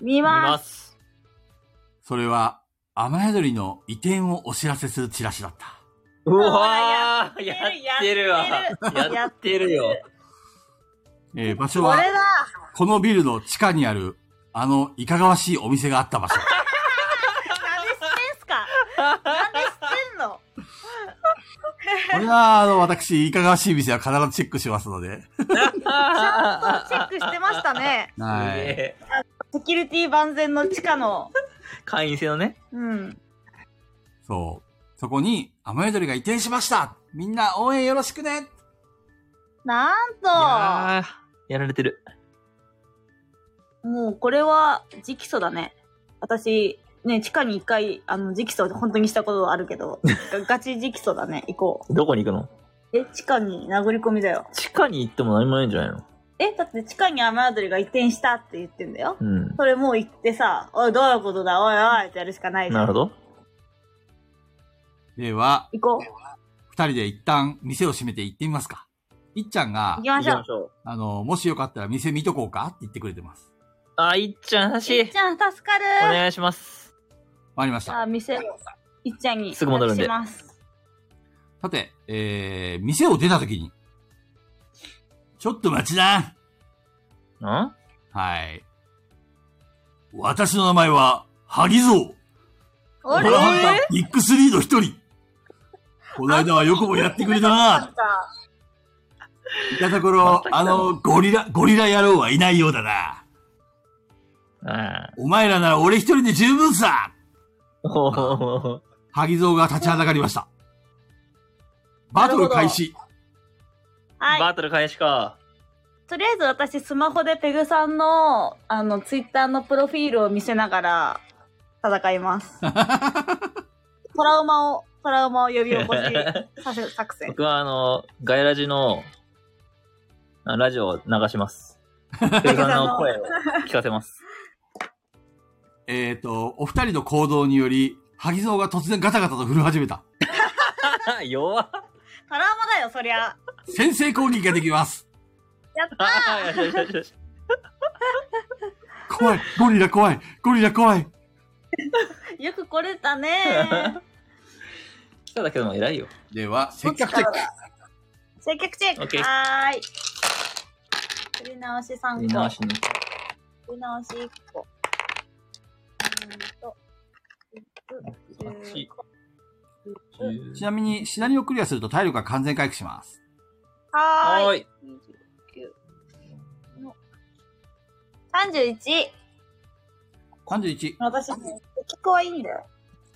B: 見ます。
A: それは、雨宿りの移転をお知らせするチラシだった。
C: うわー、やってるわ。やってるよ。
A: 場所は、このビルの地下にある、いかがわしいお店があった場所。
B: なんで知ってんすか？なんで知ってんの？
A: これは、私、いかがわしい店は必ずチェックしますので。
B: ちゃんとチェックしてましたね。
A: はい。
B: セキュリティ万全の地下の。
C: 会員制のね。
B: うん。
A: そう。そこに、雨宿りが移転しました。みんな応援よろしくね。
B: なんと。
C: やられてる。
B: もう、これは、直訴だね。私、ね、地下に一回、直訴本当にしたことあるけど、ガチ直訴だね。行こ
C: う。どこに行くの？
B: 地下に殴り込みだよ。
C: 地下に行っても何もないんじゃないの？
B: だって地下に雨宿りが移転したって言ってんだよ。
C: うん。
B: それもう行ってさ、おい、どういうことだ、おいおいってやるしかないじゃん。
C: なるほど。
A: では、
B: 行こう。
A: 二人で一旦店を閉めて行ってみますか。いっちゃんが、
B: 行きましょ
A: う。もしよかったら店見とこうかって言ってくれてます。
C: いっちゃん、優しい。
B: いっちゃん、助かる。
C: お願いします。
A: わかりました。
B: 店を、いっちゃんに、
C: すぐ戻るんで。
A: さて、店を出たときに、ちょっと待ちな。はい。私の名前は、萩蔵。
B: あれ
A: ビッグスリーの一人。この間はよくもやってくれたな。いたところ、ゴリラ野郎はいないようだな。お前らなら俺一人で十分さ。萩蔵が立ちはだかりました。バトル開始。
B: はい。
C: バトル開始か。
B: とりあえず私スマホでペグさんのツイッターのプロフィールを見せながら戦います。トラウマを呼び起こしさせる作戦。
C: 僕はガイラジのラジオを流します。ペグさんの声を聞かせます。
A: お二人の行動により、萩蔵が突然ガタガタと振り始めた。
C: 弱っ。
B: トラウマだよ、そりゃ。
A: 先制攻撃ができます。
B: やったー
A: 怖い、ゴリラ怖い。
B: よく来れたねー。
C: 来ただけでも偉いよ。
A: では、接客チェック。
B: 接客チェック。はーい。振り直し3個。振り直し1個。
A: ちなみに、シナリオクリアすると体力が完全回復します。
B: はーい。31。
A: 31。
B: 私、結構はいいんだよ。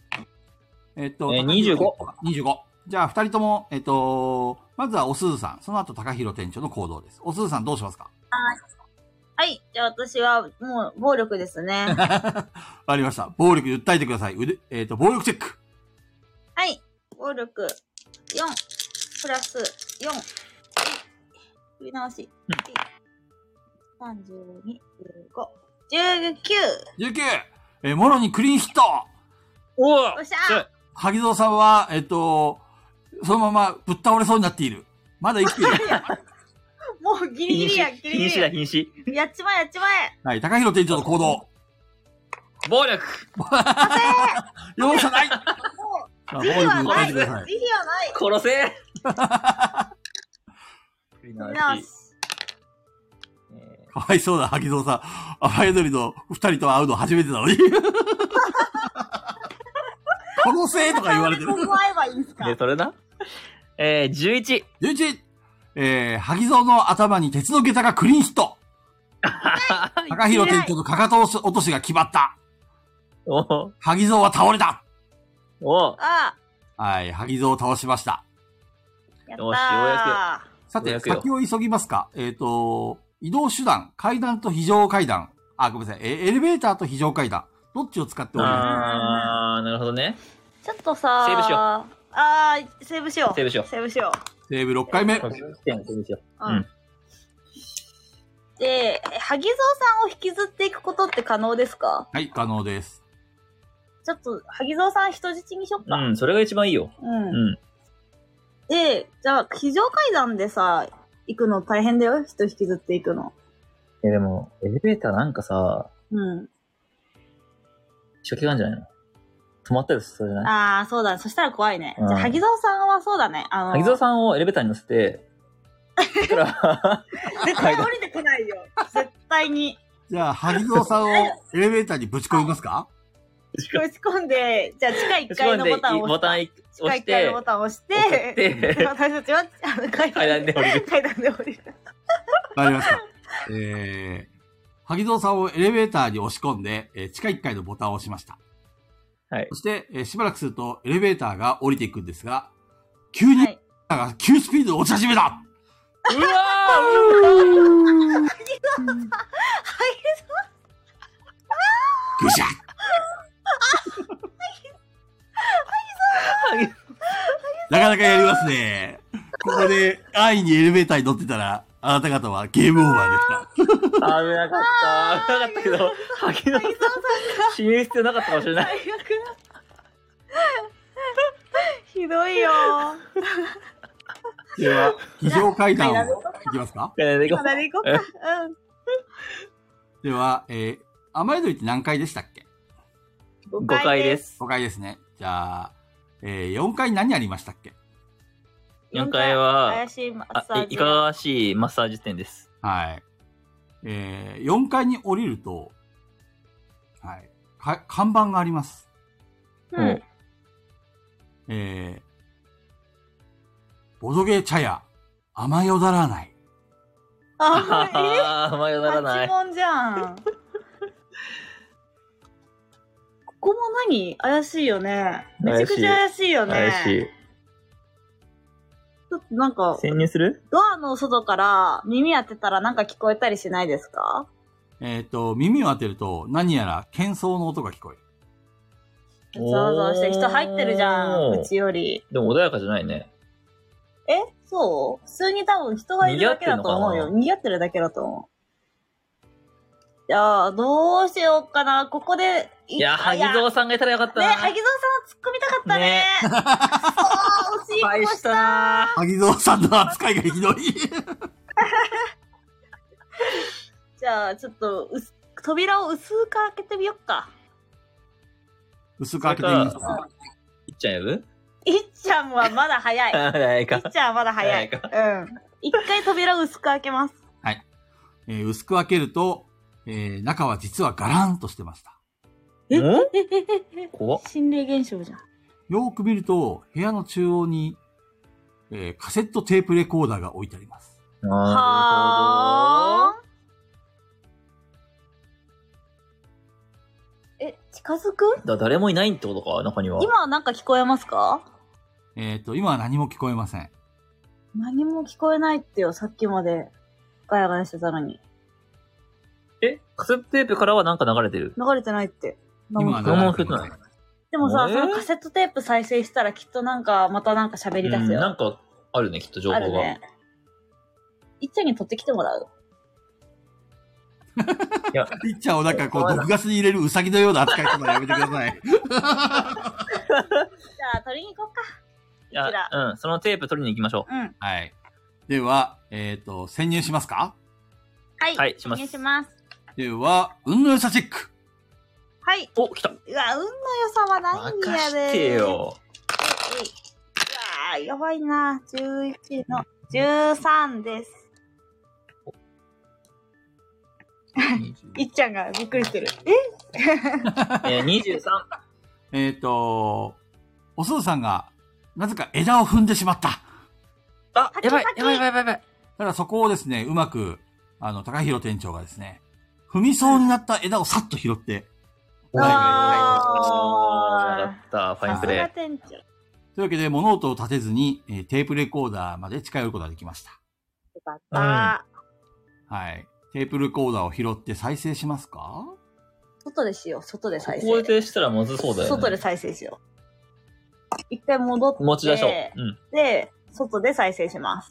C: 25。
A: じゃあ、二人とも、まずはおすずさん、その後高弘店長の行動です。おすずさんどうしますか？
B: はい。じゃあ私は、もう、暴力ですね。
A: わかりました。暴力で訴えてください。暴力チェック。
B: はい。暴力、4、プラス4、振り直し、32、15、
A: 19。もろにクリーンヒット。
C: お
B: よっしゃ
A: 萩蔵さんは、そのままぶっ倒れそうになっている。まだ生きている。
B: もうギリギリや、ギリギリ。
C: 瀕死だ、瀕死。
B: やっちまえ、やっちまえ。
A: はい、高弘店長の行動。
C: 暴力
A: 容赦ない。
B: も
A: 暴
B: う、慈悲は
A: 力
B: ない。慈
A: に変えてください。
B: 悲はない。
C: 殺せ
B: みんな、
A: かわいそうな萩蔵さん。雨宿りの二人と会うの初めてなのに。殺せとか言われてる。
B: ここ会えばいいんすか？
C: で、それな。11。
A: 11、萩蔵の頭に鉄の下駄がクリーンヒット。高弘店長のかかと落としが決まった。
C: お
A: 萩蔵は倒れた。
C: お
B: あ
A: はい、萩蔵を倒しました。
B: やった
C: よしようや
A: さて、
C: ようやくよ
A: 先を急ぎますか。移動手段、階段と非常階段。あ、ごめんなさい。エレベーターと非常階段。どっちを使っておりま
C: なるほどね。
B: ちょっとさ
C: セーブしよう
B: セーブしよう。
C: セーブしよう
B: セーブしよ
A: す。セーブ6回目。
B: う。
C: うん
B: で、萩蔵さんを引きずっていくことって可能ですか？
A: はい、可能です。
B: ちょっと、萩蔵さん人質にしよっか。
C: うん、それが一番いいよ。
B: うん。で、じゃあ、非常階段でさ、行くの大変だよ。人引きずっていくの。
C: でも、エレベーターなんかさ、
B: うん。
C: 仕掛けがあるんじゃないの？止まったりするじゃない？
B: ああ、そうだ。そしたら怖いね。
C: うん
B: じゃあ、萩蔵さんはそうだね。
C: 萩蔵さんをエレベーターに乗せて、そしたら、
B: 絶対降りてこないよ。絶対に。
A: じゃあ、萩蔵さんをエレベーターにぶち込みますか？
B: 打ち込んで、じゃあ、地下1階のボタンを押して。地下1階のボタンを押して、私たちは、階
C: 階段で降りる。
B: 階段で降りる。
A: わかりました。萩蔵さんをエレベーターに押し込んで、地下1階のボタンを押しました。
C: はい
A: そ。して、しばらくすると、エレベーターが降りていくんですが、急に、
B: はい
A: 急スピードで落ち始めた。
C: うわ
A: ぐしゃ
C: ー
A: なかなかやりますね。ここで安易にエレベーターに乗ってたら、あなた方はゲームオーバーでした。
C: 危なかった。危なかったけど、萩野さん死ぬ必要なかったかもしれない。
B: 最悪だ。ひどいよ。
A: では、非常階段をいきますか？
C: 行こ
B: まだで行こうか。うん。
A: では、雨宿りって何階でしたっけ？
C: 5階で。す。
A: 5階ですね。じゃあ、4階に何ありましたっけ？
C: 4階は、
B: 怪しいマッサージ。
C: いかがわしいマッサージ店です。
A: はい。4階に降りると、はい。看板があります。
B: うん。
A: ボドゲ茶屋、雨よだらない。
B: あ、
C: あ、迷よならない。
B: 八問じゃん。ここも何怪しいよね。めちゃくちゃ怪しいよね。
C: 怪しい。
B: ちょっとなんか、
C: 潜入する？
B: ドアの外から耳当てたらなんか聞こえたりしないですか？
A: 耳を当てると何やら喧騒の音が聞こえる。
B: ざわざわして人入ってるじゃん、うちより。
C: でも穏やかじゃないね。
B: えそう普通に多分人がいるだけだと思うよ。
C: 賑
B: 賑わってるだけだと思う。じゃあ、どうしようかな。ここで。
C: いや、萩蔵さんがいたらよかった
B: ね、
C: な。
B: 萩蔵さん突っ込みたかったね。そう、惜しい
C: 失敗したな。
A: 萩蔵さんの扱いがひどい。
B: じゃあ、ちょっと、扉を薄く開けてみよっか。
A: 薄く開けてみますか？
C: いっちゃん呼ぶ？
B: いっちゃんはまだ早い。
C: 早いか。
B: いっちゃんはまだ早い。うん。一回扉を薄く開けます。
A: 薄く開けると、中は実はガランとしてました。
B: え
C: ん
B: え
C: 怖っ。
B: 心霊現象じゃん。
A: よーく見ると、部屋の中央に、カセットテープレコーダーが置いてあります。
C: な
B: はー。近づく？
C: るほど。誰もいないってことか、中には。
B: 今はなんか聞こえますか？
A: 今は何も聞こえません。
B: 何も聞こえないってよ、さっきまでガヤガヤしてたのに。
C: カセットテープからはなんか流れてる。
B: 流れてないって。
A: 今は
C: 何も
A: 流れてません。
B: でもさ、
C: えー
B: そのカセットテープ再生したらきっとなんか、またなんか喋り出すよ。
C: なんかあるね、きっと情報が。
B: あるね。いっちゃんに取ってきてもらう。
A: ピッチャーをなんかこう、毒ガスに入れるウサギのような扱いするのやめてください。
B: じゃあ、取りに行こうか。
C: いや、そのテープ取りに行きましょ
B: うん。
A: はい。 では、潜入しますか？
B: はい。
C: はいします
B: お願いします。
A: では、運の良さチェック。
B: はい。
C: お、来た。
B: うわ、運の良さはないんやで。
C: 任してよ。
B: えい。うわやばいな。11の13です。いっちゃんがびっくりしてる。
C: 23。
A: おすずさんが、なぜか枝を踏んでしまった。
C: あ、やばい
B: パキパキ
C: やばいやばいやばい。
A: ただそこをですね、うまく、高弘店長がですね、踏みそうになった枝をさっと拾って、
C: おー、
A: はい
C: やった。ファインプレ
B: さすが店長。
A: というわけで物音を立てずに、テープレコーダーまで近寄ることができました。
B: よかった。
A: はい。テープレコーダーを拾って再生しますか？
B: 外でしよう。外で再
C: ここ
B: 生。
C: でしたらまずそうだよね。
B: 外で再生しよう。一回戻って。
C: 持ち出しょう。うん。
B: で、外で再生します。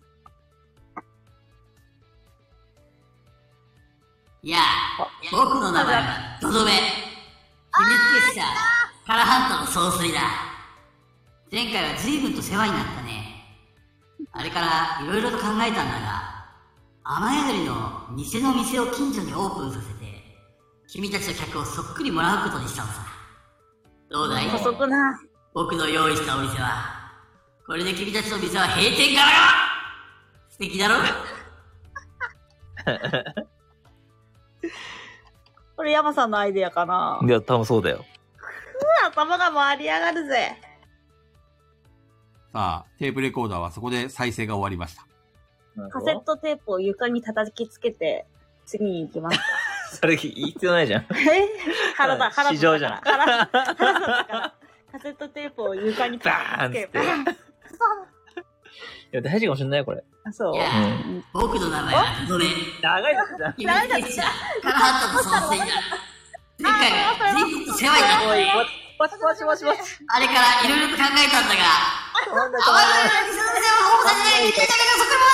D: いやあ、僕の名前はドドメ。秘密結社、カラハントの総帥だ。前回は随分と世話になったね。あれから色々と考えたんだが、雨宿りの偽の店を近所にオープンさせて、君たちの客をそっくりもらうことにしたのさ。どうだい？
B: 補足な。
D: 僕の用意したお店は、これで君たちの店は閉店ガラガラ。素敵だろ？
B: これ山さんのアイデアかな。
C: いや、多分そうだよ。
B: 頭が回り上がるぜ。
A: さあ、テープレコーダーはそこで再生が終わりました。
B: カセットテープを床に叩きつけて、次に行きますか。
C: それ必要ないじゃん。
B: 腹だ。
C: 市場じゃん
B: 腹だからカセットテープを床に
C: バーンって。いや、大事かもしれないよ、これ。
B: あ、そう
D: い。や
C: うん
D: 僕の名前はドドメ。
C: 長いですじゃん。
D: 秘密結社、カラハントの総帥だ。前回は随分と世話になったね。
C: もし。
D: あれから色々と考えたんだが、
C: なんだ
D: あわよよ偽の店を保護させない君たちがそこにも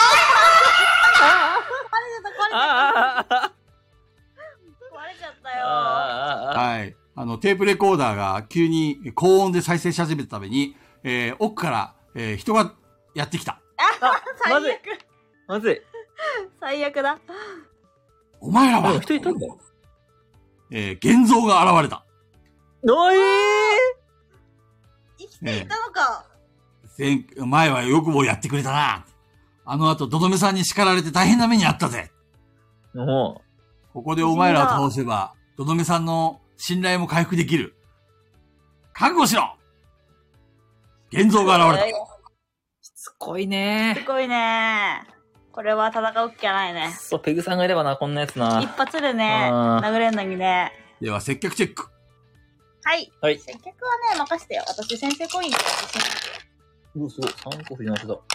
B: 壊れちゃったよ。
A: はい。テープレコーダーが急に高音で再生し始めたために、奥から、人がやってきた。
C: まずい
B: 最悪。
C: まずい。
B: 最悪だ。
A: お前らは、
C: 人いたんだよ。
A: 現像が現れた。
C: おい
B: 生きていたのか。
A: 前はよくもやってくれたな。あの後、ドドメさんに叱られて大変な目にあったぜ。
C: も
A: ここでお前らを倒せば、ドドメさんの信頼も回復できる。覚悟しろ！現像が現れた。
C: しつこい
B: す
C: ね。
B: ごいね。これは戦うっきゃないね。
C: そう、ペグさんがいればな、こんなやつな。
B: 一発でね、
C: うん
B: 殴れんのにね。
A: では、接客チェック。
B: はい。
C: はい。
B: 接客はね、任せてよ。私先生コインで自信あるよ。
C: うわ、すごい。3個振り直しだ。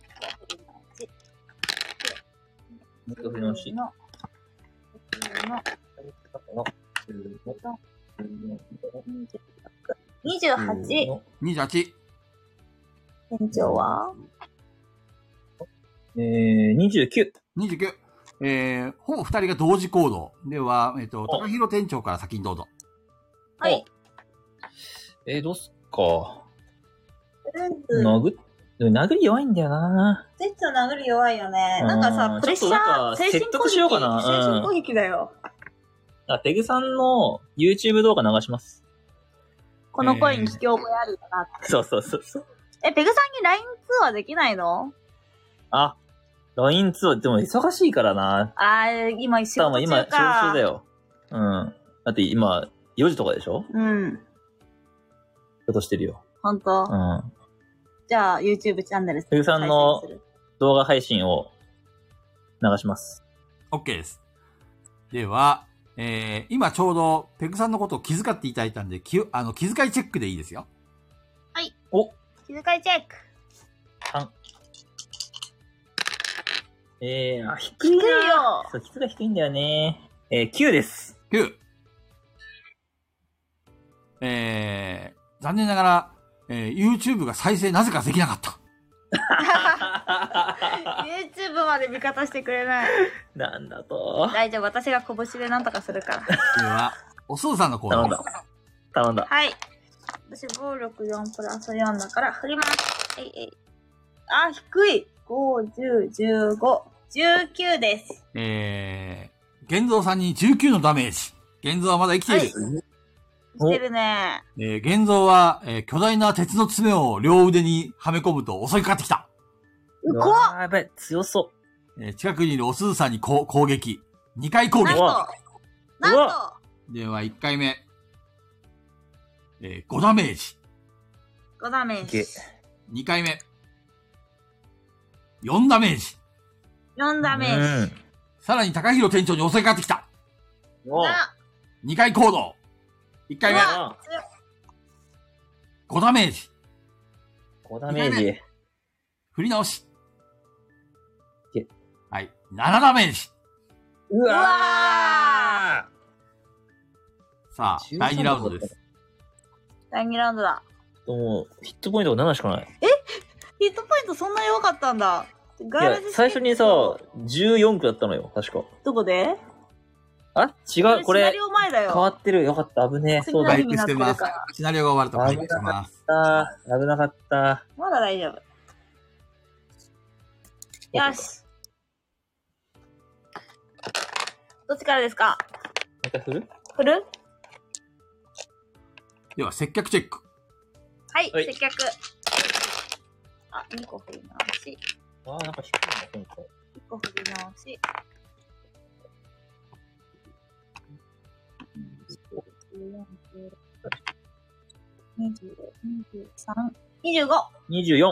C: もう一回振り直し。
B: の28。
A: 28。
B: 店長は
C: 29。
A: 29。ほぼ二人が同時行動。では、高弘店長から先にどうぞ。
B: はい。
C: どうすっか。
B: うん。
C: 殴り弱いんだよな。
B: 店長殴り弱いよね。
C: うん
B: なんかさ、プレッシャ
C: ちょっとなん
B: ー、
C: か説得しようかな
B: 精神攻撃だよ。
C: ペグさんの YouTube 動画流します。
B: この声に聞き覚えあるよなって。
C: そう。
B: ペグさんに LINE 通話できないの？
C: あ、LINE 通話、でも忙しいからな。
B: 今仕事
C: 多分今、
B: 中か。
C: 仕事中だよ。うん。だって今、4時とかでしょ？
B: うん。
C: 仕事してるよ。
B: ほんと。
C: うん。
B: じゃあ、YouTube チャンネル
C: ペグさんの
B: 再生する
C: 動画配信を流します。
A: OK です。では、今ちょうどペグさんのことを気遣っていただいたんで、気遣いチェックでいいですよ。
C: お
B: 気遣いチェック。
C: 低いな。
B: 低いよ。
C: そう、質が低いんだよね。9です。
A: 9。残念ながら、YouTube が再生なぜかできなかった。
B: YouTube まで味方してくれない。
C: なんだと。
B: 大丈夫、私が拳でなんとかするから。
A: では、おすずさんのコーナー。
C: 頼んだ。頼んだ。
B: はい。私、暴力4プラス4だから、振ります。えい。あ、低い。 5、10、15、19です。
A: 玄三さんに19のダメージ。玄三はまだ生きている。
B: 生きてるね。
A: 玄三は、巨大な鉄の爪を両腕にはめ込むと襲いかかってきた。
B: 怖っ。
C: やばい、強そう。
A: 近くにいるおすずさんに攻撃。2回攻撃。
B: なんと
A: では、1回目。5ダメージ。
B: 5ダメージ。
A: 2回目。4ダメージ。
B: 4ダメージ。
A: さらに高弘店長に襲いかかってきた。2回行動。1回目。5ダメージ。
C: 5ダメージ。
A: 振り直し。はい。7ダメージ。
C: うわ
A: ーさあ、第2ラウンドです。
B: 第2ラウンドだ。
C: もう、ヒットポイントが7しかない。
B: ヒットポイントそんな弱かったんだ。
C: いや、最初にさ、14区だったのよ、確か。
B: どこで？
C: あ、違う、これ。
B: シナリオ前だよ。
C: 変わってる。よかった、危ねえ。
A: そうだ、してます。シナリオが終わると回復します。
C: 危なかった。
B: まだ大丈夫。よし。どっちからですか？
C: また振る？
A: では、接客チェック。
B: はい、接客。あ、2個振り直し。
C: なんか低いな、今回。
B: 1個振り直し。
C: 24。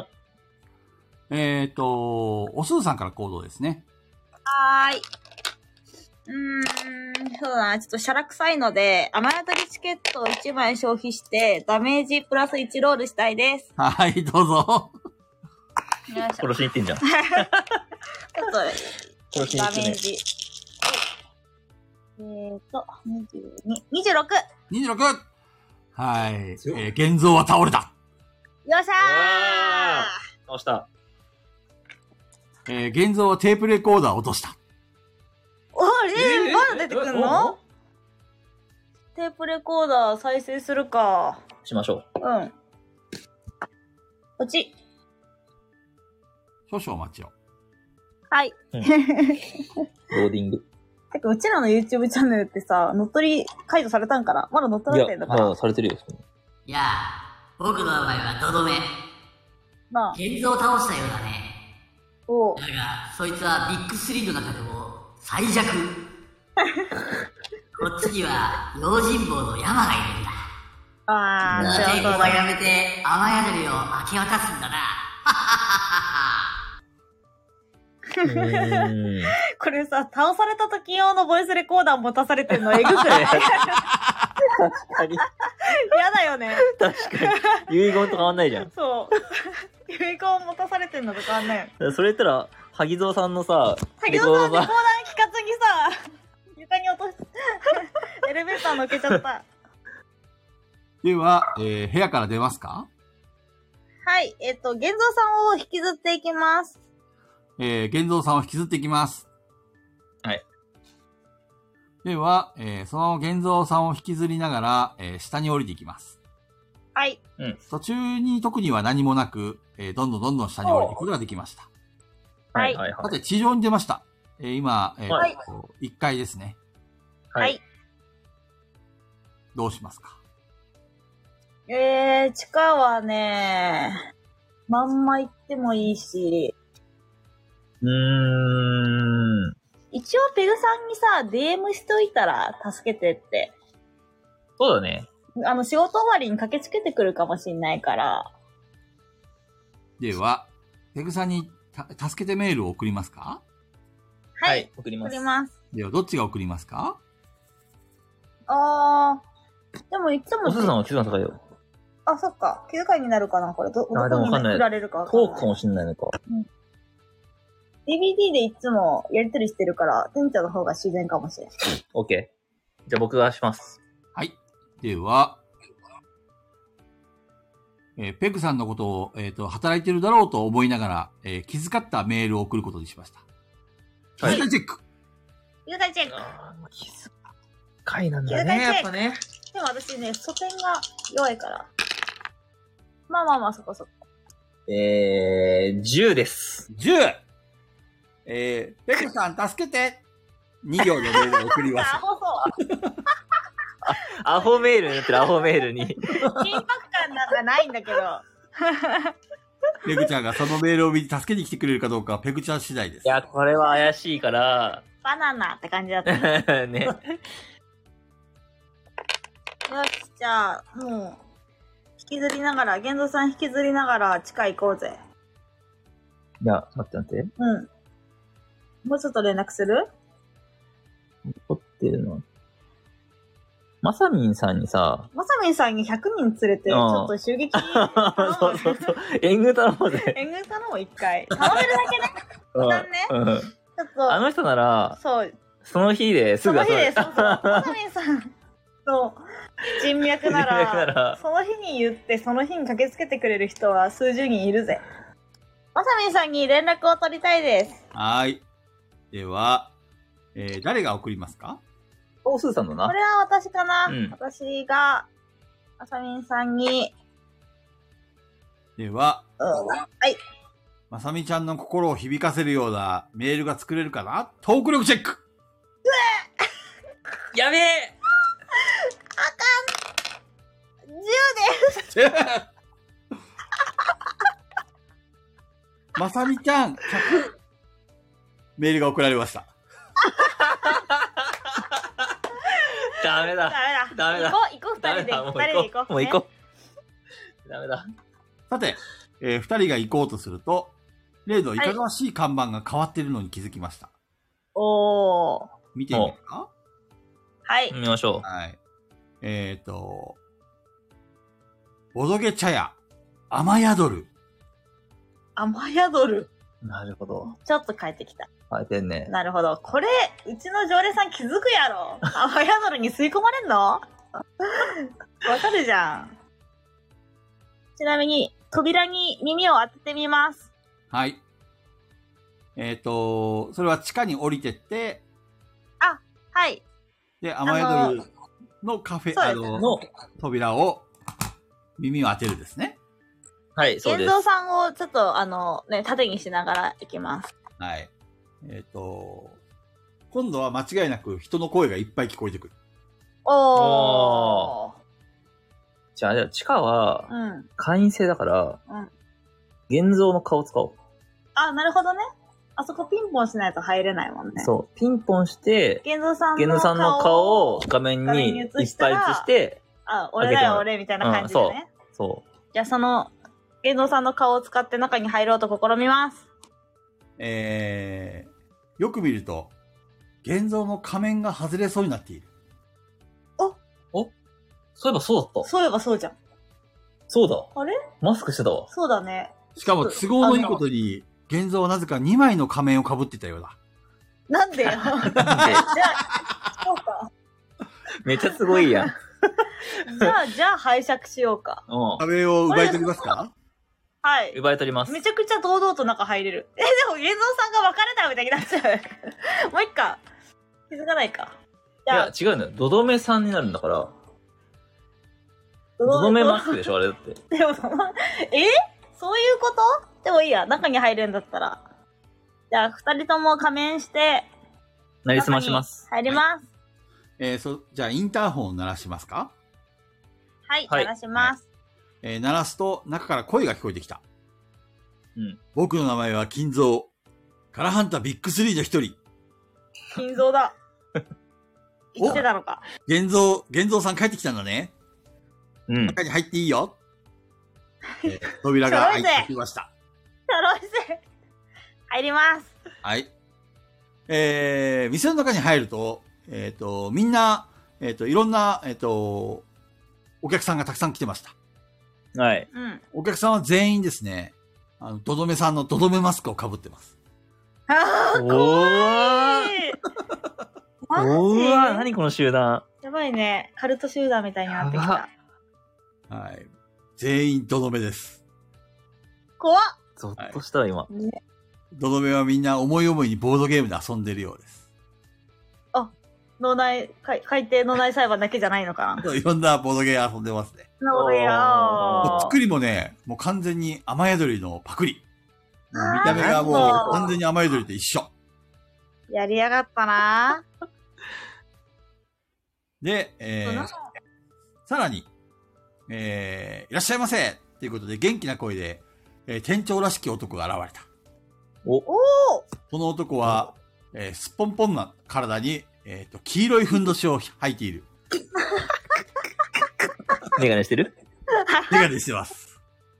A: おすずさんから行動ですね。
B: はーい。そうだな。ちょっとシャラ臭いので、雨宿りチケットを1枚消費して、ダメージプラス1ロールしたいです。
A: はい、どうぞ。
C: 殺しに行ってんじゃん。
B: ちょっと、ダメージ。26。
A: 26! はい。玄三は倒れた。
B: よっしゃー
C: 倒した。
A: 玄三はテープレコーダーを落とした。
B: おまだ出てくんの？テープレコーダー再生するか。
C: しましょ
B: う。うん。こっち。
A: 少々お待ちを。
B: はい。
C: ローディング。
B: てか、うちらの YouTube チャンネルってさ、乗っ取り解除されたんかな？まだ乗っ取られてんのかな？
C: いや、されてるよ。
D: いや僕の名前はドドメ。
B: なあ。
D: 玄三を倒したようだね。
B: おう。
D: だが、そいつはビッグ3の中でも最弱。こっちには用心棒の山がいるんだ。
B: あー、
D: 抵抗はやめて雨宿りを明け渡すんだな。
B: これさ、倒された時用のボイスレコーダー持たされてんのえぐくない？
C: 確かに。
B: やだよね。
C: 確かに。遺言と変わんないじゃん。
B: そう。遺言持たされてんのと変わんないよ。
C: それ言ったら、萩蔵さんのさ、
B: 萩蔵さんレコーダー聞かずにさ、床に落として、エレベーター乗っけちゃった。
A: では、部屋から出ますか？
B: はい、玄三さんを引きずっていきます。
A: 玄三さんを引きずっていきます。
C: はい。
A: では、その玄三さんを引きずりながら、下に降りていきます。
B: はい。
A: 途中に特には何もなく、どんどん下に降りていくことができました。
B: はい。
A: さて、地上に出ました。今、
B: はい
A: 1階ですね。
B: はい。
A: どうしますか？
B: 地下はね、まんま行ってもいいし、一応ペグさんにさ、DM しといたら助けてって。
C: そうだね。
B: 仕事終わりに駆けつけてくるかもしんないから。
A: では、ペグさんに助けてメールを送りますか？
B: はい。
C: 送ります。
A: では、どっちが送りますか？
B: でもいつも。
C: おすずさんは気づかなかったよ。
B: あ、そっか。気遣いになるかなこれ。どこに振られるかわかんない。
C: トークかもしんないのか。
B: DVD でいつもやりとりしてるから、店長の方が自然かもしれない。
C: OK。じゃあ僕がします。
A: はい。では、ペグさんのことを、働いてるだろうと思いながら、気遣ったメールを送ることにしました。はい。気遣いチェック。
B: 気遣いチェック。
C: 気遣いなんだね、やっぱね。
B: でも私ね、素点が弱いから。まあ、そこそこ。
C: 10です。
A: 10! ペグさん助けて !2 行のメールを送りまし
B: アホそう。
C: アホメールになってる、アホメールに。
B: 緊迫感なんかないんだけど。
A: ペグちゃんがそのメールを見て助けに来てくれるかどうかはペグちゃん次第です。
C: いや、これは怪しいから。
B: バナナって感じだった。よ
C: ね。
B: し、じゃあ、もう、引きずりながら、玄三さん引きずりながら地下行こうぜ。
C: いや、待って待って。
B: うん。もうちょっと連絡する？
C: 怒ってるの。まさみんさんにさ、
B: まさみんさんに100人連れて、ちょっと襲撃
C: そうそうそう。援軍頼もうぜ。
B: 援軍頼もう一回。頼めるだけね。負担ね。
C: うん。
B: ちょっと。
C: あの人なら、
B: そう。
C: その日ですぐ
B: その日で、そうそう。まさみんさんの人脈なら、その日に言って、その日に駆けつけてくれる人は数十人いるぜ。まさみんさんに連絡を取りたいです。
A: はい。では、誰が送りますか？
C: お、すーさんだな。
B: これは私かな。
C: うん、
B: 私が、まさみんさんに。
A: では、
B: はい。
A: まさみちゃんの心を響かせるようなメールが作れるかな？トーク力チェック！
C: やべえ！
B: あかん !10 です
A: まさみちゃん、メールが送られました。
C: ダメだ。ダメだ。
B: 行こう、二人で行こう。
C: もう行こう。ダメだ。
A: さて、二人が行こうとすると、例のいかがわしい看板が変わっているのに気づきました。
B: おー。
A: 見てみるか？
B: はい。
C: 見ましょう。
A: はい。ボドゲ茶屋、雨宿る。
B: 雨宿る。
C: なるほど。
B: ちょっと変えてきた。
C: 変えてんね。
B: なるほど。これ、うちの常連さん気づくやろ。雨宿るに吸い込まれんの？わかるじゃん。ちなみに、扉に耳を当ててみます。
A: はい。それは地下に降りてって、
B: あ、はい。
A: で、雨宿るのカフェ、の扉を耳を当てるですね。
C: はい、そうです。
B: 玄三さんをちょっと、縦にしながら行きます。
A: はい。今度は間違いなく人の声がいっぱい聞こえてくる。
B: おー。
C: じゃあ、地下は、会員制だから、
B: うん。
C: 現像の顔使おう。
B: あ、なるほどね。あそこピンポンしないと入れないもんね。
C: そう。ピンポンして、
B: 玄三さん
C: の顔を画面にいっぱい映して、
B: あ、俺だよ俺みたいな感じでね。
C: そう。
B: じゃあその、玄三さんの顔を使って中に入ろうと試みます。
A: よく見ると、玄三の仮面が外れそうになっている。
C: おそういえばそうだった。
B: そういえばそうじゃん。
C: そうだ。
B: あれ
C: マスクしてたわ。
B: そうだね。
A: しかも都合のいいことに、玄三はなぜか2枚の仮面を被ってたようだ。
B: なんでよ。じゃあ、そうか。
C: めっちゃすごいやん。
B: じゃあ拝借しようか。
A: 仮面を奪い取りますか？
B: はい。
C: 奪い取ります。
B: めちゃくちゃ堂々と中入れる。でも、玄三さんが別れたみたいになっちゃう。もう一回。気づかないか。
C: いや、違うんだよ。ドドメさんになるんだから。ドドメマスクでしょ、あれだって。
B: でも、そういうことでもいいや。中に入るんだったら。じゃあ、二人とも仮面して、
C: なりすまします。
B: 入ります。
A: じゃあ、インターホンを鳴らしますか？
B: はい、鳴らします。
A: 鳴らすと、中から声が聞こえてきた。
C: うん。
A: 僕の名前は金蔵。カラハンタビッグ3の一人。
B: 金蔵だ。生きてたのか。
A: 玄三さん帰ってきたんだね。
C: うん。
A: 中に入っていいよ。扉が開いてきました。
B: ちょろいぜ。入ります。
A: はい。店の中に入ると、みんな、いろんな、お客さんがたくさん来てました。
C: はい。
B: うん。
A: お客さんは全員ですね、ドドメさんのドドメマスクを被ってます。
B: あー、怖い。マジ？
C: うわ、何この集団。
B: やばいね。カルト集団みたいになってきた。
A: はい。全員ドドメです。
B: 怖っ。
C: ゾッとしたわ、今。
A: ドドメはみんな思い思いにボードゲームで遊んでるようです。
B: 海底脳内裁判だけじゃないのかな。
A: いろんなボードゲー遊んでますね。
B: なるほどよ。
A: 作りもね、もう完全に雨宿りのパクリ。もう見た目がもう完全に雨宿りと一緒。
B: やりやがったな。
A: で、さらに、いらっしゃいませということで元気な声で、店長らしき男が現れた。
B: おお。
A: この男は、すっぽんぽんな体に、黄色いふんどしを履いている。
C: メガネしてる？
A: メガネしてます。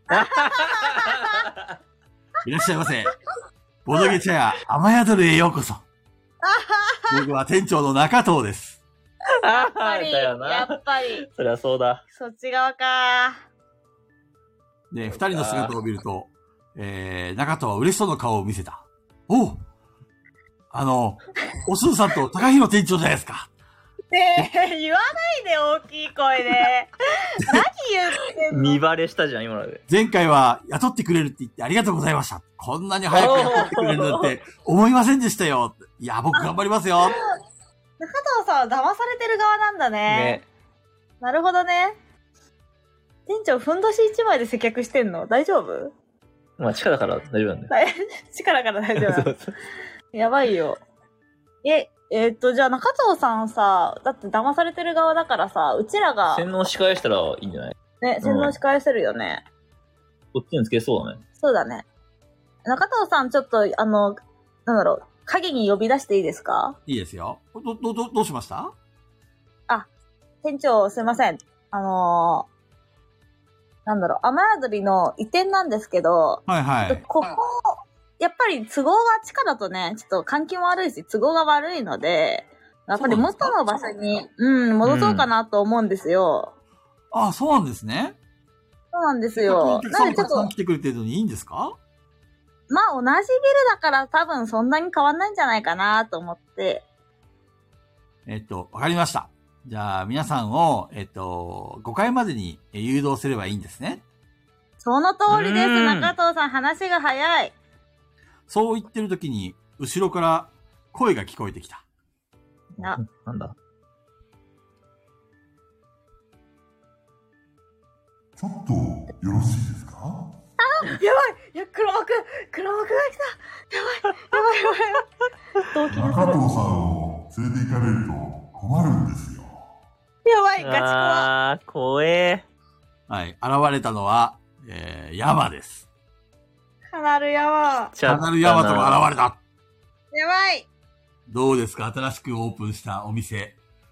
A: いらっしゃいませ。ボドゲ茶屋雨宿りへようこそ。僕は店長の中藤です。
B: やっぱり、
C: だよな。
B: やっぱり。
C: そりゃそうだ。
B: そっち側か。
A: で、二人の姿を見ると、中藤は嬉しそうな顔を見せた。おうおすずさんと高弘店長じゃないですか。
B: ねえ、言わないで大きい声で。何言ってんの。
C: 見バレしたじゃん、今ので。
A: 前回は雇ってくれるって言ってありがとうございました。こんなに早く雇ってくれるなんて思いませんでしたよ。いや、僕頑張りますよ。
B: 中藤さんは騙されてる側なんだね。
C: ね。
B: なるほどね。店長、ふんどし一枚で接客してんの大丈夫？
C: まあ、地下だから大丈夫なんだよ。
B: 力から大丈夫なの。やばいよ。じゃあ中藤さんさ、だって騙されてる側だからさ、うちらが、
C: 洗脳仕返したらいいんじゃない？
B: ね、洗脳し返せるよね。
C: こっちにつけそうだね。
B: そうだね。中藤さん、ちょっと、なんだろう、影に呼び出していいですか？
A: いいですよ。どうしました？
B: 店長、すいません。なんだろう、雨宿りの移転なんですけど、
A: はいはい。
B: ここ、やっぱり都合が地下だとね、ちょっと換気も悪いし、都合が悪いので、やっぱり元の場所に、戻そうかなと思うんですよ。
A: あ、そうなんですね。
B: そうなんですよ。なんでちょっと、
A: 来てくれてるのにいいんですか？
B: まあ同じビルだから多分そんなに変わんないんじゃないかなと思って。
A: わかりました。じゃあ皆さんを、5階までに誘導すればいいんですね。
B: その通りです。中藤さん、話が早い。
A: そう言ってる時に、後ろから声が聞こえてきた。
C: なんだ？
E: ちょっとよろしいですか？
B: やばい。いや、黒幕が来た。やばい。
E: 中藤さんを連れて行かれると困るんですよ。
B: やばい、ガチ怖。
C: あー、怖え。
A: はい。現れたのは、山です。
B: カナルヤマ。
A: カナルヤマトが現れた。
B: やばい。
A: どうですか？新しくオープンしたお店。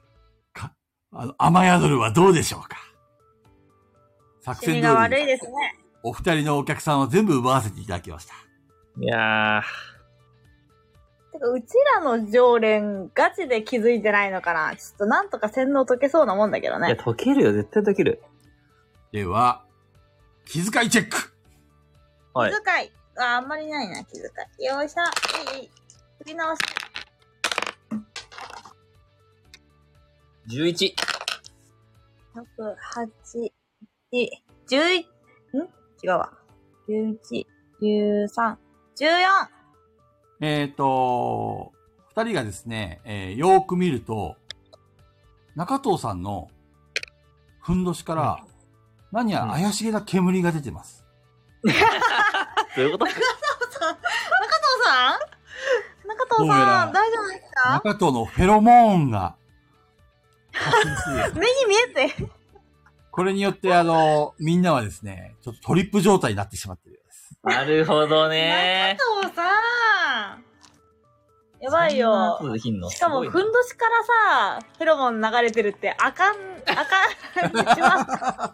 A: 雨宿るはどうでしょうか？作戦通り
B: が悪いですね。
A: お二人のお客さんを全部奪わせていただきました。
C: いや
B: てか、うちらの常連、ガチで気づいてないのかな？ちょっとなんとか洗脳解けそうなもんだけど
C: いや、
B: ね。
C: 解けるよ、絶対解ける。
A: では、気遣いチェック。
C: はい。
B: 気遣い。あんまりないな、気遣い。よいしょ。いい。振り直し。
C: 11。
B: 6、8、11、違うわ。11、13、14。
A: 二人がですね、よーく見ると、中藤さんのふんどしから何やら怪しげな煙が出てます。
C: どういうこと？
B: 中藤さん大丈夫ですか？
A: 中藤のフェロモーンが発生する。
B: 目に見えて。
A: これによってみんなはですね、ちょっとトリップ状態になってしまっているようです。
C: なるほどね。
B: 中藤さんやばいよ。しかも、ふんどしからさ、フェロモン流れてるって、あかん、一番。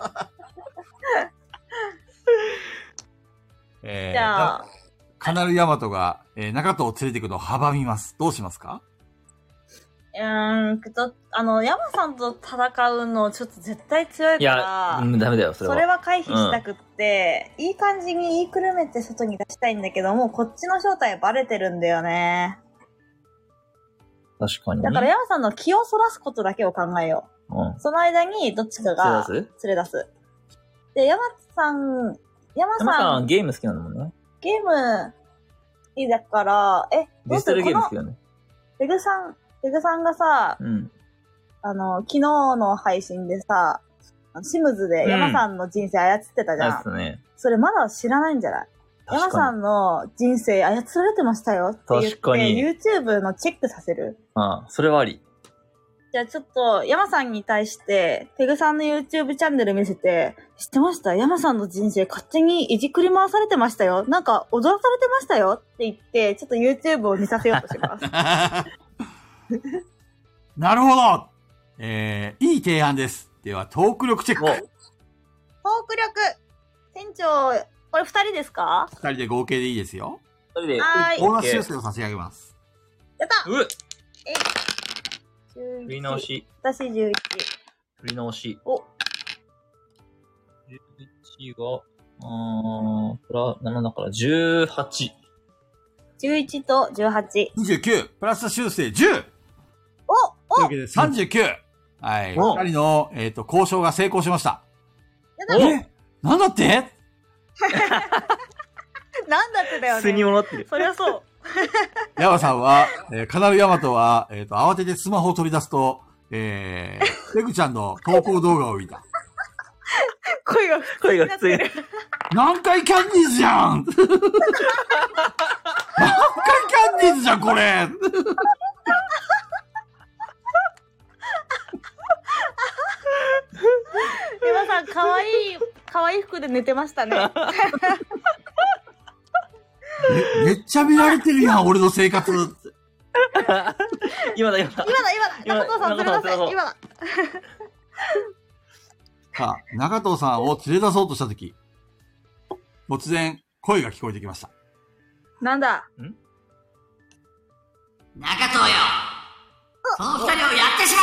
B: じゃあ、
A: カナルヤマトが、中藤を連れて行くのを阻みます。どうしますか？
B: 山さんと戦うのちょっと絶対強いから、
C: いや、ダメだよ、それは。
B: それは回避したくって、いい感じに言いくるめて外に出したいんだけども、こっちの正体バレてるんだよね。
C: 確かに。
B: だから山さんの気をそらすことだけを考えよう。その間にどっちかが連れ出す。で、山さん
C: ゲーム好きなんだもんね。
B: ゲーム好きだから、
C: デジタルゲーム好きだね。
B: ペグさん、 ペグさんがさ、
C: うん。
B: 昨日の配信でさ、シムズで山さんの人生操ってたじゃん。
C: ですね。
B: それまだ知らないんじゃない？山さんの人生操られてましたよって言って、
C: 確かに
B: YouTube のチェックさせる？
C: ああ、それはあり。
B: じゃあちょっと、山さんに対して、ペグさんの YouTube チャンネル見せて、知ってました？山さんの人生勝手にいじくり回されてましたよ。なんか、踊らされてましたよって言って、ちょっと YouTube を見させようとします。
A: なるほど。いい提案です。では、トーク力チェック。
B: トーク力。店長、これ2人ですか
A: ？2人で合計でいいですよ。
C: それで、
B: はーい
A: ボーナス修正を差し上げます。
B: やった
C: うっ
B: 11
C: 振り直し。
B: 私11。
C: 振り直し。
B: お、
C: 11が、プラ7だから18。
B: 11と18。
A: 29、プラス修正10。
B: お
A: というわけで39。はい。
C: お
A: 2人の、交渉が成功しました。
B: やった
A: なんだって
B: なんだってだよ
C: 普通に
B: ね。
C: もらってる。
B: そりゃそう。
A: ヤマさんは、カナルヤマトは、慌ててスマホを取り出すと、ペグちゃんの投稿動画を見た。
B: 声が
C: 普通に。
A: 南海キャンディーズじゃん南海キャンディーズじゃん、これ
B: 山さん、かわいい服で寝てましたね。
A: めっちゃ見られてるやん、俺の生活。
C: 今だ。
B: 今だ中藤さん、すみません。今だ。
A: さあ、中藤さんを連れ出そうとしたとき、突然、声が聞こえてきました。
B: なんだ？
D: 中藤よ、その二人をやってしま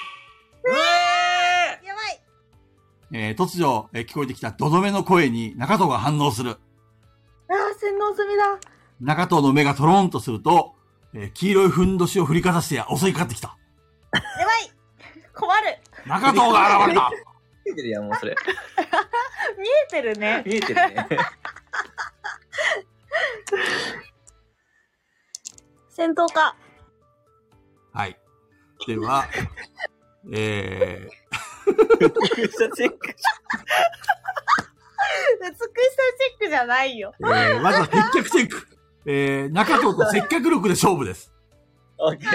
B: やばい。
A: 突如、聞こえてきたどどめの声に中藤が反応する。
B: 洗脳済みだ。
A: 中藤の目がトローンとすると、黄色いふんどしを振りかざして襲いかかってきた。
B: やばい。困る。
A: 中藤が現れた。
C: 見えてるやん、もうそれ。
B: 見えてるね。
C: 見えてるね。
B: 戦闘家。
A: はい。では、
C: チェック。
B: 美しさチェックじゃないよ。
A: まずは接客チェック。中藤と接客力で勝負です。
C: オッケー。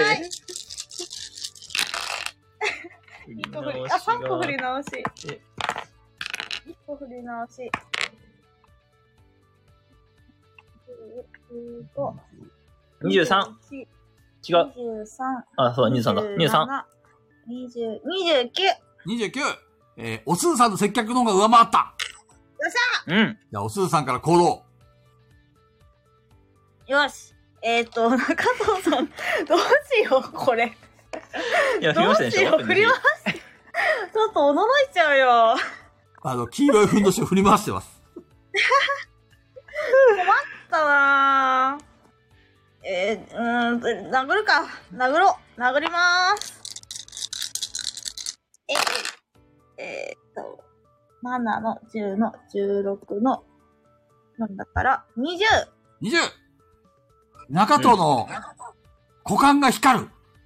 B: 1個振り、3個振り直し。1個振り直し。
C: 23。違う。
B: 23。
C: あ、そうだ、23だ。23。
A: 29。おすずさんの接客の方が上回った。
B: よっし
C: うん。
A: じゃあ、おすずさんから行動。
B: ゃ。よし。中藤さん、どうしよう、これ。
C: いや、振りましたでしょ。
B: 振り回して。ちょっと驚いちゃうよ。
A: 黄色いふんどしを振り回してます。
B: 困ったなぁ。殴るか。殴りまーす。7の10の16の4だから20。
A: 20。中藤の股間が光る。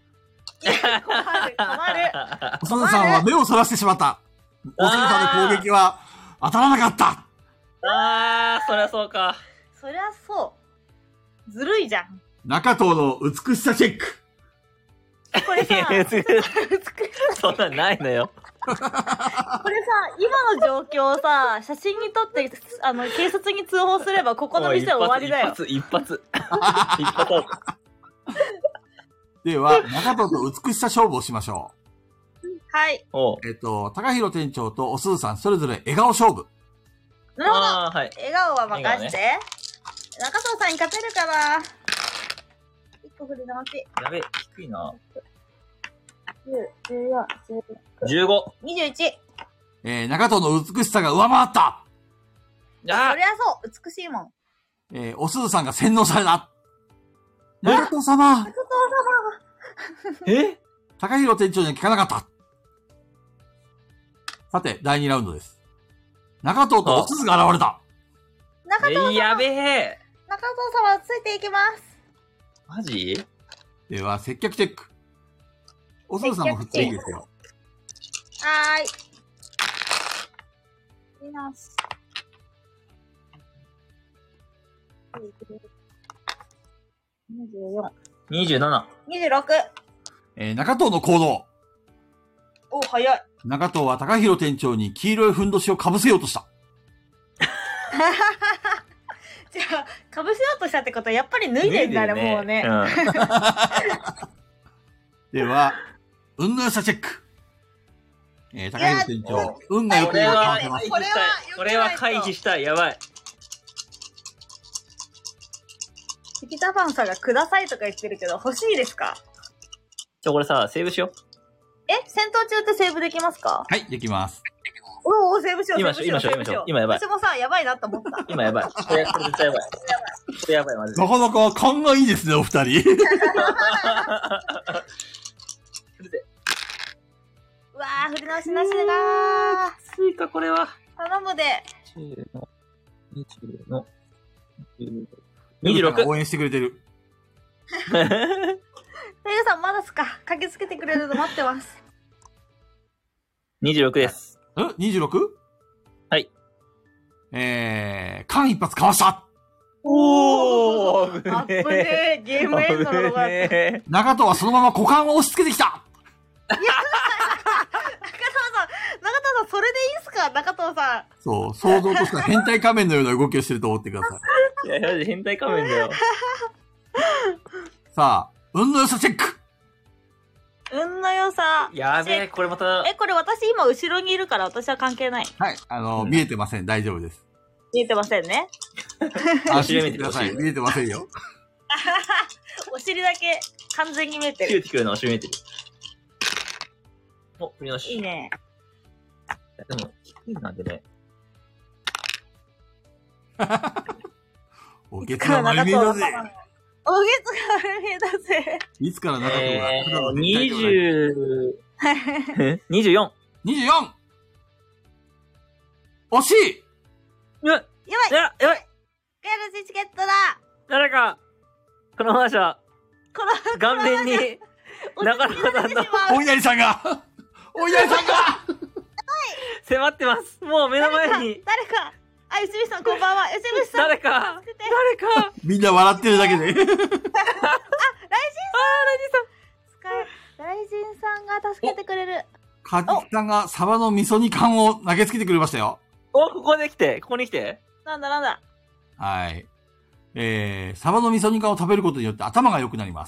B: 困る。
A: おすずさんは目をそらしてしまった。おすずさんの攻撃は当たらなかった。
C: そりゃそうか。
B: そりゃそう。ずるいじゃん。
A: 中藤の美しさチェック。
B: これさ、美し
C: そんなんないのよ。
B: これさ、今の状況をさ、写真に撮って、警察に通報すれば、ここの店は終わりだよ。
C: 一発。
A: では、中藤と美しさ勝負をしましょう。
B: はい。
A: 高弘店長とおすずさん、それぞれ笑顔勝負。
B: なるほど。
C: はい。
B: 笑顔は任して。中藤さんに勝てるかな。一個振り直し。
C: やべ、低いな。
B: 10、14、
C: 15。
B: 21。
A: 中藤の美しさが上回った。
B: そりゃそう、美しいもん。
A: おすずさんが洗脳された。中藤様。高弘店長には聞かなかった。さて、第2ラウンドです。中藤とおすずが現れた。
B: 中藤様。
C: やべえ。
B: 中藤様、ついていきます。
C: マジ？
A: では、接客チェック。 おすずさんも振っていいですよ。
B: はーい。います。24。
C: 27。
B: 26。
A: 中藤の行動。
B: お、早い。
A: 中藤は高弘店長に黄色いふんどしをかぶせようとした。
B: じゃあ、かぶせようとしたってことは、やっぱり脱いでんだね、もうね。
A: では、運の良さチェック。高弘店長、運が良くなってます。
C: これは回避したい。やばい。
B: 関田パンさんがくださいとか言ってるけど、欲しいですか？
C: これさ、セーブしよう。
B: 戦闘中ってセーブできますか？
A: はい、できます。
B: おー、セーブしよう、
C: 今
B: セーブしよう。
C: 今やばい。
B: 私もさ、やばいなと思った。
C: 今やばい。これ絶対やばい。これやばい、マジで。
A: なかなか勘がいいですね、お二人。
B: うわー、振り直しなしだー。
C: きついか、これは。
B: 頼むで。
C: 26。
A: 応援してくれてる。
B: ペグさん、まだすか？駆けつけてくれるの待ってます。
C: 26です。
A: 26？
C: はい。
A: 間一髪かわした。
C: おー、
B: アップでゲームエンドのとこだった。
A: 中藤はそのまま股間を押し付けてきた。
B: 中藤さん、それでいいんすか？中藤さん。
A: そう、想像としては変態仮面のような動きをしてると思ってください。
C: いや、マジ変態仮面だよ。
A: さあ、運の良さチェック。
B: 運の良さ。
C: やべえ、これまた。
B: これ私今後ろにいるから私は関係ない。
A: はい、見えてません。大丈夫です。
B: 見えてませんね。
A: 安心してください。見えてませんよ。
B: お尻だけ完全に見えてる。
C: キューティクルのお尻見えてる。お、振り直し。
B: いいね。
C: でも、低いなんでね。
A: おけつが丸見えだぜ。
B: おけつが丸見えだぜ。
A: いつから中藤が。
C: 24。
A: 24! 惜しい！
B: やばい！
C: やばい！
B: ガヤラジチケットだ！
C: 誰か、この馬車、顔面に、中野さんの、
A: お稲荷さんがお稲荷さんが
C: 迫ってます。もう目の前に。
B: 誰か吉見さんこんばんは。吉見さん。
C: 誰か
A: みんな笑ってるだけで。
B: 雷神さん雷神さんが助けてくれる。
A: かじきさんがサバの味噌煮缶を投げつけてくれましたよ。
C: お、ここに来て。
B: なんだ。
A: はい。サバの味噌煮缶を食べることによって頭が良くなります。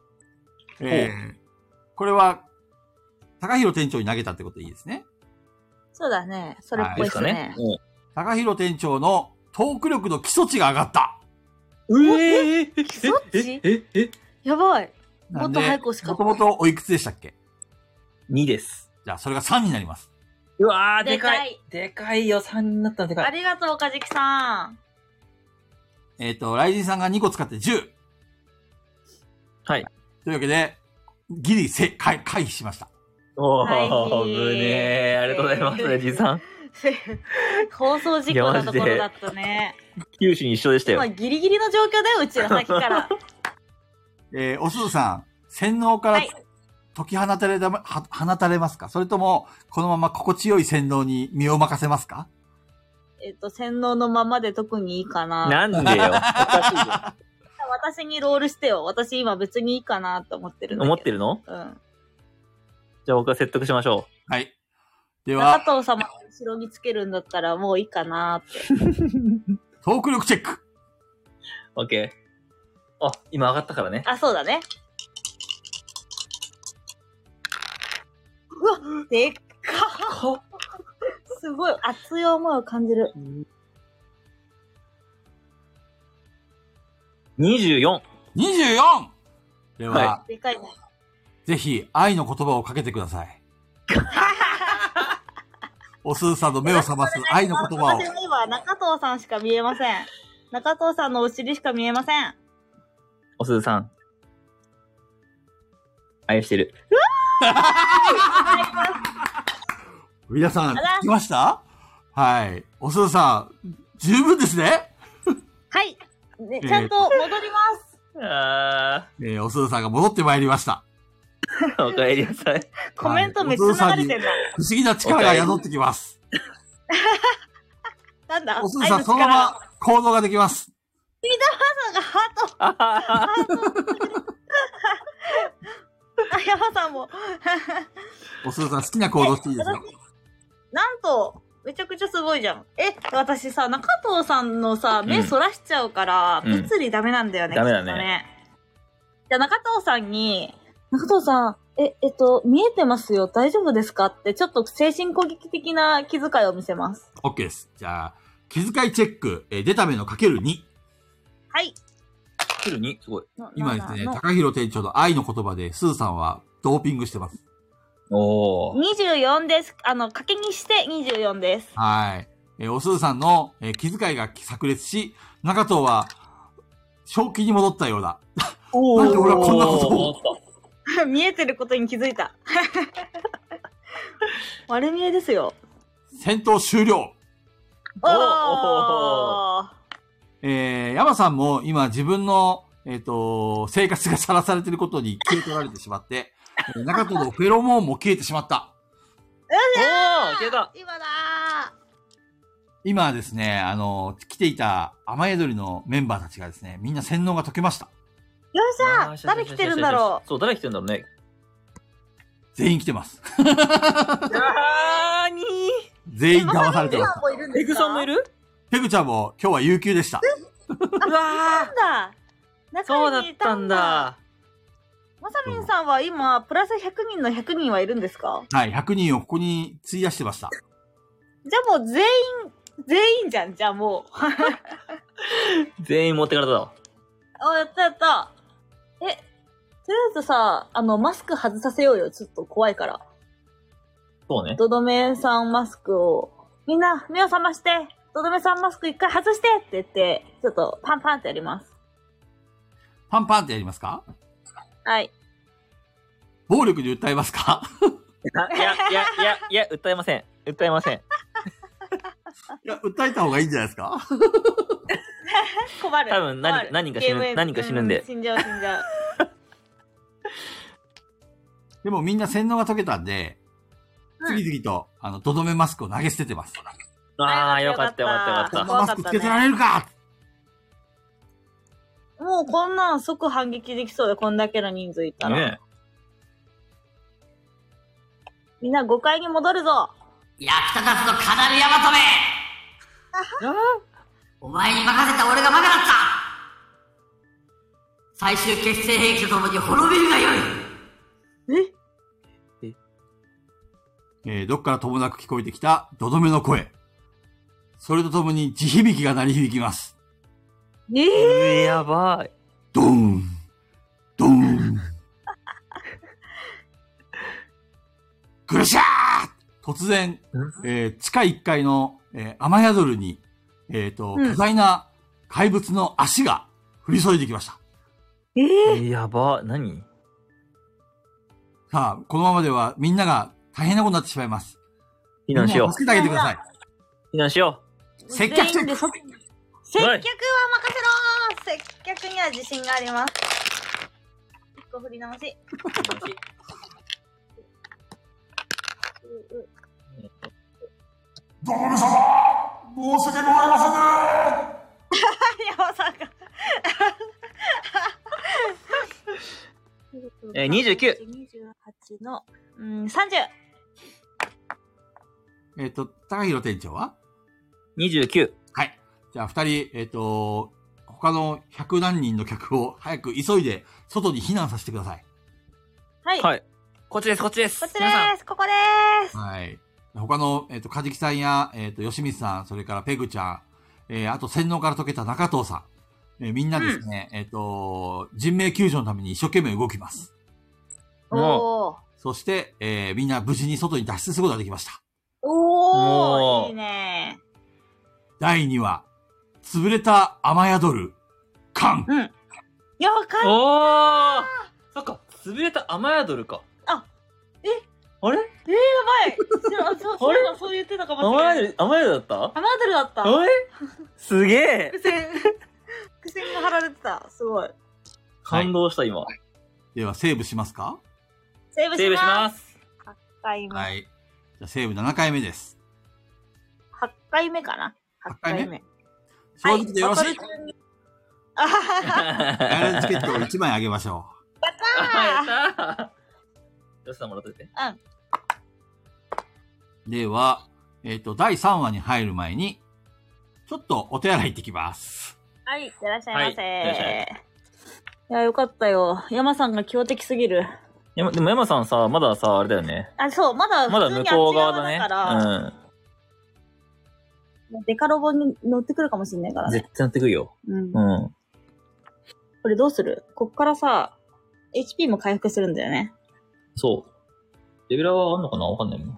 A: これは、高弘店長に投げたってことでいいですね。
B: そうだね。それっぽいですね。
A: 高弘店長のトーク力の基礎値が上がった。
B: 基礎値？やばい。もっと早く欲しかった。
A: もともとおいくつでしたっけ？
C: 2です。
A: じゃあ、それが3になります。
C: うわー、でかい。でかいよ、3になったらでかい。
B: ありがとう、かじきさん。
A: ライジンさんが2個使って10。
C: はい。
A: というわけで、ギリ回避しました。
C: おー、ぶねー。ありがとうございます、ライジンさん。
B: 放送事故のところだったね。
C: 九州に一緒でしたよ。
B: まあ、ギリギリの状況だよ、うちらさっきから。
A: おすずさん、洗脳から、解き放たれますか？それとも、このまま心地よい洗脳に身を任せますか？
B: 洗脳のままで特にいいかな。
C: なんでよ。おかしいよ。
B: 私にロールしてよ。私今別にいいかなと思ってるんだけど。
C: 思ってるの？
B: うん。
C: じゃあ僕は説得しましょ
A: う。はい。では。
B: 中藤様の後ろにつけるんだったらもういいかなって。
A: トーク力チェック。
C: オッケー。あ、今上がったからね。
B: あ、そうだね。うわ、でっかすごい熱い思いを感じる。
C: 24。
A: では、
B: でかいね。
A: ぜひ愛の言葉をかけてください。おすずさんの目を覚ます愛の言葉を。
B: 私の今、中藤さんしか見えません。中藤さんのお尻しか見えません。
C: おすずさん。愛してる。
A: 皆さん、聞きました？はい。おすずさん、十分ですね？
B: はい。ちゃんと戻ります。
C: おす
A: ずさんが戻ってまいりました。
C: おかえりなさい。
B: コメントめっちゃ流れてんだ。
A: 不思議な力が宿ってきます。
B: なんだ
A: おすずさん、そのまま行動ができます。
B: 君田さんがハート。あ、山さんも。
A: おすずさん、好きな行動していいですよ。
B: なんと、めちゃくちゃすごいじゃん。私さ、中藤さんのさ、目そらしちゃうから、物理ダメなんだよね。
C: ダメだね。
B: じゃあ中藤さんに、中藤さん、見えてますよ、大丈夫ですかって、ちょっと精神攻撃的な気遣いを見せます。
A: OK です。じゃあ、気遣いチェック、出た目のかける2。
B: はい。
C: かける2? すごい。
A: 今ですね、高弘店長の愛の言葉で、スーさんはドーピングしてます。
C: おー。
B: 24です。掛けにして24です。
A: はい。おすずさんの、気遣いが炸裂し、中藤は、正気に戻ったようだ。なんで俺はこんなことを。
B: 見えてることに気づいた。割れ見えですよ。
A: 戦闘終了。
B: お
A: ー。山さんも今自分の、生活がさらされていることに気を取られてしまって、中藤のフェロモンも消えてしまった。
C: 消えた。
B: 今だ
A: 今ですね、来ていた雨宿りのメンバーたちがですね、みんな洗脳が解けました。
B: よっしゃ誰来てるんだろう。
C: そう、誰来てるんだろうね。
A: 全員来てます。
C: 全
A: 員騙されてます。
C: ペグさんもいる？
A: ペグちゃんも今日は有給でした。
B: なんだ。
C: そうだったんだ。
B: まさみんさんは今、プラス100人の100人はいるんですか？
A: はい、100人をここに費やしてました。
B: じゃあもう全員じゃん、じゃあも
C: う。全員持ってかれただ。
B: あ、やったやった。とりあえずさ、マスク外させようよ。ちょっと怖いから。
C: そうね。
B: ドドメさんマスクを、みんな目を覚まして、ドドメさんマスク一回外してって言って、ちょっとパンパンってやります。
A: パンパンってやりますか？
B: はい。
A: 暴力で訴えますか？
C: いや、訴えません。訴えません。
A: いや、訴えた方がいいんじゃないですか？
B: 困る。
C: 多分何か死ぬんで。
B: 死んじゃう。
A: でもみんな洗脳が解けたんで、次々と、とどめマスクを投げ捨ててます。
C: ああ、よかった。
A: こんなマスクつけてられるか！
B: もうこんなん即反撃できそうで、こんだけの人数いたら。
C: ね、
B: みんな5階に戻るぞ。
D: 役立たずのカナルヤマトめお前に任せた俺がバカだった。最終決戦兵器とともに滅びるがよ
A: い。どっからともなく聞こえてきたどどめの声。それとともに地響きが鳴り響きます。
C: やばい。
A: ドーンドーンぐしゃー突然、地下1階の、雨宿りに、巨大な怪物の足が降り注いできました。
C: やば。何？
A: さあ、このままではみんなが大変なことになってしまいます。
C: 避難しよう。
A: 助けてあげてください。
C: 避難しよ
B: う。接客チェック。接客は任せろ。接客には自信があります。一個振り直し。
E: ドドメ様、申し訳ございませんね。
B: 山さんが
C: 29。
B: 28の、30。
A: 高弘店長は
C: 29。
A: はい。じゃあ、2人、他の100何人の客を早く急いで外に避難させてください。
B: はい。
C: はい。こっちです。
B: ここです。
A: はい。他の、かじきさんや、吉光さん、それからペグちゃん、あと洗脳から解けた中藤さん、みんなですね、人命救助のために一生懸命動きます。そして、みんな無事に外に脱出することができました。
B: いいね。
A: 第2話、潰れた雨宿る、缶。
B: いや、わかる。
C: そっか、潰れた雨宿るか。あれ？
B: やばい。そう言ってたかもしれない。
C: 雨宿だった？
B: 雨宿だった。
C: すげえ。
B: 伏線が張られてた。すごい。
C: 感動した、今。
A: では、セーブしますか？
B: セーブ
C: セーブし
B: しま。
C: ますす。
B: 8回目。
A: はい。じゃあ、セーブ7回目です。
B: 8回目かな。8回目。
A: 正直でよろしい、
B: ボトル順にあははは。
A: ガイラジチケットを1枚あげましょ
C: やったー。よしさんもらっといて。
A: う。では、第3話に入る前に、ちょっとお手洗い行ってきます。
B: はい、いってらっしゃいませ。
C: はいいらっしゃい
B: いや、よかったよ。山さんが強敵すぎる。
C: でも山さんさ、まださ、あれだよね。
B: あ、そう、まだ
C: まだ向
B: 普通にあっち
C: こう側だね。
B: 側だから、デカロボに乗ってくるかもしんないから
C: うん。
B: ね。
C: 絶対乗ってくるよ。
B: うん。
C: うん。
B: これどうする？こっからさ、HP も回復するんだよね。
C: そう。レベラーはあんのかなわかんないもん。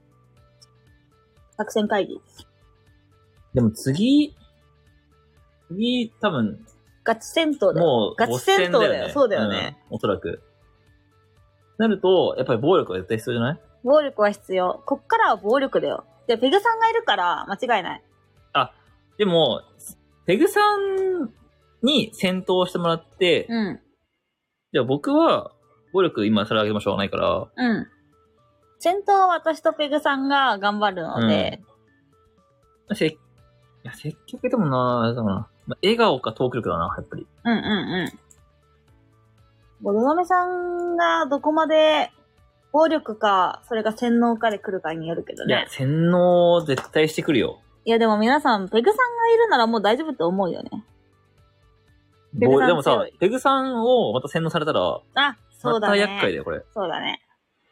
B: 作戦会議。
C: でも次、多分、
B: ガチ戦闘だよ。
C: もう、
B: ガチ戦闘だよ。そうだよね。
C: うん。おそらく。なると、やっぱり暴力は絶対必要じゃない？
B: 暴力は必要。こっからは暴力だよ。で、ペグさんがいるから間違いない。
C: でも、ペグさんに戦闘してもらって、
B: うん。
C: じゃあ僕は、暴力今それあげましょうがないから、
B: うん。戦闘は私とペグさんが頑張るので、
C: いや、積極でもな、あれだな。まあ、笑顔かトーク力だな、やっぱり。
B: うんうんうん。ボドガメさんがどこまで暴力か、それが洗脳かで来るかによるけど
C: いや
B: ね、。
C: 洗脳絶対してくるよ。
B: いやでも皆さん、ペグさんがいるならもう大丈夫って思うよね。ペグさん
C: でもさ
B: 強い、
C: ペグさんをまた洗脳されたら、
B: あ、そうだね。
C: また厄介だよ、これ。
B: そうだね。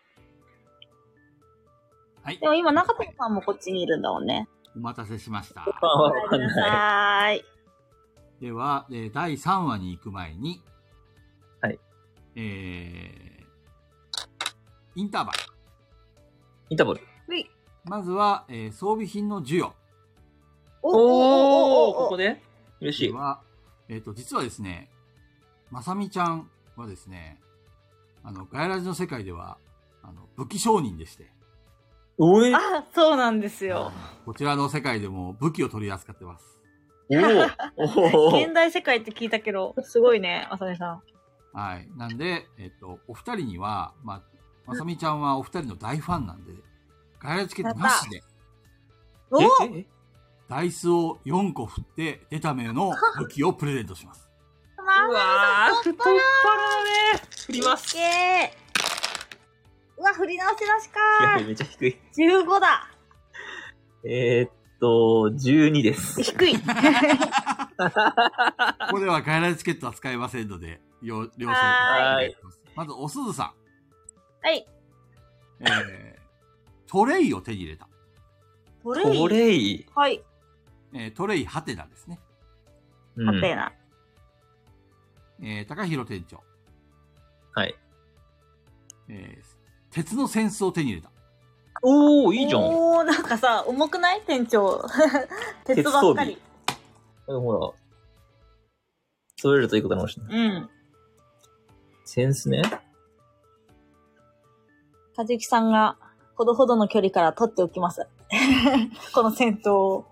A: はい
B: で。も今、中田さんもこっちにいるんだもんね。
A: お待たせしました。
C: あ、わかん
B: ごめんな
C: ない。
B: さい。
A: では、第3話に行く前に、
C: はい。
A: インターバル。
C: インターボール。
B: うい
A: まずは、装備品の授与。
C: ここで嬉しい。
A: では、実はですね、まさみちゃんはですね、ガヤラジの世界では、武器商人でして、
C: おえ
B: あ、そうなんですよ。
A: こちらの世界でも武器を取り扱ってます。
C: おお
B: 現代世界って聞いたけど、すごいね、まさみさん。
A: はい。なんで、お二人には、まさみちゃんはお二人の大ファンなんで、ガヤラジチケットなしで、
B: お
C: え
A: ダイスを4個振って出た目の武器をプレゼントします。
C: うわー、太っ腹だね。振ります。
B: すげー。うわ、振り直しなしか
C: いや、めっちゃ低い。
B: 15だ。
C: 12です。
B: 低い。
A: ここではガヤラジチケットは使えませんので、了承お
B: は
A: 願いします。まず、おすずさ
B: はい。
A: ん。トレイを手に入れた。
B: トレイ。
C: トレイ。
B: はい。
A: トレイハテナですね。
C: うん
B: はてな。
A: 高弘店長。
C: はい。
A: 鉄の扇子を手に入れた。
C: おー、いいじゃん。
B: おー、なんかさ、重くない店長。鉄ばっかり。
C: でもほら、揃えるといいことかもしれない。
B: うん。
C: センスね。
B: かじきさんが、ほどほどの距離から取っておきます。この戦闘を。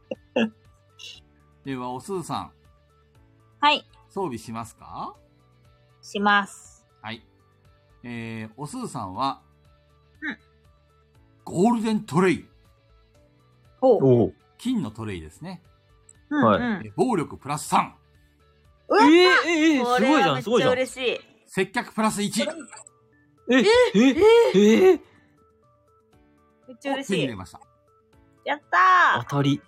A: では、おすずさん、
B: はい。
A: 装備しますか？
B: します。
A: はい。おすずさんは、
B: うん
A: ゴールデントレイ。
B: おう。
C: おー。
A: 金のトレイですね。
B: うん
C: はい
B: うん。
A: 暴力プラス3。
B: うわこれ
C: すごいじゃん、
B: はめっちゃ
C: すごいじゃん。
B: 嬉しい。
A: 接客プラス1。
B: めっちゃ嬉しい
A: 手に入れ。ました。
B: やった
C: 当たり。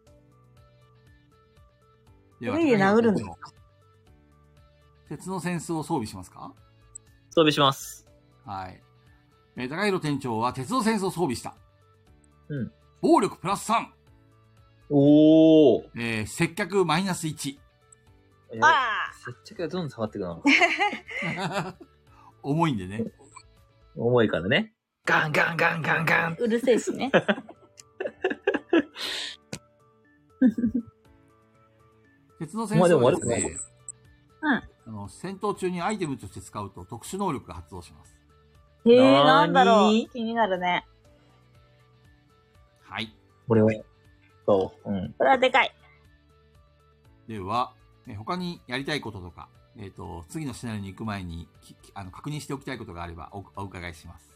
A: で
B: トレイで殴るの
A: 鉄の扇子を装備しますか？
C: 装備します。
A: はい。高弘店長は鉄の扇子を装備した。
C: うん。
A: 暴力プラス3。
C: おー。
A: 接客マイナス1。
B: ーあ
C: 接着がどんどん下がってくな。
A: 重いんでね。
C: 重いからね。ガンガンガンガンガン。
B: ーうるせえしね。
A: 鉄の扇子はですね、
B: うん。
A: 戦闘中にアイテムとして使うと特殊能力が発動します。
B: へえ、
C: なーに
B: なんだろう。気になるね。
A: はい。
C: これは。そう。うん。
B: これはでかい。
A: では、他にやりたいこととか、 次のシナリオに行く前に、確認しておきたいことがあればお伺いします。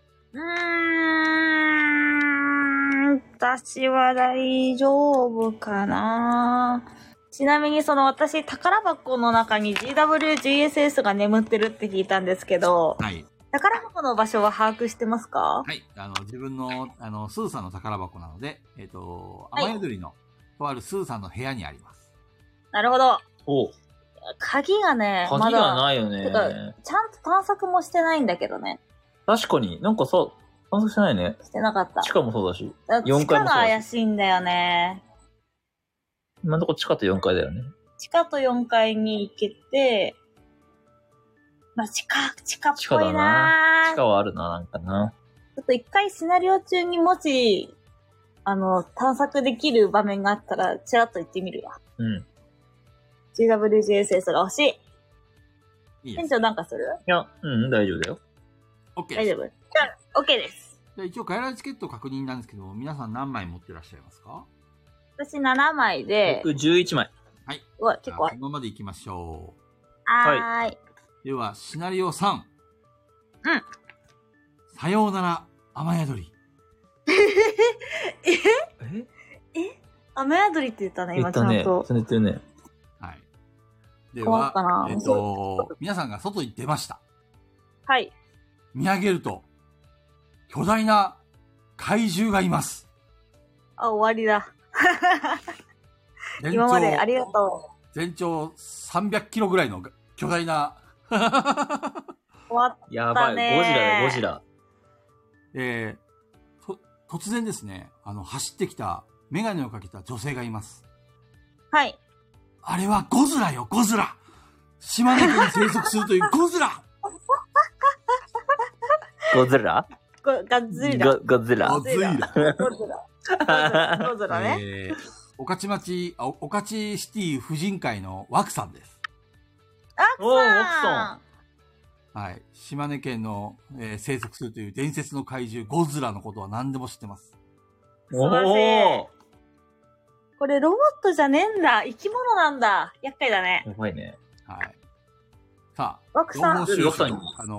B: 私は大丈夫かな。ちなみに私、宝箱の中に GWGSS が眠ってるって聞いたんですけど、
A: はい。
B: 宝箱の場所は把握してますか？
A: はい。自分の、スーさんの宝箱なので、雨宿りの、とあるスーさんの部屋にあります。
B: なるほど。
C: お
B: 鍵がね、
C: 鍵がないよね。
B: ちゃんと探索もしてないんだけどね。
C: 確かに。なんかさ、探索してないね。
B: してなかった。
C: 地下もそうだし。
B: 地下が怪しいんだよね。
C: 今のとこ地下と4階だよね。
B: 地下と4階に行けて、まあ、地下っぽいな。
C: 地下はあるな、なんかな。
B: ちょっと一回シナリオ中にもし、探索できる場面があったら、ちらっと行ってみるわ。
C: うん。
B: GWGSS が欲しい。
A: いいです。
B: 店長なんかする？
C: いや、大丈夫だよ。
A: OK
B: 大丈夫。じゃあ、OK です。
A: じゃあ一応、帰られチケット確認なんですけど、皆さん何枚持ってらっしゃいますか？
B: 私7枚で。
C: 僕11枚。
A: はい。
B: うわ、結構ある。
A: このままで行きましょう。
B: はーい。
A: では、シナリオ3。
B: うん。
A: さようなら、雨宿り。
B: 雨宿りって言ったね、今ちゃんと。
C: 言ったね。
A: はい。で
B: 怖かな
A: は、皆さんが外に出ました。
B: はい。
A: 見上げると、巨大な怪獣がいます。
B: あ、終わりだ。今までありがとう。
A: 全長300キロぐらいの巨大な
B: 終わったね。
C: やばい、ゴジラだよ、ゴジラ。
A: 突然ですね、走ってきた、メガネをかけた女性がいます。
B: はい。
A: あれはゴズラよ、ゴズラ。島根県に生息するというゴズラ。
C: ゴズラ
B: ガッズリラ。
C: ゴズラ。
A: ゴズラ。
B: ゴズラね。
A: 御徒町、御徒シティ婦人会のワクさんです。
C: おー、ワクさ
A: ん。はい。島根県の、生息するという伝説の怪獣ゴズラのことは何でも知ってます。
C: ん。おー。
B: これロボットじゃねえんだ。生き物なんだ。厄介だね。
C: やばいね。
A: はい。さあ、
B: ワクさん。
A: 周りに、周り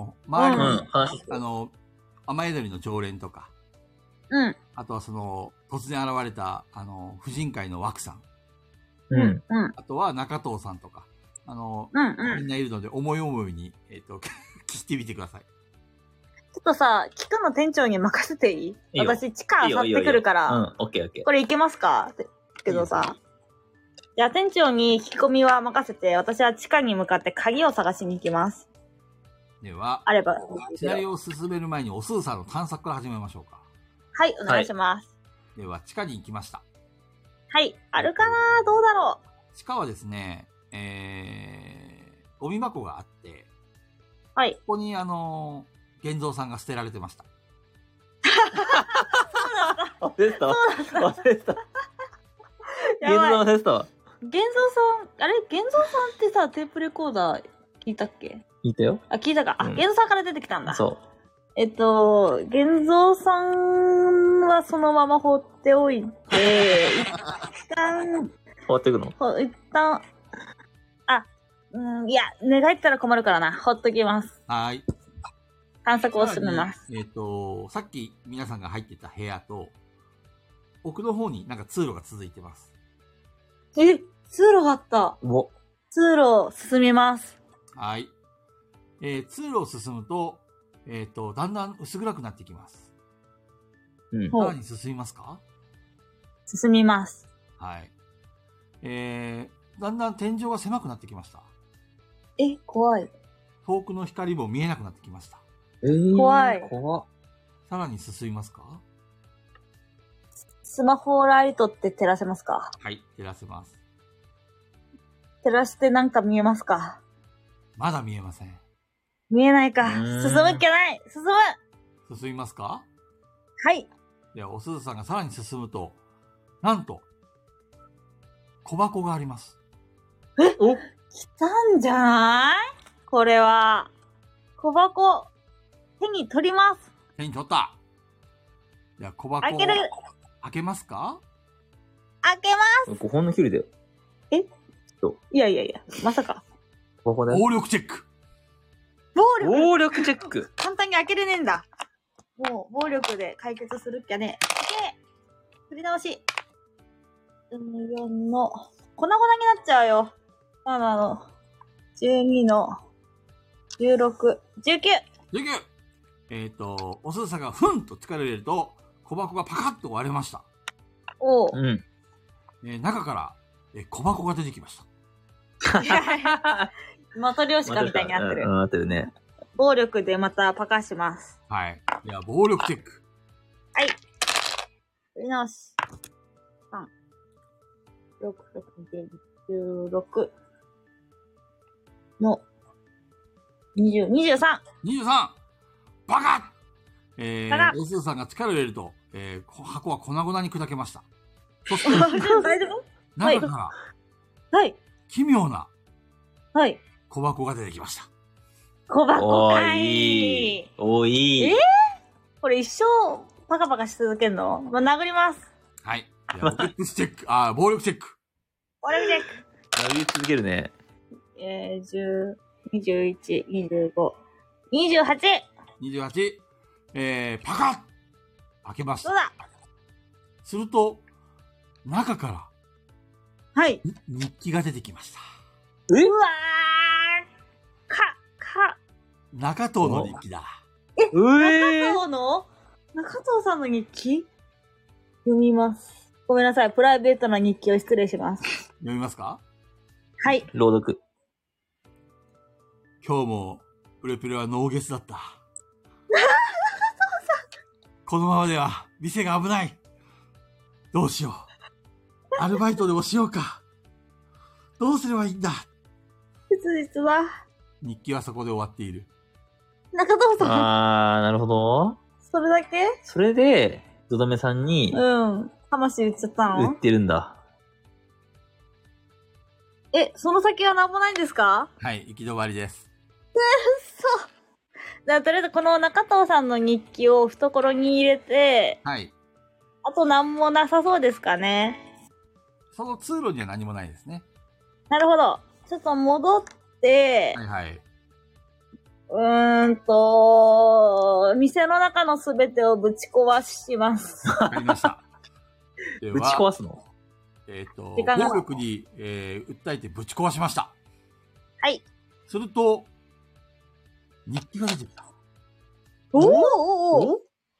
A: に、雨宿りの常連とか、
B: うん。
A: あとは突然現れた、婦人会のワクさん。
C: うん。
A: あとは中藤さんとか、みんないるので、思い思いに、聞いてみてください。
B: ちょっとさ、聞くの店長に任せていい？私、地下去ってくるから。
C: オッケーオッケー。
B: これいけますか？けどさ。じゃあ店長に聞き込みは任せて、私は地下に向かって鍵を探しに行きます。
A: では、
B: あれば。
A: シナリオを進める前におスーさんの探索から始めましょうか。
B: はい、お願いします。
A: では、地下に行きました。
B: はい、あるかな？どうだろ
A: う？地下はですね、ゴミ箱があって、
B: はい。
A: ここに玄三さんが捨てられてました。
C: 忘れてた。
B: やばい。
C: 忘れてた。
B: 玄三さん、あれ玄三さんってさ、テープレコーダー聞いたっけ？
C: 聞いたよ。
B: あ、聞いたか。あ、玄三さんから出てきたんだ。
C: そう。
B: 玄三さんはそのまま放っておいて、一旦、
C: 放っていくの？
B: 一旦、いや、寝返ったら困るからな。ほっときます。
A: はい。
B: 探索を進めます。
A: さっき皆さんが入ってた部屋と、奥の方になんか通路が続いてます。
B: 通路があった。通路進みます。
A: はい。通路を進むと、だんだん薄暗くなってきます。さらに進みますか？
B: 進みます。
A: はい。だんだん天井が狭くなってきました。
B: 怖い。
A: 遠くの光も見えなくなってきました。
B: 怖い。
A: さらに進みますか？
B: スマホライトって照らせますか？
A: はい、照らせます。
B: 照らしてなんか見えますか？
A: まだ見えません。
B: 見えないか。進むっけない。進む。
A: 進みますか？
B: はい。
A: では、おすずさんがさらに進むと、なんと、小箱があります。
B: 来たんじゃない？これは。小箱、手に取ります。
A: 手に取った。では、小箱を開けますか？
B: 開けます。
C: 5本の距離だよ。
B: いや、まさか。
C: ここで。
A: 暴力チェック。
C: 暴力チェック。
B: 簡単に開けれねえんだ。もう、暴力で解決するっきゃね。OK! 振り直し。4の、粉々になっちゃうよ。7の、12の、16、19!
A: おすずさんがふんと力を入れると、小箱がパカッと割れました。
B: おう。
A: 中から、小箱が出てきました。
B: マトリョーシカみたいになってる。
C: なってるね。
B: 暴力でまたパカします。
A: はい。では、暴力チェック。
B: はい。振り直し。3、6、16の、20、23!
A: 23! バカ
B: バカ
A: おすずさんが力を入れると、箱は粉々に砕けました。そして、
B: 大丈夫
A: 中から、
B: はい。
A: 奇妙な
B: はい。
A: 小箱が出てきました。
B: 小箱か
C: い
B: い。
C: い。おい。
B: これ一生パカパカし続けんの？まあ、殴ります。
A: はい。では、暴力チェック。暴力チェック。
B: 暴力チェック。
C: 殴り続けるね。
B: 10、21、25、28!
A: 28、パカッ開けました。
B: どうだ
A: すると、中から
B: はい。
A: 日記が出てきました。
B: うわー
A: 中藤の日記だ。
B: 中藤さんの日記読みます。ごめんなさい。プライベートな日記を失礼します。
A: 読みますか？
B: はい。
C: 朗読。
A: 今日も、プレプレはノーゲスだった。このままでは、店が危ない。どうしよう。アルバイトでもしようか。どうすればいいんだ。
B: 切実だ。
A: 日記はそこで終わっている。
B: 中藤さん。
C: なるほど。
B: それだけ？
C: それで、ドドメさんに、
B: うん。魂売っちゃった
C: 売
B: の？
C: ってるんだ。
B: その先は何もないんですか？
A: はい、行き止まりです。
B: そう。じゃあ、とりあえずこの中藤さんの日記を懐に入れて、
A: はい。
B: あと何もなさそうですかね。
A: その通路には何もないですね。
B: なるほど。ちょっと戻って、
A: はいはい。
B: 店の中のすべてをぶち壊します。
A: わかりました。で
C: ぶち壊すの？
B: 時間が
A: 暴力に、訴えてぶち壊しました。
B: はい。
A: すると、日記が出てきた。
B: お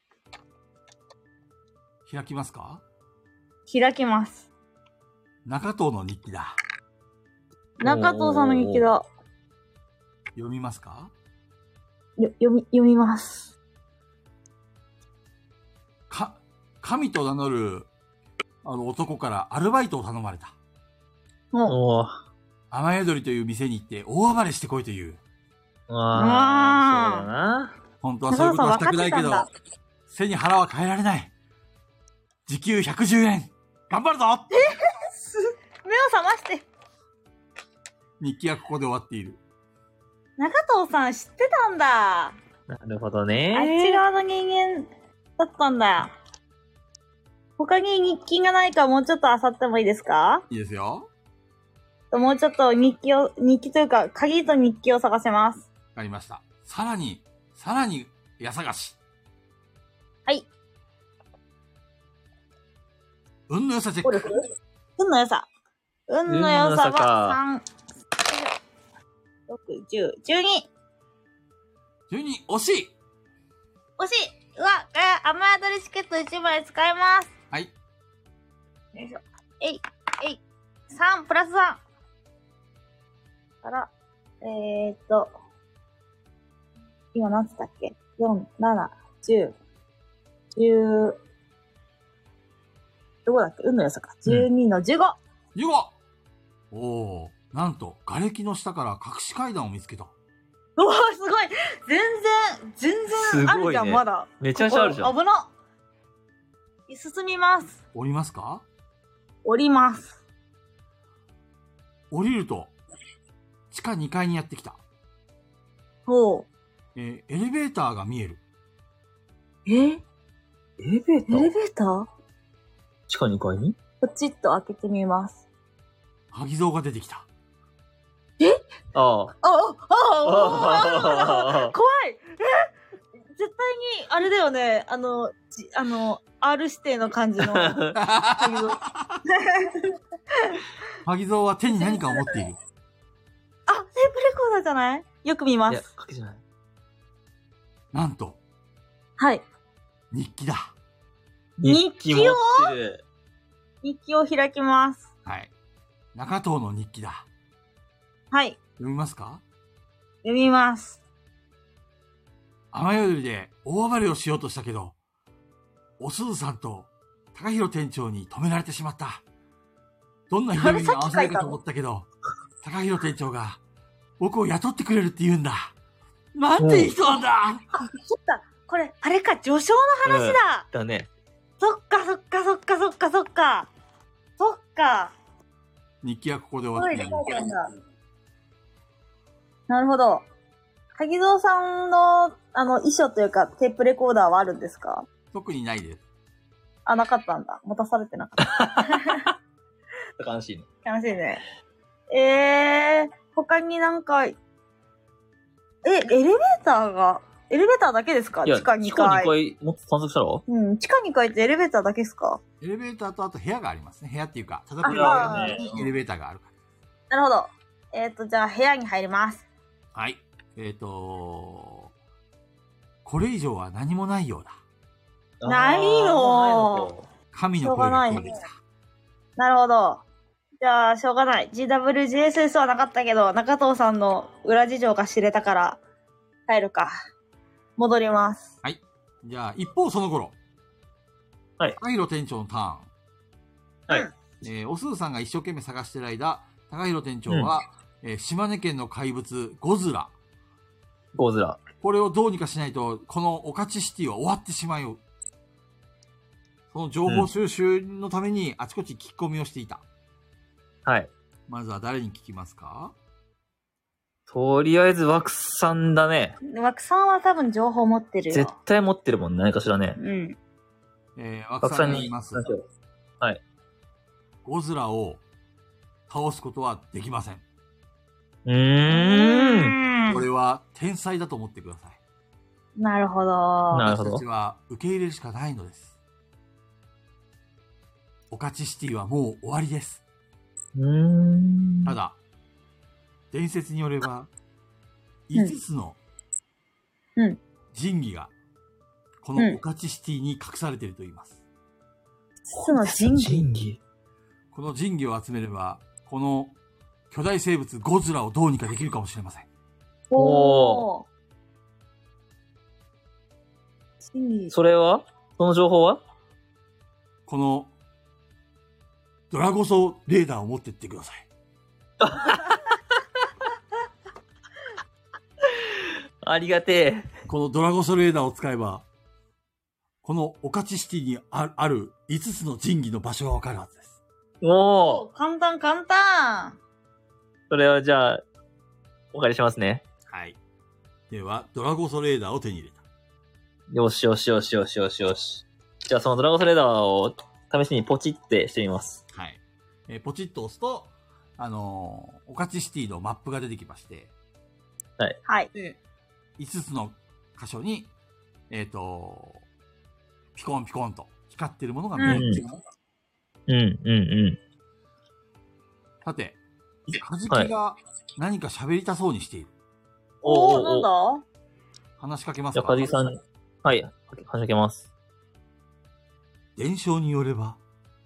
A: 開きますか？
B: 開きます。
A: 中藤の日記だ。
B: 中藤さんの日記だ。
A: 読みますか？
B: 読みます。
A: 神と名乗る、男からアルバイトを頼まれた。
C: おー。
A: 雨宿りという店に行って大暴れしてこいという。
C: そうだな。
A: 本当はそういうことはしたくないけど
B: 中藤さん分かって、
A: 背に腹は変えられない。時給110円。頑張るぞ。
B: 目を覚まして。
A: 日記はここで終わっている。
B: 中藤さん知ってたんだ。
C: なるほど
B: あっ
C: ね。
B: ち側の人間だったんだ。他に日記がないかもうちょっと漁ってもいいですか？
A: いいですよ。
B: もうちょっと日記というか、鍵と日記を探せます。
A: わかりました。さらに、矢探し。
B: はい。
A: 運の良さチェック。
B: 運の良さ。運の良さは3、6、10、12。
A: 12、惜しい。
B: 惜しい。うわ、雨宿りチケット1枚使えます。
A: はい。
B: よいしょ。3プラス3。から、今何つったっけ ?4、7、10、10、どこだっけ運の良さか。12の15。
A: 15! おー、なんと、瓦礫の下から隠し階段を見つけた。
B: うわすごい全然あるじゃん、
C: すごいね
B: まだ。
C: めちゃめちゃあるじゃん。
B: 危な。進みます。
A: 降りますか？
B: 降ります。
A: 降りると、地下2階にやってきた。
B: ほう。
A: エレベーターが見える。
C: エレベーター
B: エレベーター
C: 地下2階に？
B: ポチッと開けてみます。
A: 萩蔵が出てきた。
C: ああ。
B: 怖い。絶対に、あれだよね。R 指定の感じの。
A: 萩蔵は手に何かを持っている。
B: あ、テープレコーダーじゃない？よく見ま
C: いや、
B: す。
C: 賭けじゃない。
A: なんと、
B: はい。
A: 日記だ。
B: 日記を
C: 持ってる。
B: 日記を開きます。
A: はい。中藤の日記だ。
B: はい。
A: 読みますか？
B: 読みます。
A: 雨宿りで大暴れをしようとしたけど、おすずさんと高弘店長に止められてしまった。どんなひどい目に遭わせないかと思ったけど、高弘店長が僕を雇ってくれるって言うんだ。なんていい人なんだ。
B: そっか。これ、あれか、序章の話だ。
C: だね。
B: そっか。そっか。
A: 日記はここで終わっている。
B: なるほど。萩蔵さんの、衣装というか、テープレコーダーはあるんですか？
A: 特にないです。
B: あ、なかったんだ。持たされてなかった。
C: 悲しいね。
B: 悲しいね。他になんか、エレベーターだけですか？
C: いや、
B: 地下2
C: 地下2
B: 階。
C: 階、もっと探索したら
B: うん、地下2階ってエレベーターだけですか？
A: エレベーターとあと部屋がありますね。部屋っていうか、ただ部
C: 部屋
A: 屋
C: あるね
A: にエレベーターがあるか
B: なるほど。じゃあ部屋に入ります。
A: ら。はい。これ以上は何もないようだ。
B: ないよ
A: 神の声が聞こえてきた。
B: なるほど。じゃあ、しょうがない。GWGSS はなかったけど、中藤さんの裏事情が知れたから、帰るか。戻ります。
A: じゃあ、一方その頃。
C: はい
A: 高弘店長のターン。
C: はい。
A: おすずさんが一生懸命探している間、高弘店長は、島根県の怪物、ゴズラ。
C: ゴズラ。
A: これをどうにかしないと、このおかちシティは終わってしまう。その情報収集のために、あちこち聞き込みをしていた。
C: はい。
A: まずは誰に聞きますか？
C: とりあえず、枠さんだね。
B: 枠さんは多分情報持ってるよ。
C: 絶対持ってるもんね、何かしらね。
B: うん。
A: 枠さんが言います。
C: 話をはい。
A: ゴズラを倒すことはできません。これは天才だと思ってください。
B: なるほど。
C: なるほど
A: 私たちは受け入れるしかないのです。おかちシティはもう終わりです。ただ、伝説によれば、5つの神器が、このおかちシティに隠されていると言います。
B: 5つの神器。
A: この神器を集めれば、この巨大生物ゴズラをどうにかできるかもしれません。
B: おー。神器。
C: それはその情報は
A: このドラゴソレーダーを持ってってください。
C: ありがてえ。
A: このドラゴソレーダーを使えば、このおかちシティにある5つの神器の場所がわかるはずです。
C: おー。
B: 簡単。
C: それはじゃあ、お借りしますね。
A: はい。では、ドラゴソレーダーを手に入れた。
C: よし。じゃあそのドラゴンスレーダーを試しにポチってしてみます。
A: はい。ポチッと押すと、おかちシティのマップが出てきまして、
B: はい。
A: で、5つの箇所に、ピコンピコンと光ってるものが見える。さて、カジキが何か喋りたそうにしている。
B: なんだ？
A: 話しかけます
C: じゃ
A: か？
C: あカジさん、はい、話しかけます。
A: 伝承によれば、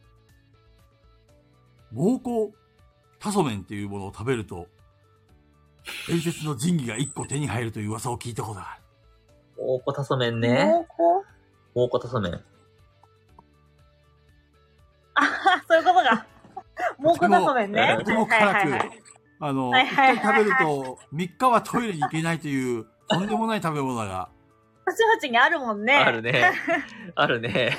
A: 蒙古タソメンっていうものを食べると、伝説の神器が1個手に入るという噂を聞いたことがある。
C: 蒙古タソメンね。蒙古タソメン。
B: そういうことが。蒙古タソメンね。
A: とても辛く、一回食べると3日はトイレに行けないという、とんでもない食べ物だが。
B: あちこちにあるもんね。
C: あるね。あるね。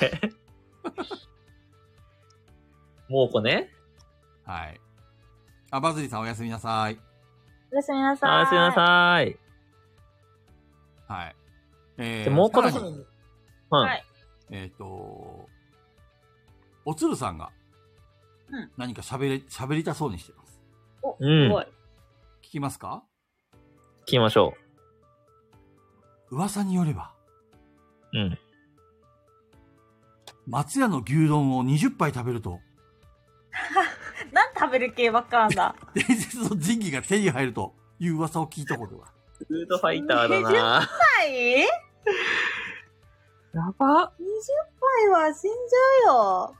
C: 蒙古ね。
A: はい。バズリーさんおやすみなさい。
B: おやすみなさい。
C: おやすみなさい。
A: はい。
C: 蒙古タソメン。
B: はい。
A: おつるさんが、
B: うん
A: 何か喋りたそうにしてます。
B: すごい。
A: 聞きますか？
C: 聞きましょ
A: 噂によれば、
C: う。うん。
A: 松屋の牛丼を20杯食べると、
B: 何食べる系ばっかなんだ。
A: 伝説の神器が手に入るという噂を聞いたことが。
C: フードファイターだな。
B: はい
C: やば。
B: 20杯は死んじゃうよ。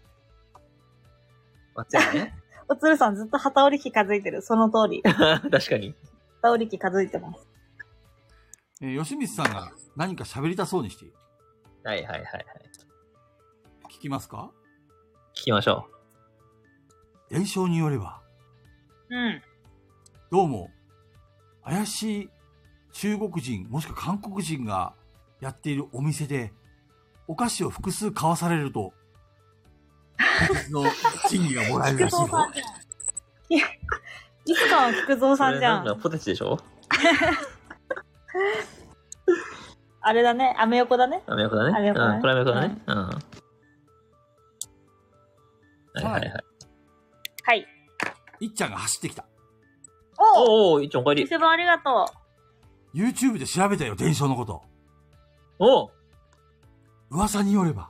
C: 松屋ね。
B: おつるさんずっと旗織り機数えてる。その通り。
C: 確かに。
B: 旗織り機数えてます。
A: 吉光さんが何か喋りたそうにしている。
C: はいはいはいはい。
A: 聞きますか？
C: 聞きましょ
A: 伝承によれば、
B: うん。
A: どうも、怪しい中国人もしくは韓国人がやっているお店で、お菓子を複数買わされると、の珍味がもらえるらしいぞ。
B: いや、いつかは菊蔵
C: う。
B: さんじゃん。
C: それなんかポテチでしょ？
B: あれだね、アメ横だね。
C: アメ横だね。
B: アメ横だね
C: うん、これアメ横だね。うん。はいはいはい。
B: はい。
A: いっちゃんが走ってきた。
B: おう
C: おー、いっちゃんお帰り。
B: 店番ありがと
A: YouTube で調べたよ、伝承のこと。
C: おー
A: 噂によれば、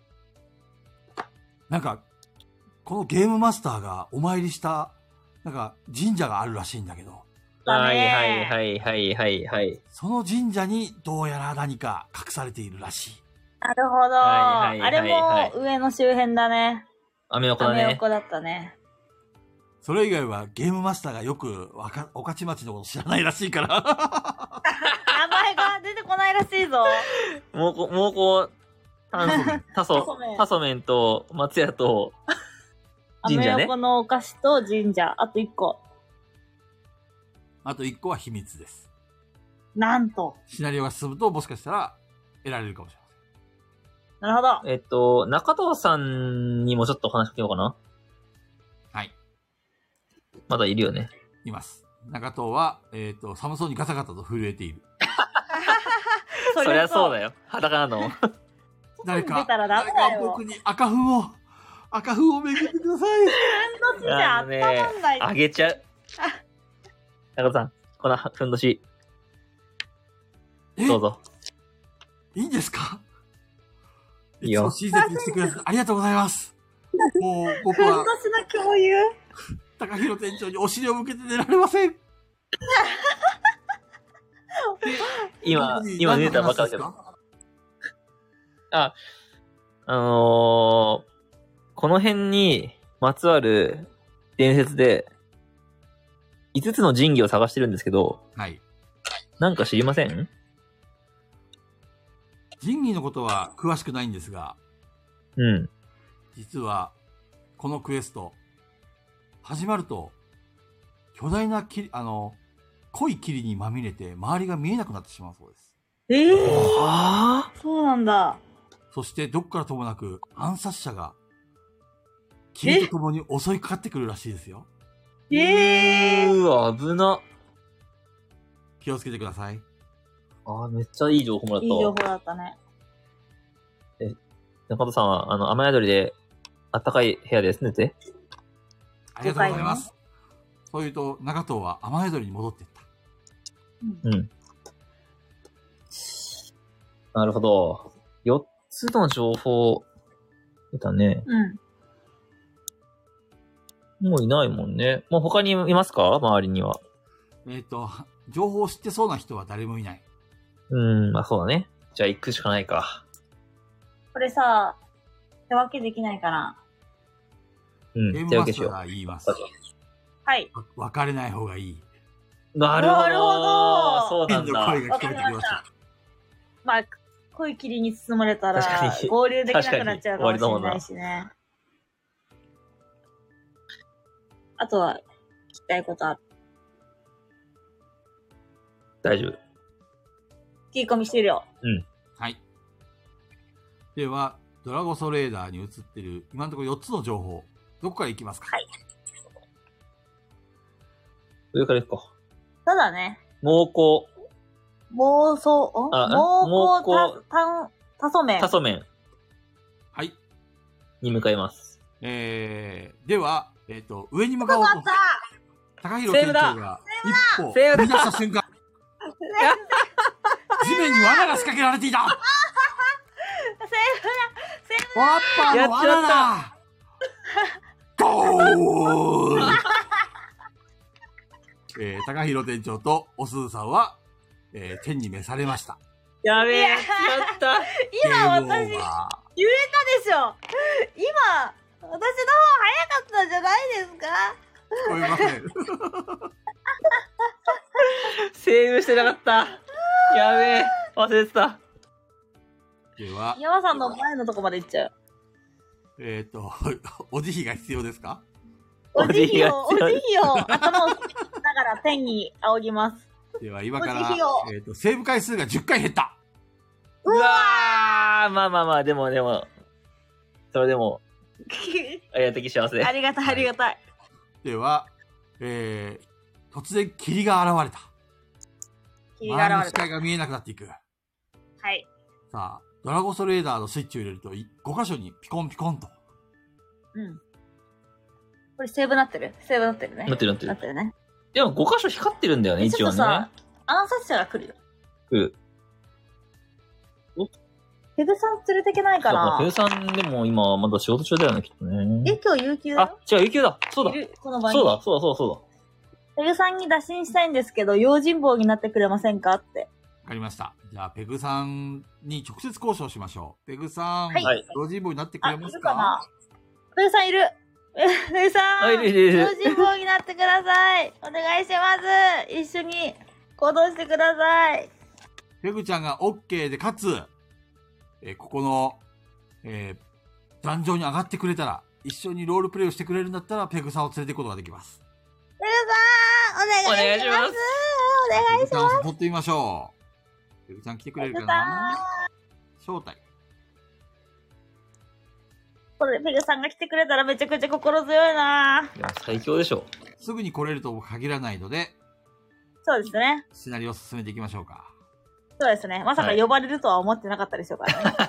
A: なんか、このゲームマスターがお参りした、なんか神社があるらしいんだけど、
C: はい
B: だね
C: はいはいはいはいはい。
A: その神社にどうやら何か隠されているらしい。
B: う。なるほど。
C: はいはいはいはい
B: あれも上の周辺だね。
C: アメ横だね。
B: アメ横だったね。
A: それ以外はゲームマスターがよく御徒町のこと知らないらしいから。
B: 名前が出てこないらしいぞ。
C: もうこ、タソメンと松屋と
B: ア
C: 神社ね
B: メ横。のお菓子と神社。あと1個。
A: あと1個は秘密です。
B: なんと。
A: シナリオが進むともしかしたら得られるかもしれません。
B: なるほど。
C: 中藤さんにもちょっと話しかけようかな。
A: はい。
C: まだいるよね。
A: います。中藤は、寒そうにガタガタと震えている。
C: そりゃそうだ
B: よ。
C: よ。裸なの。
A: 誰か、
B: 出たらダメだ
A: 誰か
B: よ。
A: 僕に赤粉をめぐってください。
B: ふんどしじゃ温まんない。
C: あげちゃう。中藤さん、このふんどし、
A: え、
C: どうぞ。
A: いいんですか？
C: いいよ
A: つも親切にしてください。ありがとうございます。もう僕
B: ふんど
A: は
B: しの共有。
A: 高弘店長にお尻を向けて寝られません。
C: 今
A: 特に
C: 出たばっかだけど。この辺にまつわる伝説で、5つの神器を探してるんですけど、
A: はい。
C: なんか知りません？
A: 神器のことは詳しくないんですが、
C: うん。
A: 実は、このクエスト、始まると、巨大な濃い霧にまみれて、周りが見えなくなってしまうそうです。
C: あ
B: そうなんだ。
A: そして、どっからともなく、暗殺者が、霧とともに襲いかかってくるらしいですよ。
C: 危な。
A: 気をつけてください。
C: めっちゃいい情報もらった。
B: いい情報だったね。
C: 中田さんは、雨宿りで、あったかい部屋で住んでて。
A: ありがとうございます。そう言うと、中藤は雨宿りに戻っていった。
C: うん。なるほど。4つの情報、出たね。
B: うん。
C: もういないもんね。もう他にいますか？周りには。
A: 情報を知ってそうな人は誰もいない。
C: まあそうだね。じゃあ行くしかないか。
B: これさ、手分けできないかな。
A: ゲーム
C: 手分けしよう。
A: マスターが言います。
B: はい。
A: 別れない方がいい。
C: なるほど。
B: なるほど
C: そうなんだ。
A: 声が聞こえてきました。
B: まあ、濃い霧に包まれたら
C: 確かに
B: 合流できなくなっちゃうかもしれないしね。あとは、聞きたいことある。
C: 大丈夫。
B: 聞き込みしてるよ。
A: はい。では、ドラゴソレーダーに映ってる、今のところ4つの情報。どこから行きますか？
B: はい。
C: 上から行くか。
B: ただね、
C: 猛攻、
B: 妄想、
C: 猛攻
B: 多素面。
C: 多素面
A: はい。
C: に向かいます。
A: では、上に向かおうと。
B: よかった
A: 高弘店長が一歩踏み出した瞬間、地面に罠が仕掛けられていた。トラッパーの罠だ。ゴール。高弘店長とおすずさんは、天に召されました。
C: やべえ、やった。
B: 今私、言えたでしょ。今、私の方早かったんじゃないですか。
A: 聞こえません。
C: セーブしてなかった。やべえ、忘れてた。
A: では、
B: 山さんの前のとこまで行っちゃう。
A: お慈悲が必要ですか？
B: お慈悲を頭をながら天に仰ぎます。
A: では、今から、セーブ回数が10回減った。
C: うわー、まあ、でも、それでも、ありがたき幸せ。
B: ありがたい。
A: では、突然霧が現れた。周りの視界が見えなくなっていく。
B: はい。
A: さあ、ドラゴソレーダーのスイッチを入れると、5箇所にピコンピコンと。
B: うん。これセーブなってるね。
C: なってるね。でも5箇所光ってるんだよね、一応ね。ちょっとさ、
B: 暗殺者が来るよ。
C: ペ
B: グさん連れてけないかな。
C: ペグさんでも今まだ仕事中だよね、きっとね。
B: 今日有給だよ。
C: 違う、有給だ。そうだ。
B: この場に。
C: そうだ。
B: ペグさんに打診したいんですけど、用心棒になってくれませんかって。
A: わかりました。じゃあ、ペグさんに直接交渉しましょう。ペグさん、
B: はい、
A: 用心棒になってくれますか？
B: いるかな？ペグさんいる。ペグさん、用心棒になってください。お願いします。一緒に行動してください。
A: ペグちゃんが OK で、かつ、ここの、壇上に上がってくれたら、一緒にロールプレイをしてくれるんだったら、ペグさんを連れていくことができます。
B: ペグさん、お願いします。お願いします。
A: ペグさんを誘ってみましょう。ペグちゃん来てくれるかな？招待。
B: これ、ペグさんが来てくれたらめちゃくちゃ心強いな。
C: いや、最強でしょ。
A: すぐに来れるとも限らないので、
B: そうですね。
A: シナリオを進めていきましょうか。
B: そうですね。まさか呼ばれるとは思ってなかったでしょうからね。これ、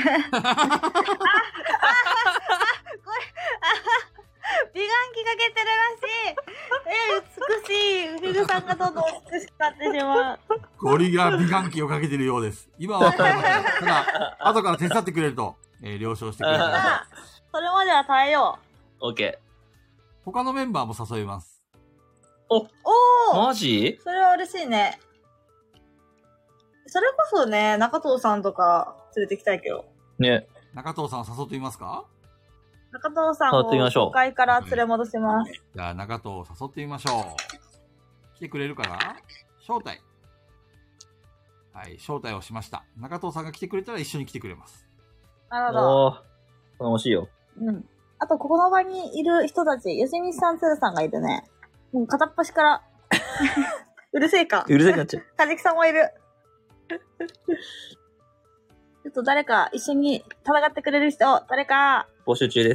B: 美顔器かけてるらしい。美しい。ペグさんがどんどん美しくなってしまう。
A: ゴリラ美顔器をかけてるようです。今は、ただ、後から手伝ってくれると、了承してくれる。
B: それまでは耐えよ
C: う。OK。
A: 他のメンバーも誘います。
B: お
C: マジ？
B: それは嬉しいね。それこそね、中藤さんとか連れてきたいけど。
C: ね。
A: 中藤さんを誘ってみますか？
B: 中藤さんを都会から連れ戻します。
A: じゃあ中藤を誘ってみましょう。来てくれるかな？招待。はい、招待をしました。中藤さんが来てくれたら一緒に来てくれます。
B: なるほど。
C: 頼もしいよ。
B: うん。あと、ここの場にいる人たち、吉見さん、鶴さんがいるね。もう片っ端から、うるせえか。
C: うるせえになっちゃう。
B: かじきさんもいる。ちょっと誰か一緒に戦ってくれる人、誰か。
C: 募集中です。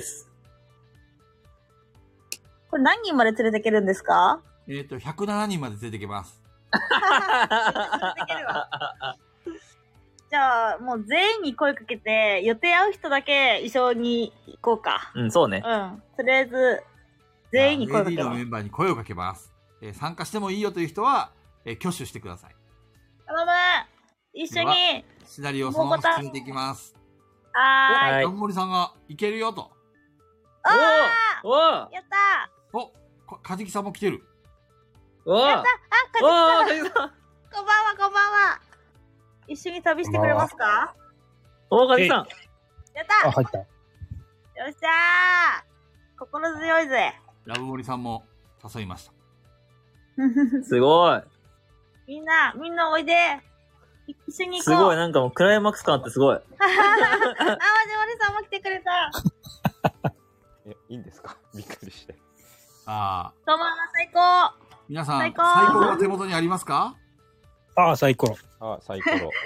B: これ何人まで連れてけるんですか
A: ？107人まで連れてけます。
B: 連れてけるわ。じゃあ、もう全員に声かけて、予定合う人だけ一緒に行こうか。
C: うん、そうね。
B: うん。とりあえず、全員に声かけます。
A: AD のメンバーに声をかけます。参加してもいいよという人は、挙手してください。
B: 頼む！一緒に
A: シナリオをそのまま進めていきます。
B: はーい。
A: ガンモリさんがいけるよと。
C: お
B: やった
A: ー！お、カジキさんも来てる。
B: やった！カジキさんこんばんは、こんばんは。一緒に旅してくれますか？
C: カジキさん。
B: やった！
F: 入った。
B: よっしゃー！心強いぜ。
A: ラブモリさんも誘いました。
C: すごい。
B: みんなおいで。一緒に行こう。
C: すごい、なんかもうクライマックス感ってすごい。
B: あ、マジモリさんも来てくれた。
F: いいんですか？びっくりして。
A: ああ。
B: どうも、最高。
A: 皆さん、サイコロが手元にありますか？
F: サイコロ。サイコロ。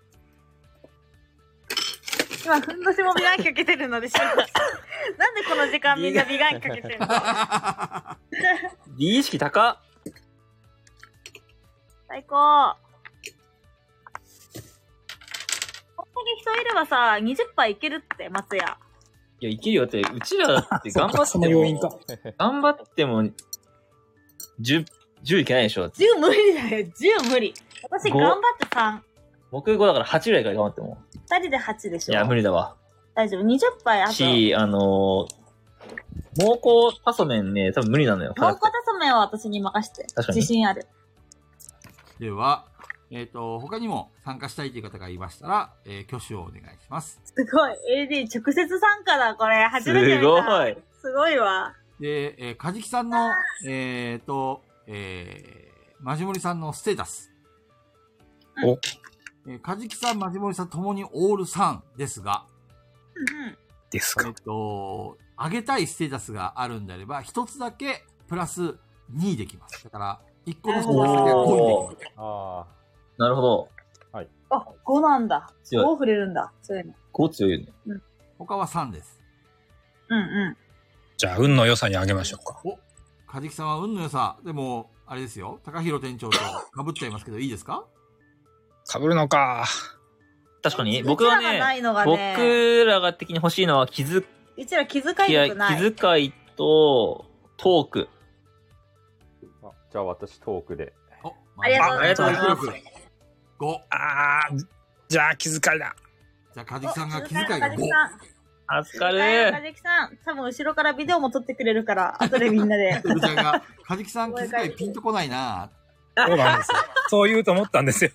B: 今、ふんどしも美顔器かけてるので、なんでこの時間みんな美顔器かけてるの？
C: 美意識高っ。
B: 最高。こんだけ人いればさ、20杯いけるって、松屋。
C: いや、いけるよって、うちらだって頑張っても、
F: その要因か。
C: 頑張っても、 10いけないでしょ。
B: 10無理だよ、10無理。私頑張って3。
C: 僕5だから8ぐらいから頑張っても。
B: 2人で8でしょ。
C: いや、無理だわ。
B: 大丈夫、20杯あと。
C: 蒙古パソメンね、多分無理なのよ。
B: 蒙古タソメンは私に任して。
C: 確かに
B: 自信ある。
A: では、他にも参加したいという方がいましたら、挙手をお願いします。
B: すごい。AD 直接参加だ、これ。初めて見た。
C: すごい。
B: すごいわ。
A: で、カジキさんの、マジモリさんのステータス。
F: お、
A: カジキさん、マジモリさんともにオール3ですが、
B: うん
F: ですか。
A: 上げたいステータスがあるんであれば、一つだけプラス2できます。だから、1個のステータスだけが5にできる。
F: あ
C: なるほど。
B: あ、5なんだ。
C: 強い
B: 5触れるんだ。そういうの。
C: 5強いよね。
A: 他は3です。
B: うんうん。
G: じゃあ、運の良さにあげましょうか。
A: お、カジキさんは運の良さ、でも、あれですよ、高弘店長と被っちゃいますけど、いいですか？
G: 被るのか。
C: 確かに、僕は
B: うちらがな
C: ね、
B: いのがね、
C: 僕らが的に欲しいのは
B: うちら気遣い力ない。
C: 気遣いとトーク。
F: あ。じゃあ私トークで。
A: お、
B: ありがとうございます
C: ありがとうございます。
A: 5。
G: じゃあ、気遣いだ。
A: じゃあ、カジキさんが気遣いが5。
B: カジキさん。
C: 助かる
B: カジキさん、多分後ろからビデオも撮ってくれるから、後でみんなで。
A: うるちゃんが、カジキさん気遣いピンとこないな。
G: そうなんですよ。そう言うと思ったんですよ。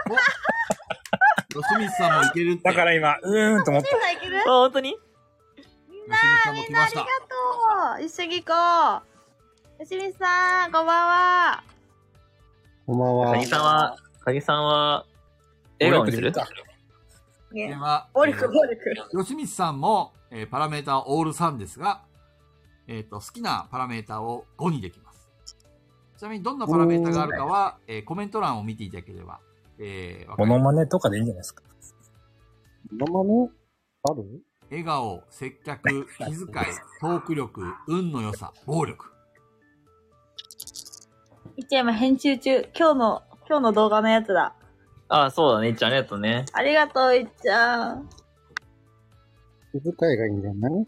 A: 吉光さんもいけるって。
G: だから今、と思った。
B: みんないける
C: あ、本当に
B: みんな、
A: 吉光さんも来
B: みんなありが
A: ました。
B: とう。一緒に行こう。吉見さん、こんばんは。
H: こんばんは。
C: カギさんは、笑顔にする
A: では、
B: 暴力、暴力。
A: 吉光さんも、パラメーターオール3ですが、好きなパラメーターを5にできます。ちなみにどんなパラメーターがあるかは、コメント欄を見ていただければ、わか
G: モノ
A: ります。
G: マネとかでいいんじゃないですか。
H: 名前ある？
A: 笑顔、接客、気遣い、トーク力、運の良さ、暴力。
B: いっちゃん今編集中。今日の動画のやつだ。
C: あ、そうだね。いっちゃんありがとうね。
B: ありがとう、いっちゃん。
H: 気遣いがいいんじゃない？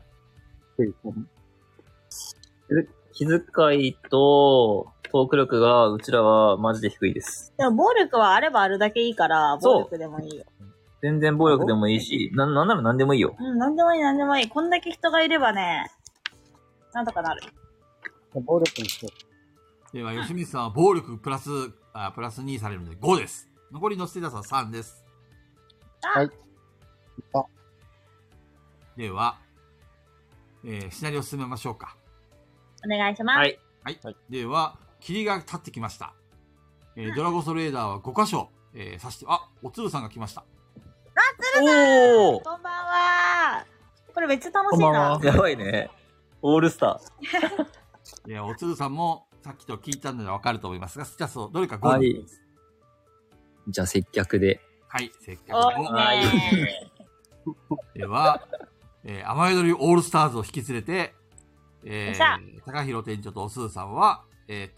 C: 気遣いとトーク力がうちらはマジで低いです。
B: でも暴力はあればあるだけいいから、暴力でもいいよ。
C: 全然暴力でもいいし、なんなら何でもいいよ。
B: うん、なんでもいい、なんでもいい。こんだけ人がいればね、なんとかなる。
H: 暴力にしよ
A: では、吉光さんは暴力プラス2されるので5です。残りのステータスは3です。
H: はい。あ、
A: では、シナリオ進めましょうか。
B: お願いします。
C: はい。
A: はい。では、霧が立ってきました。ドラゴソレーダーは5箇所、刺して、おつるさんが来ました。
C: おー
B: こんばんは。これめっちゃ楽しいな。
C: やばいね。オールスター。
A: おつるさんもさっきと聞いたのでわかると思いますが、ステータスをどれか5にです。
C: じゃあ接客で。
A: はい、接客
B: おいい
A: 5。
B: ね。
A: では、雨宿りオールスターズを引き連れて、
B: よっしゃ
A: 高弘店長とおすずさんは、5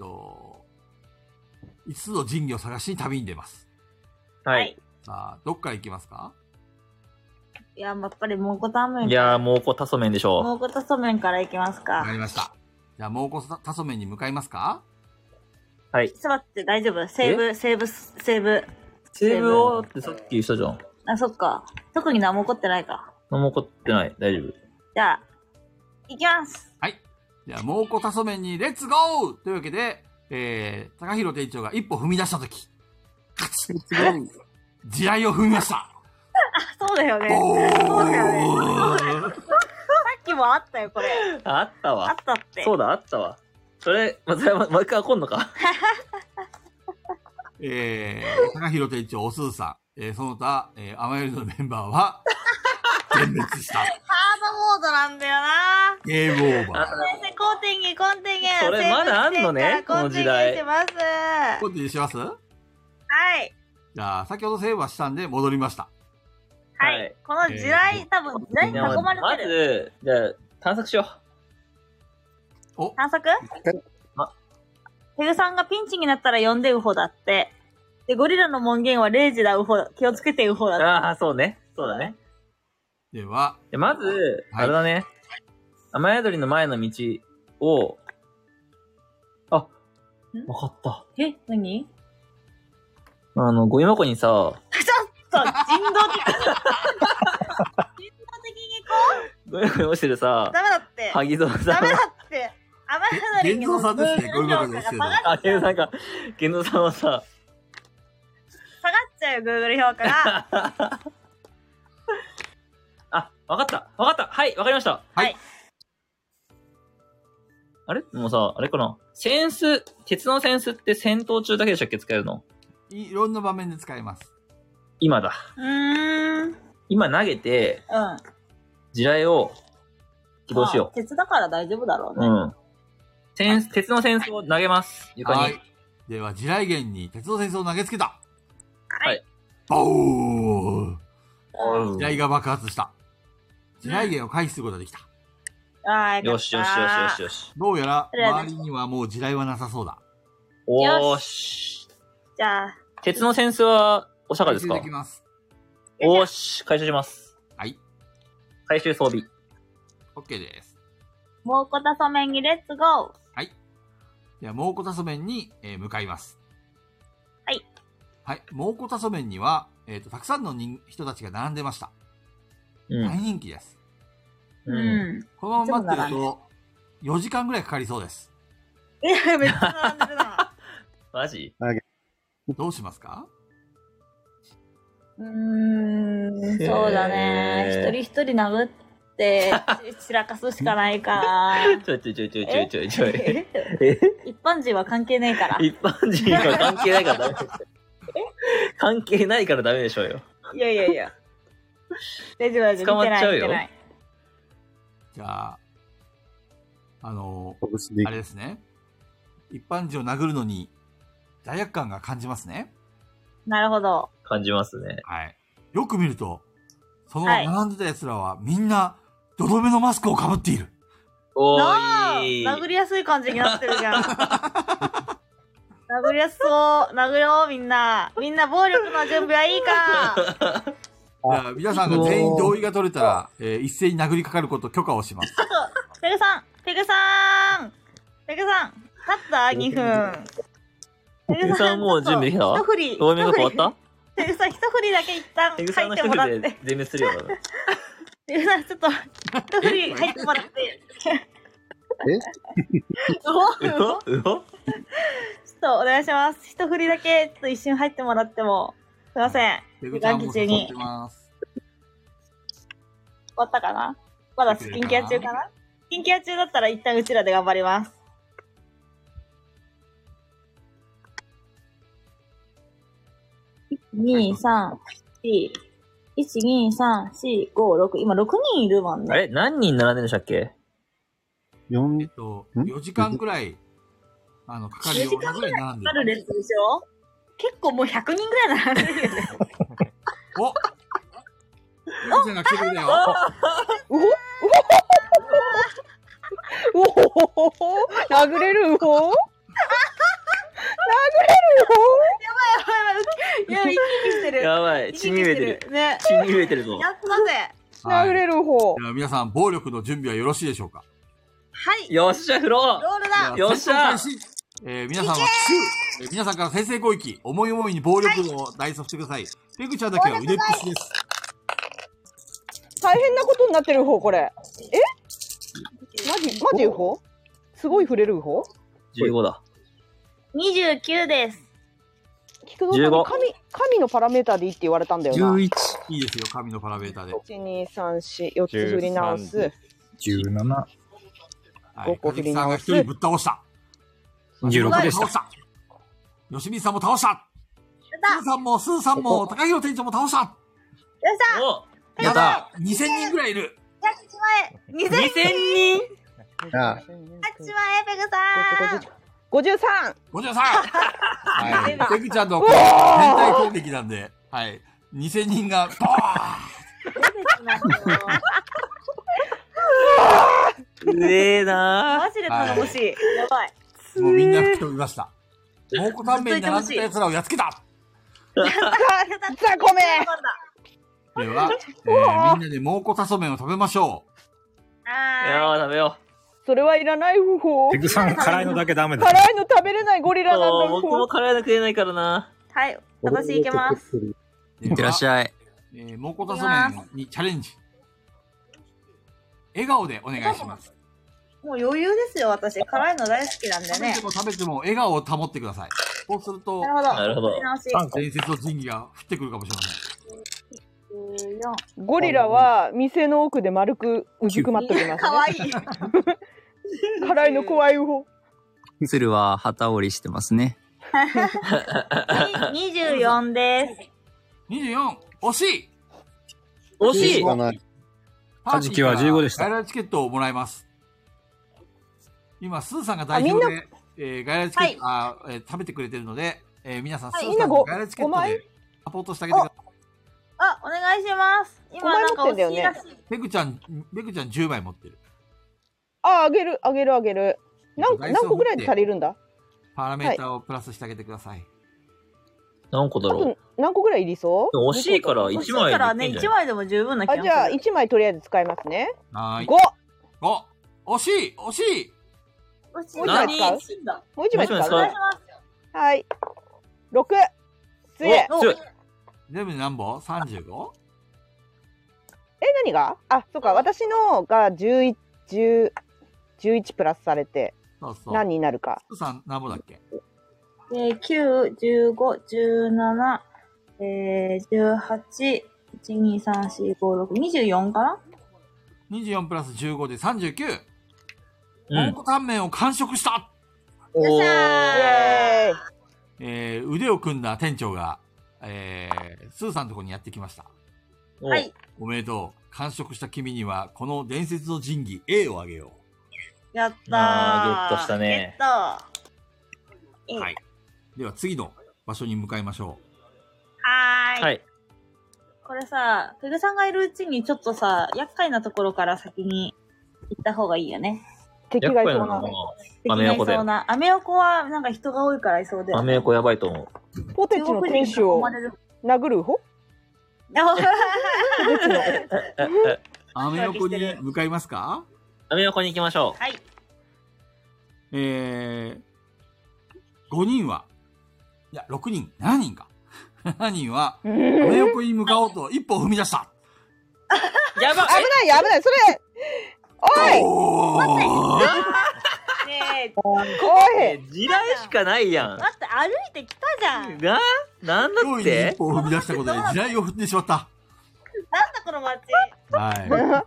A: つの神器を探しに旅に出ます。
C: はい。
A: さあ、どっから行きますか？
B: いや、やっぱり蒙古タンメン。
C: いやー、もうこうタソメンでしょ
B: 蒙古タソメンから行きますか
A: わか。りました。じゃあ、蒙古タソメンに向かいますか？
C: う。はい。
B: ちょっと待って、大丈夫。セーブ。
C: セーブをってさっき言ったじゃん。
B: あ、そっか。特に何も起こってないか。
C: 何も起こってない。大丈夫。
B: じゃあ、行きます。
A: はい。じゃあ、蒙古タソメンにレッツゴーというわけで、高弘店長が一歩踏み出したとき、カチッ地雷を踏みました。
B: そうだよね。
A: お
B: そうだよね。
A: ー
B: さっきもあったよ、これ。
C: あった
B: あ
C: わ
B: っ。たって。
C: そうだ、あったわ。それ、それもう一回起こんのか。
A: 高弘店長、おすずさん、その他、雨宿りのメンバーは、全滅した。
B: ハードモードなんだよな。
A: ゲームオーバー。
B: 先生、コンティニュー、コンティニュー。
C: それまだあんのね
B: コンティニューします。
A: コンティニューします
B: はい。
A: じゃあ、先ほどセーブはしたんで戻りました。
B: はい。
C: はい
B: この地雷、多分地雷に囲まれ
C: ま
B: てる。
C: ず、じゃあ、探索しよ
A: お、
B: 探索
C: あ
B: ペグさんがピンチになったら呼んでウホだって。で、ゴリラの門限は0時だウホだ。気をつけてウホだ
C: う。
B: って。
C: ああ、そうね。そうだね。
A: では、
C: でまず、
A: はい
C: あれだね。雨宿りの前の道を、あ、 わかった。
B: え、何
C: ゴミ箱にさ、
B: ちょっと、人道的人道的に
C: ゴミ箱に落ちてるさ、
B: ダメだって。
C: 萩蔵さん。
B: ダメだって。雨宿りに
A: 玄三さんですね、ゴミ箱に落ちてるの。
C: あ、玄三か。玄三さんはさ、
B: 下がっちゃうよ、Google 評価が。
C: あ、わかった。わかった。はい、わかりました。
B: はい。
C: あれもうさ、あれかな。鉄の扇子って戦闘中だけでしたっけ使えるの？
A: いろんな場面で使えます。
C: 今だ。
B: うん。
C: 今投げて、
B: うん。
C: 地雷を起動しよ
B: 鉄だから大丈夫だろう
C: う。
B: ね。
C: うん。鉄の扇子を投げます。床に。
A: はい。では、地雷原に鉄道戦争を投げつけた。
C: はい。
A: ボー
C: おう
A: 地雷が爆発した。地雷原を回避することができた。
B: あー、
C: よしよしよしよしよし。
A: どうやら、
B: とりあえず
A: 周りにはもう地雷はなさそうだ。
C: おーし。
B: じゃあ、
C: 鉄の扇子はお釈迦ですか？
A: 回収できます。
C: おーし。回収します。
A: はい。
C: 回収装備。
A: OK です。
B: もうこたそめんにレッツゴー。
A: はい。では、蒙古タソメンに、向かいます。
B: はい。
A: はい。蒙古タソメンには、たくさんの人たちが並んでました。大人気です。
B: うん。
A: このまま待ってると、4時間ぐらいかかりそうです。
B: めっちゃ並んでるな。
C: マジ？
A: どうしますか？
B: そうだね。一人一人殴って、散らかすしかないかな。
C: ちょい。
B: 一般人は関係ねえから。
C: 一般人は関係ないからダメですよ。関係ないからダメでしょうよ。
B: いや。大丈夫大丈夫。
C: 捕まっちゃうよ
B: 見てない。
A: じゃあ、あ
H: で
A: れですね。一般人を殴るのに罪悪感が感じますね。
B: なるほど。
C: 感じますね。
A: はい。よく見ると、その
B: はい
A: 並んでた奴らはみんな、ドロメのマスクをかぶっている。
C: お
B: なあ
C: ーい。
B: 殴りやすい感じになってるじゃん。殴りやすそう。殴ろう、みんな。みんな暴力の準備はいいか。
A: じゃあ、皆さんが全員同意が取れたら、一斉に殴りかかることを許可をします。
B: ペグさん、立った ?2 分。
C: ペグさんもう準備できた？
B: 一振り。
C: 透明が変わった？
B: ペグさん、一振りだけ一旦
C: ペグさん
B: 入って
C: の一振りで
B: もらって。
C: 全滅するよ。
B: ペグさん、ちょっと、一振り入ってもらって。
C: うお
B: ちょっとお願いします。一振りだけ、ちょっと一瞬入ってもらっても。すいません。
A: ペグちゃんも誘
B: 時間中に。
A: ってます。
B: 終わったかな？まだスキンケア中かな？スキンケア中だったら一旦うちらで頑張ります。1、2、3、4、1、2、3、4、5、6。今6人いるもんね。
C: あれ何人並んでるんでしたっけ
H: 4、
A: 4時間くらい、かかるようなぐらい並んで
B: ある列でしょ？結構もう100人ぐらい並んでるよね。
A: おペグちゃんが来てくれたよ。
I: おお殴れる方
B: やばい、生き生きしてる。
C: やばい。血に飢えてる。
B: ね。
C: 血に飢えてるぞ。
B: やったぜ。
A: はい
I: 殴れる方。
A: では皆さん、暴力の準備はよろしいでしょうか？
B: はい。
C: よっしゃ、振ろ
B: ロールだ。
C: よっしゃ
A: 戦闘開始皆さんは皆さんから先制攻撃、思い思いに暴力をダイソしてください。ペグちゃんだけは腕っぷしです。
I: 大変なことになってる方、これ。マジ方すごい触れる方
C: 15だ。
B: 29です。
I: 菊蔵さんに
C: 15
I: 神のパラメーターでいいって言われたんだよな。
H: 11、
A: いいですよ、神のパラメーターで。
I: 1、2、3、4、4つ振り直す。
H: 17、
A: はい。
I: 5個振り直す
A: かずきさんが一人ぶっ倒した。
H: 16でした。
A: 倒した。吉見さんも倒した。
B: やった。
A: スーさんも、高弘店長も倒した。
B: よっしゃ。
C: お
A: やった2000人ぐらいいる。
B: やっちまえ。2000
C: 2000人
H: あ
B: やっちまえ、ペグさん。
I: 53。
A: 53! はい。ペグちゃんのこう全体攻撃なんで、はい。2000人が、ボー
C: うえーな
B: マジで頼もしい。やばい。
A: ンもうみんな吹き飛びました。蒙古タンメンに並んでた奴らをやっつけた。
I: ザコメ。
A: では、みんなで蒙古タソメンを食べましょ
C: いやー、食べよ
I: それはいらないふほ。
G: ペグさん、辛いのだけダメだ。
I: 辛いの食べれないゴリラなんだ
C: そう、
I: ふ
C: 僕も辛いの食えないからな。
B: はい、私行けます。
J: いってらっしゃい。
A: 蒙古タンソメンにチャレンジ。笑顔でお願いします。
B: もう余裕ですよ、私。辛いの大好きなんでね。
A: 食べても笑顔を保ってください。そうすると、
B: なるほど。
A: 伝説の仁義が降ってくるかもしれません。
I: ゴリラは店の奥で丸くうずくまっときますね。
B: かわいい。
I: 辛いの怖いほ。
J: 鶴は旗折りしてますね。
B: 24です。
A: 24! 惜しい
C: 惜しい
G: カジキは15でした。
A: ガイラチケットをもらいます。今、スーさんが代表で、ガイラチケット、食べてくれてるので、皆さん、スーさんにガイラチケットでサポートしてあげてください。
B: あ、お願いします。今なんか惜しいらしい。
A: ペグちゃん10枚持ってる。
I: あげる。何個ぐらいで足りるんだ？
A: パラメーターをプラスしてあげてください。
C: 何個だろう。
I: 何個ぐらいいりそう？
C: 惜しいから1枚。惜しい
B: からね、1枚でも十分な気がする。
I: じゃあ1枚とりあえず使いますね。
A: はい。
I: 5！
A: 惜しい
I: もう1枚使う？もう1枚使う？はい。6！強い。
A: 全部で何本 ?35？
I: 何が？あ、そうか。私のが11プラスされて、何になるか。
A: スーさん何本だっけ
B: ？9、15、17、18、1、2、3、4、5、6、24かな？
A: 24プラス15で39。蒙古タンメンを完食した。
B: よっしゃ
A: ー。腕を組んだ店長が、スーさんのところにやってきました。
B: はい。
A: おめでとう。完食した君には、この伝説の神器 A をあげよ
B: う。やったー。
C: ゲットしたね。
B: ゲット。
A: はい。では次の場所に向かいましょ
B: う。はい。これさ、ペグさんがいるうちにちょっとさ、厄介なところから先に行った方がいいよね。
I: 敵がいそうな。
C: アメ横で。
B: アメ横はなんか人が多いからいそうで。
C: アメ横やばいと思う。
I: ポテチの店主を殴る方？
A: アメ横に向かいますか？
C: アメ横に行きましょう。
B: はい。
A: 5人は、いや、6人、7人か。7人は、アメ横に向かおうと一歩踏み出した。
C: やばい！
I: 危ない、それ！おい！
B: ねえ、
I: 怖い！
C: 地雷しかないやん。
B: 待って、歩いてきたじゃん。
C: なんだって？
A: 一歩踏み出したことで地雷を踏んでしまった。
B: なんだこの街。
A: はい。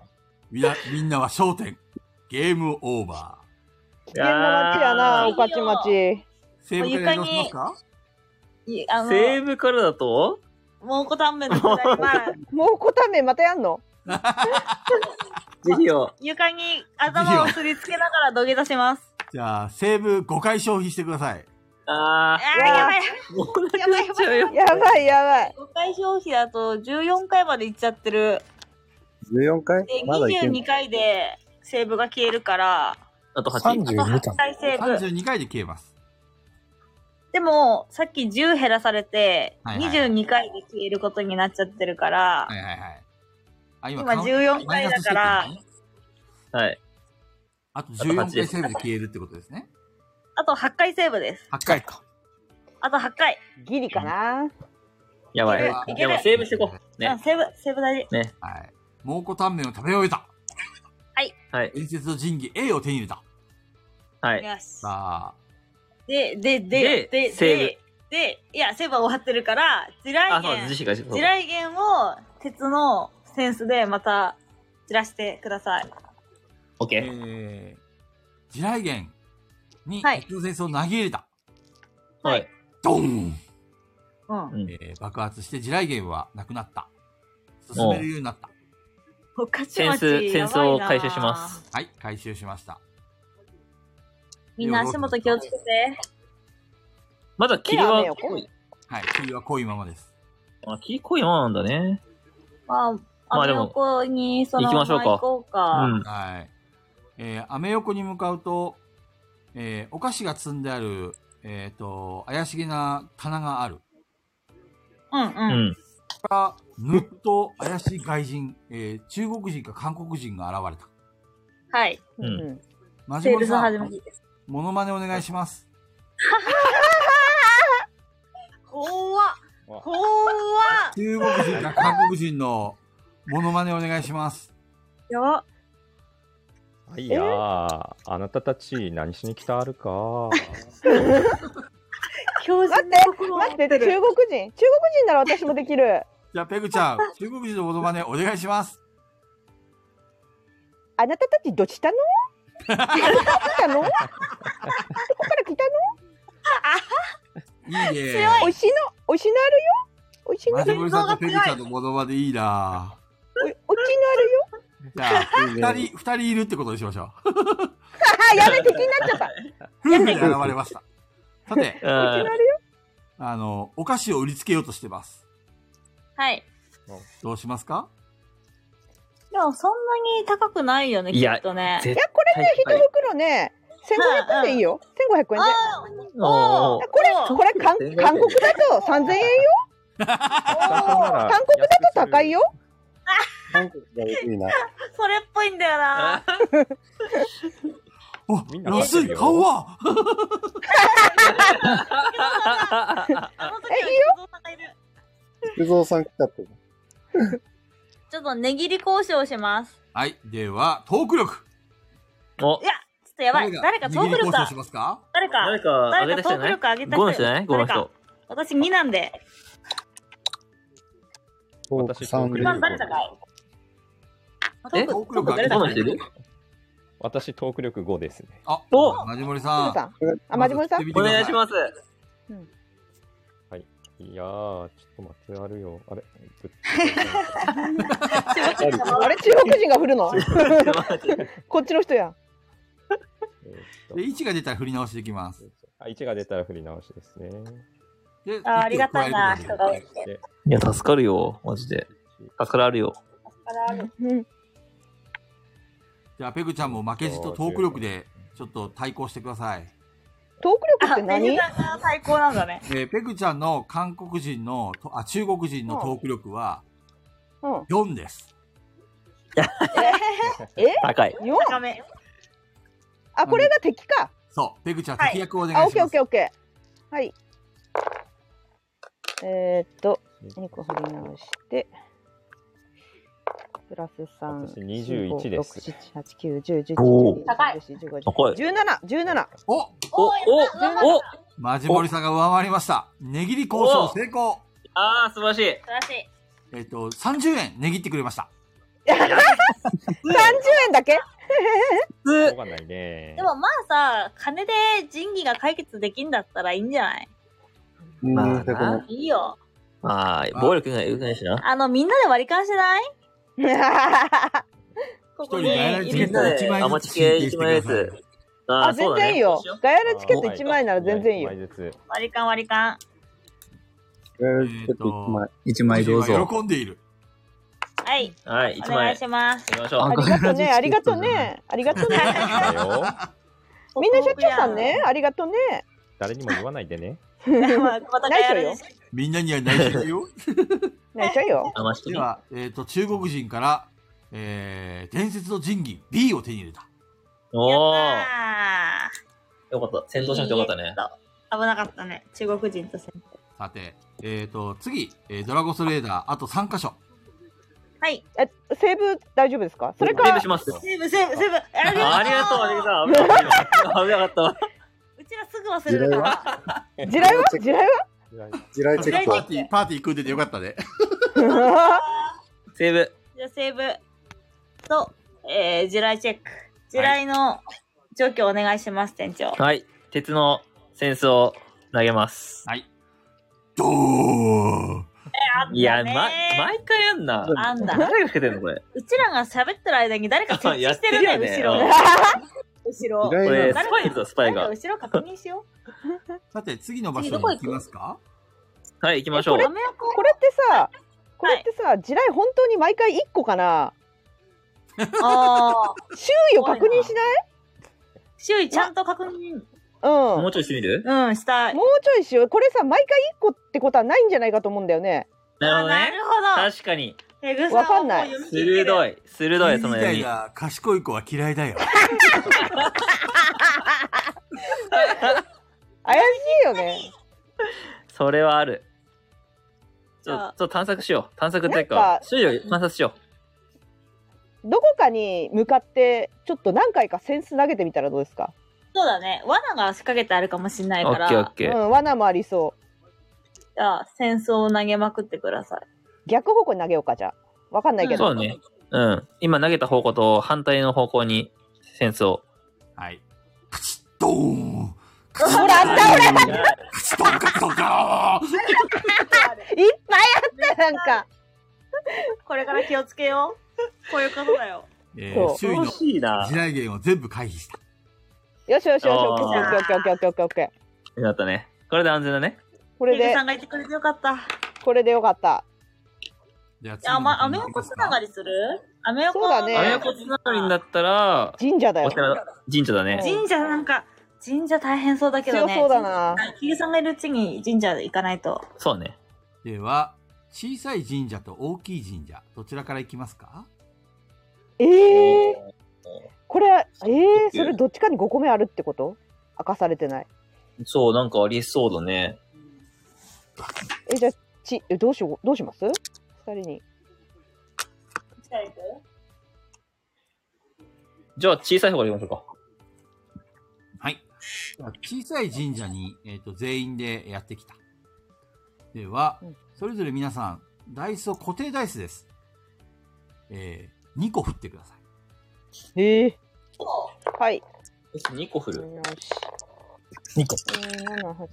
A: みんなは焦点。ゲームオーバ
I: ー。危険な街やな、おかち町。
A: セーブから移動しますか？
C: セーブからだと
B: 蒙古タンメンのくだりは。
I: 蒙古タンメンまたやんの？
C: ぜひよ。
B: 床に頭をすりつけながら土下座します。
A: じゃあ、セーブ5回消費してください。
B: やばい。
I: やばい。
B: 5回消費だと14回までいっちゃってる。
H: 14回
B: で、22回でセーブが消えるから、
C: あと8
B: 回セーブ。
A: 32回で消えます。
B: でも、さっき10減らされて、22回で消えることになっちゃってるから、今14回だから、
C: はい。
A: あと14回セーブで消えるってことですね。
B: あと8回セーブです。
A: 8回か。
B: あと8回。
I: ギリかな。
C: やばい。でもセーブしてこう。ね。
B: セーブ大事。
C: ね。
A: はい。蒙古タンメンを食べ終えた。
B: はい。
A: 伝説の神器 A を手に入れた。
C: はい。
B: よし。
A: さあ。
B: で、いや、セーブは終わってるから、地雷原を鉄のセンスでまた散らしてください。
C: OK。
A: 地雷原に鉄のセンスを投げ入れた。
C: はい。
A: ドン！爆発して地雷原はなくなった。進めるようになった。
C: センスを回収します。
A: はい、回収しました。
B: みんな足元気をつけて。
C: まだ霧は
A: 濃い。はい、霧は濃いままです。
C: 霧濃いままなんだね。
B: まあでも、行
C: きましょうか。
B: 行こうか。
A: はい。アメ横に向かうと、お菓子が積んである、怪しげな棚がある。ぬっと怪しい外人、中国人か韓国人が現れた。
B: はい。
A: マジ
B: セールス
A: モリさん、
B: 始まりです。
A: モノマネお願いします。
B: 怖っ怖っ
A: 中国人か韓国人のモノマネお願いします。
B: やば。
F: いやー、あなたたち何しに来たあるか。
I: 待って、中国人なら私もできる。
A: じゃあ、ペグちゃん、中国人のモノマネお願いします。
I: あなたたちどっち来たの？どこ来たの？どこから来た
A: いいね。
I: の？おいしいのあるよ。おいしいの。
A: マジモリさんとペグちゃんのモノマネいいな。
I: おいしいのあるよ。
A: じゃあ、二人いるってことにしましょう。
I: やべ、敵になっちゃった。
A: 夫婦で現れました。さて、
I: おいしいのあるよ。
A: お菓子を売りつけようとしてます。
B: はい。
A: どうしますか？
B: でもそんなに高くないよね、きっとね。
I: いや、これね、一袋ね、1500円でいいよ。1500円で。これ、韓国だと3000円よ。韓国だと高いよ。
H: 韓国が安いな。
B: それっぽいんだよな。
A: 安い、買うわ。
I: いいよ。
H: 福蔵さん来たって。
B: ちょっと値切り交渉します。
A: はい。では、トーク力。
B: いや、ちょっとやばい。誰かトーク力か。誰かトーク力上げた人。
C: 5の人じゃない ?5 の人。
B: 私2なんで。
F: 私トーク力
B: 今誰だかい？
C: トーク力5の人いる？
F: 私トーク力5ですね。
A: マジモリさん。
I: マジモリさん。
C: お願いします。
F: はい。いやー、ちょっと待って、あるよ。あれ
I: あれ中国人が振るのこっちの人や。
A: で、1が出たら振り直しできます。
F: 1が出たら振り直しですね。
B: ありがたいな、人が多くて。
C: いや、助かるよ、マジで。助かるよ。
A: じゃあ、ペグちゃんも負けじとトーク力で、ちょっと対抗してください。
I: トーク力って何？
B: 最高なんだね。
A: ペグちゃんの中国人のトーク力は、4です。
C: 高い。
B: 高め。
I: あ、これが敵か。
A: そう、ペグちゃん敵役をお願いします。
I: オッケー。はい。2個振り直して、プラス3、
F: 21です。
I: 6、7、8、9、10、11、12、13、14、15、17。
A: おマジモリさんが上回りました。値切り交渉成功。
C: あー、素晴らしい。
A: 30円値切ってくれました。
I: 30円だけ
F: しょうがないね。
B: でもまあさ、金で仁義が解決できんだったらいいんじゃない？
C: まあ
B: いいよ。
C: まあ、暴力が良くないしな。
B: みんなで割り勘しない？ここに
C: みんなでアマチケ1枚ずつ。
I: あ、全然いいよ。ガヤラチケット1枚なら全然いいよ。
B: 割り勘。
J: 1枚どうぞ。
A: 喜んでいる。
B: はい。
C: はい、
B: お願いします。
C: 行きましょう。
I: ありがとね。みんなしょっちゅうさんね。ありがとね。
F: 誰にも言わないでね。
B: またガヤラよ。
A: みんなには内緒よ。
I: 内緒よ。
A: では、中国人から、伝説の神器 B を手に入れた。
C: おー。よかった。戦闘しなくてよかったね。
B: 危なかったね。中国人と戦闘。
A: さて、次、ドラゴスレーダー、あと3箇所。
B: はい。
I: セーブ大丈夫ですか？それか。
C: セーブします。
B: セーブ。
C: ありがとう、危なかった。
B: うちらすぐ忘れるから。
I: 地雷は
H: 地雷チェック。
A: パーティー組んでてよかったね。
C: セーブ。
B: じゃあセーブと、地雷チェック。地雷の状況お願いします、店長。
C: はい。鉄のセンスを投げます。
A: はい。ドー
C: いや、毎回やんな。
B: あんだ。
C: 誰がかけてんのこれ。
B: うちらが喋ってる間に誰か設置してるね、後ろ。後ろ。
C: これ、スパイとスパイが。
B: 後ろ確認しよ
A: う。さて、次の場所に行きますか？
C: はい、行きましょう。
I: これってさ、地雷本当に毎回1個かな？周囲を確認しない？
B: 周囲ちゃんと確認。
C: もうちょいしてみる？
B: したい。
I: もうちょいしよう。これさ、毎回1個ってことはないんじゃないかと思うんだよね。
C: なるほどね。
B: なるほど。
C: 確かに。
B: ペグ
I: わかんない。
C: 鋭い、鋭い、その
A: みた
C: 読み。
A: いな賢い子は嫌いだよ。
I: 怪しいよね。
C: それはある。ちょっと探索しよう。探索っていう
I: なんか、
C: か周囲を観察しよ
I: どこかに向かってちょっと何回かセンス投げてみたらどうですか？
B: そうだね。罠が仕掛けてあるかもしれないか
C: オッケーオッ
B: ら、
C: ケー。
I: うん、罠もありそう。
B: じゃあ、センスを投げまくってください。
I: 逆方向に投げようか、じゃあ。わかんないけど。
C: そうね。うん。今投げた方向と反対の方向にセンスを。
A: はい。プチッドーン。
I: ほら、あったほら、
A: プチッドーンカットガー。
I: いっぱいあった、なんか。
B: これから気をつけよう。こういうことだよ。
A: 周囲の
C: しいな
A: 地雷原を全部回避した。
I: よしよしよし、オッケーオ
C: あー
I: ッケーオッケーオッケーオッケーオッケー。
C: だったね。これで安全だね。
I: これで
B: ペグさ、んがいてくれてよかった。
I: これでよかった。
A: じゃあ
B: じゃあ、アメ横つながりする？アメ横
I: そうだね
C: アメ横つながりになったら、
I: 神社だよ
C: お。寺神社だね。
B: 神社なんか、神社大変そうだけどね。
I: 強そうだな。
B: ヒゲさんがいるうちに神社行かないと。
C: そうね。
A: では、小さい神社と大きい神社、どちらから行きますか？
I: これ、それどっちかに5個目あるってこと？明かされてない。
C: そう、なんかありそうだね。
I: じゃあ、どうします二人に。
C: じゃあ小さい方から行きましょうか。
A: はい。小さい神社に、全員でやってきた。では、それぞれ皆さん、ダイスを固定ダイスです。2個振ってください。
I: はい。
C: 2個振る。
I: よし。
G: 2個。
I: 7、8。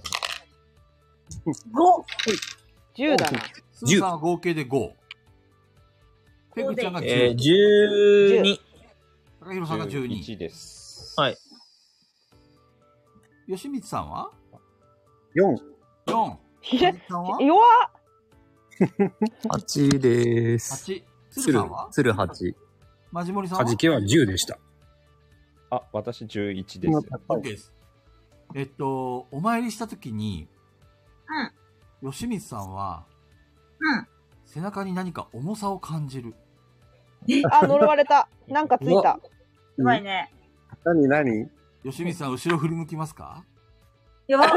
B: 5!10
I: だな。
A: すずさんは合計で5。ペグちゃんが10。
C: 12。
A: 高弘さんが12。
F: 1です。
C: はい。
A: 吉光さんは
H: 4。
A: 4。
I: 弱っ
J: 8でーす。
A: 8。鶴さんは
J: 鶴8。
A: マジモリさんは
G: はじけは10でした。
F: あ、私11です。
A: OK です。お参りしたときに、吉光さんは、背中に何か重さを感じる。
I: あ、呪われた。なんかついた。
B: うまいね。
H: 何
A: 吉光さん、後ろ振り向きますか？
B: やばい。
I: 怖い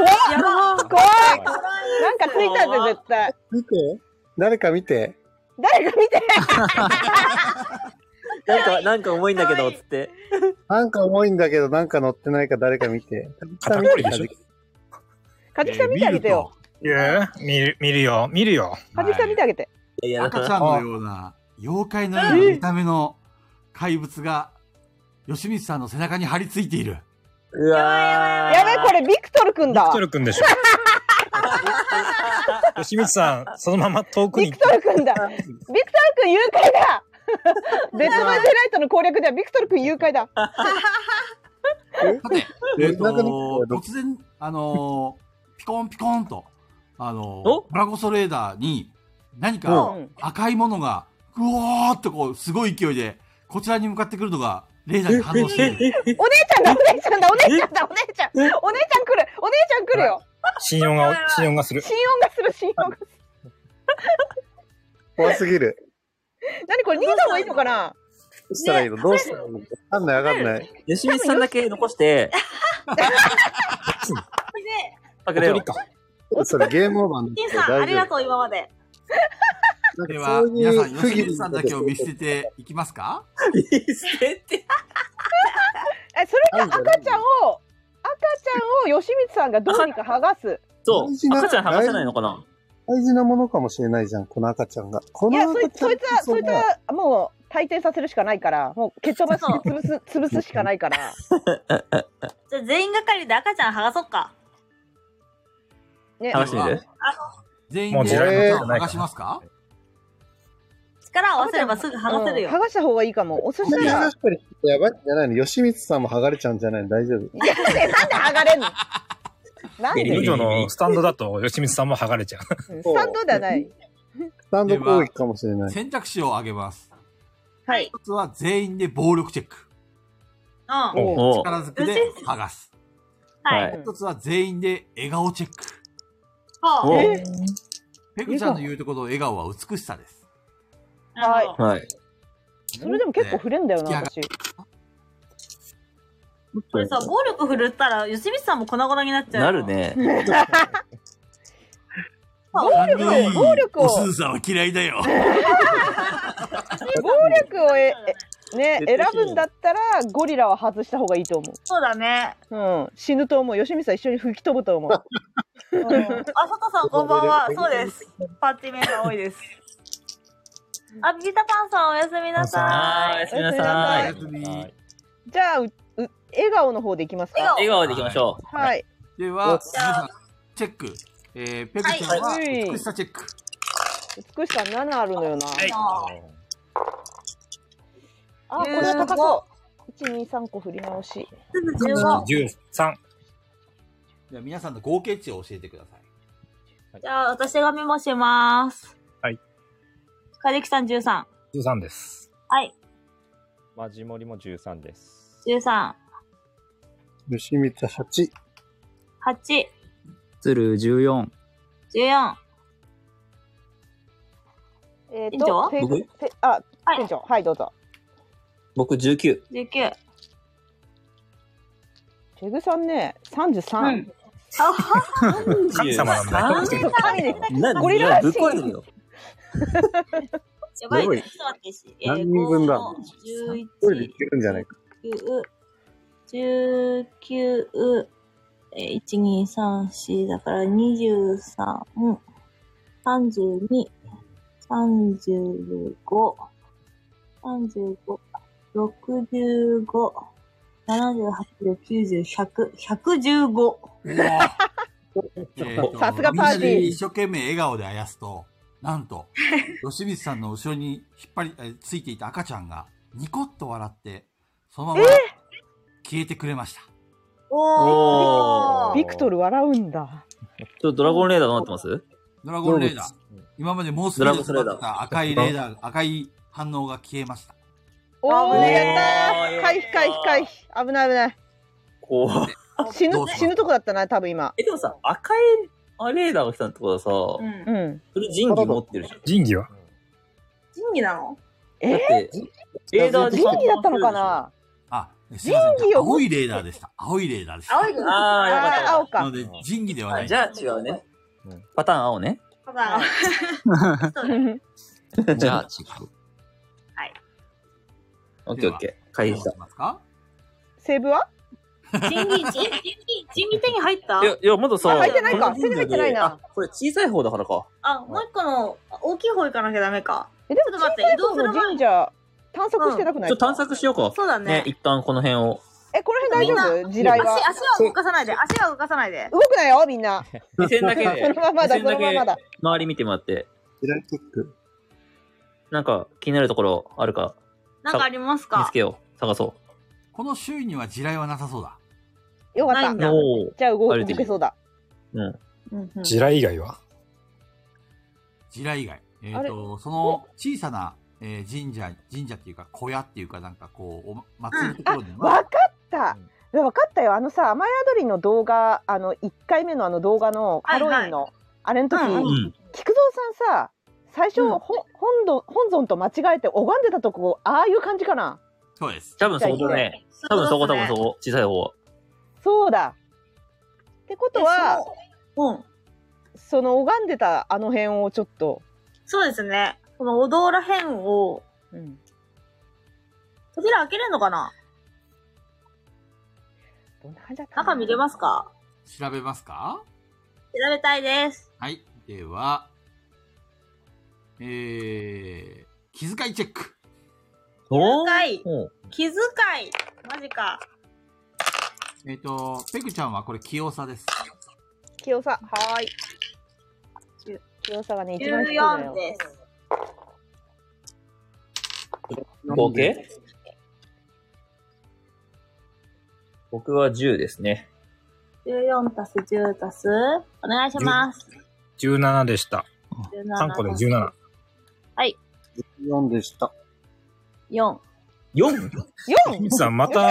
I: なんかついたんで、絶対。
H: 見て。誰か見て。
I: 誰か見て
C: なんか重いんだけど、つって。
H: なんか重いんだけど、なんか乗ってないか誰か見て。
G: 肩こりでしょ。
I: かじきさん見てあげてよ。
G: いや、見るよ。
I: かじきさん見てあげて。
A: 赤ちゃんのような、妖怪のような見た目の怪物が、吉光さんの背中に張り付いている。
C: うわ
I: やべえ、これビクトルくんだわ。
G: ビクトルくんでしょ。吉光さん、そのまま遠くに。
I: ビクトルくんだ。ビクトルくん誘拐だデッドバイデイライトの攻略ではビクトルくん誘拐だ。
A: さて、突然、ピコンピコンと、ブラゴソレーダーに何か赤いものが、ぐわーっとこう、すごい勢いで、こちらに向かってくるのが、レーダーに反応している。
I: お姉ちゃんだ、お姉ちゃんだ、お姉ちゃんだ、お姉ちゃん。お姉ちゃん来る、お姉ちゃん来るよ。
G: 心音がする。
I: 心音がする。
H: 怖すぎる。
I: 何これ、逃げた方がいいのかな？
H: どうしたらいいの？どうしたらいいの？わかんない。
C: 吉光さんだけ残して、
A: パクれよ。
H: それゲームオーバー
B: 金さん、ありがとう、今まで。
A: では、皆さん、吉光さんだけを見捨てていきますか？
C: 見捨てて。
I: それか赤ちゃんを吉光さんがどうにか剥がす。
C: そう。赤ちゃん剥がせないのかな？
H: 大事なものかもしれないじゃん、この赤ちゃんが。
I: いや、そいつは、もう、退店させるしかないから、もう、蹴飛ばして潰すしかないから。
B: じゃあ、全員がかりで赤ちゃん剥がそっか。
C: ね。剥がしてみる？
A: 全員で剥がしますか？
B: 力を合わせればすぐ剥がせるよ。
I: 剥がした方がいいかも。そしたら。
H: やばいんじゃないの？吉光さんも剥がれちゃうんじゃないの？大丈夫？
I: いや、なんで剥がれんの？なんで？
G: 以上のスタンドだと吉光さんも剥がれちゃう。
I: スタンドではない。
H: スタンド攻撃かもしれない。
A: 選択肢を挙げます。
I: はい。
A: 一つは全員で暴力チェック。力ずくで剥がす。
B: はい。
A: 一つは全員で笑顔チェック。ペグちゃんの言うところの笑顔は美しさです。
I: はい。
C: はい。
I: それでも結構触れんだよな、私。
B: これさ、暴力振るったら、吉光さんも粉々になっちゃう。
C: なるね。
I: 暴力を。
A: おすずさんは嫌いだよ。
I: 暴力をね、選ぶんだったら、ゴリラは外した方がいいと思う。
B: そうだね。
I: うん。死ぬと思う。吉見さん一緒に吹き飛ぶと思う。
B: あ、佐藤さんこんばんは。そうです。パーティーメンバー多いです。あ、ビタパンさんおやすみなさい。
C: おやすみなさい。
I: じゃあ、笑顔の方でいきますか。
C: 笑顔でいきましょ
I: う。はい。
A: では、皆さん、チェック。ペグちゃんは美しさチェック。
I: 美しさ7あるのよな。あ、これは高そう。1、2、3個振り直し。
G: 13。
A: じゃあ皆さんの合計値を教えてください。
B: じゃあ、私がメモします。
G: はい。
B: かじきさん13。
G: 13です。
B: はい。
F: マジモリも13です。
B: 13。
H: 吉光8。
B: 8。
J: 鶴14。
B: 14。
I: 店長店長、はい、どうぞ。
C: 僕19。
B: 19。
I: ペグさんね、33。
G: 神様なんだよ。
I: ゴリラらしい。
C: ぶっ壊れるよ。
B: やばいね。ちょっと待ってし。
H: 何人分だ。
B: 11。
H: これでいけるんじゃないか。
B: 19。1、2、3、4だから23、32、35、65、78、90、100、115。
I: さすがパーティー。
A: 一生懸命笑顔であやすと、なんと、吉光さんの後ろについていた赤ちゃんがニコッと笑って、そのまま消えてくれました。
I: ビクトル笑うんだ。
C: ちょっとドラゴンレーダーどうなってます？
A: ドラゴンレーダー。今までもうすぐ育った赤いレーダー、赤い反応が消えました。
I: おー、やったー。回避。危ない。死ぬとこだったな、多分今。
C: でもさ、赤いレーダーが来たってことはさ、それ神器持ってるじゃん。
G: 神器は
B: 神器なの？
C: だって、レーダー
I: 神器だったのかな？
A: 神器を青いレーダーでした。青いレーダーでした。
C: ああ、よかった。
I: 青か。
A: なので、神器ではない。
C: じゃあ違うね。パターン青ね。
B: パターン。
J: じゃあ違う。
B: はい。
C: オッケー。回避した。
I: セーブは？
B: 神器手に入った？
C: いや、まださ。
I: 入ってないか。手に入ってないな。
C: これ小さい方だからか。
B: あ、もう一個の大きい方行かなきゃダメか。
I: でも小さい方の神社探索してなくない？
C: 探索しようか。
B: そうだね。
C: 一旦この辺を。
I: この辺大丈夫？地雷は。
B: 足は動かさないで。
I: 動くなよ、みんな。
C: 目線だけで。
I: そのままだ。
C: 周り見てもらって。
H: 地雷チェック。
C: なんか気になるところあるか。
B: なんかありますか？
C: 見つけよう。探そう。
A: この周囲には地雷はなさそうだ。
I: よかった。じゃあ動けそうだ。
G: 地雷以外は？
A: 地雷以外。その小さな神社っていうか小屋っていうかなんかこう祭るところで
I: わかったよ。雨宿りの動画、1回目の動画のハロウィンのあれの時、菊蔵さんさ、最初本尊と間違えて拝んでたとこ、ああいう感じかな。
A: そうです。
C: 多分そこだね。多分そこ小さい方。
I: そうだ。ってことは、その拝んでたあの辺をちょっと。
B: そうですね。このお堂ら辺を、扉開けれんのかな？中見れますか？
A: 調べますか？
B: 調べたいです。
A: はい。では、気遣いチェック。
B: 気遣いマジか。
A: ペグちゃんはこれ清さです。
I: 清さ、はーい。清さがね、一番低いのよ。
B: 14です。
C: 合計？僕は10ですね。
B: 14足す10足すお願いします。
G: 17でした。3個で17。
B: はい。
H: 14でした。
B: 4。
G: さん、また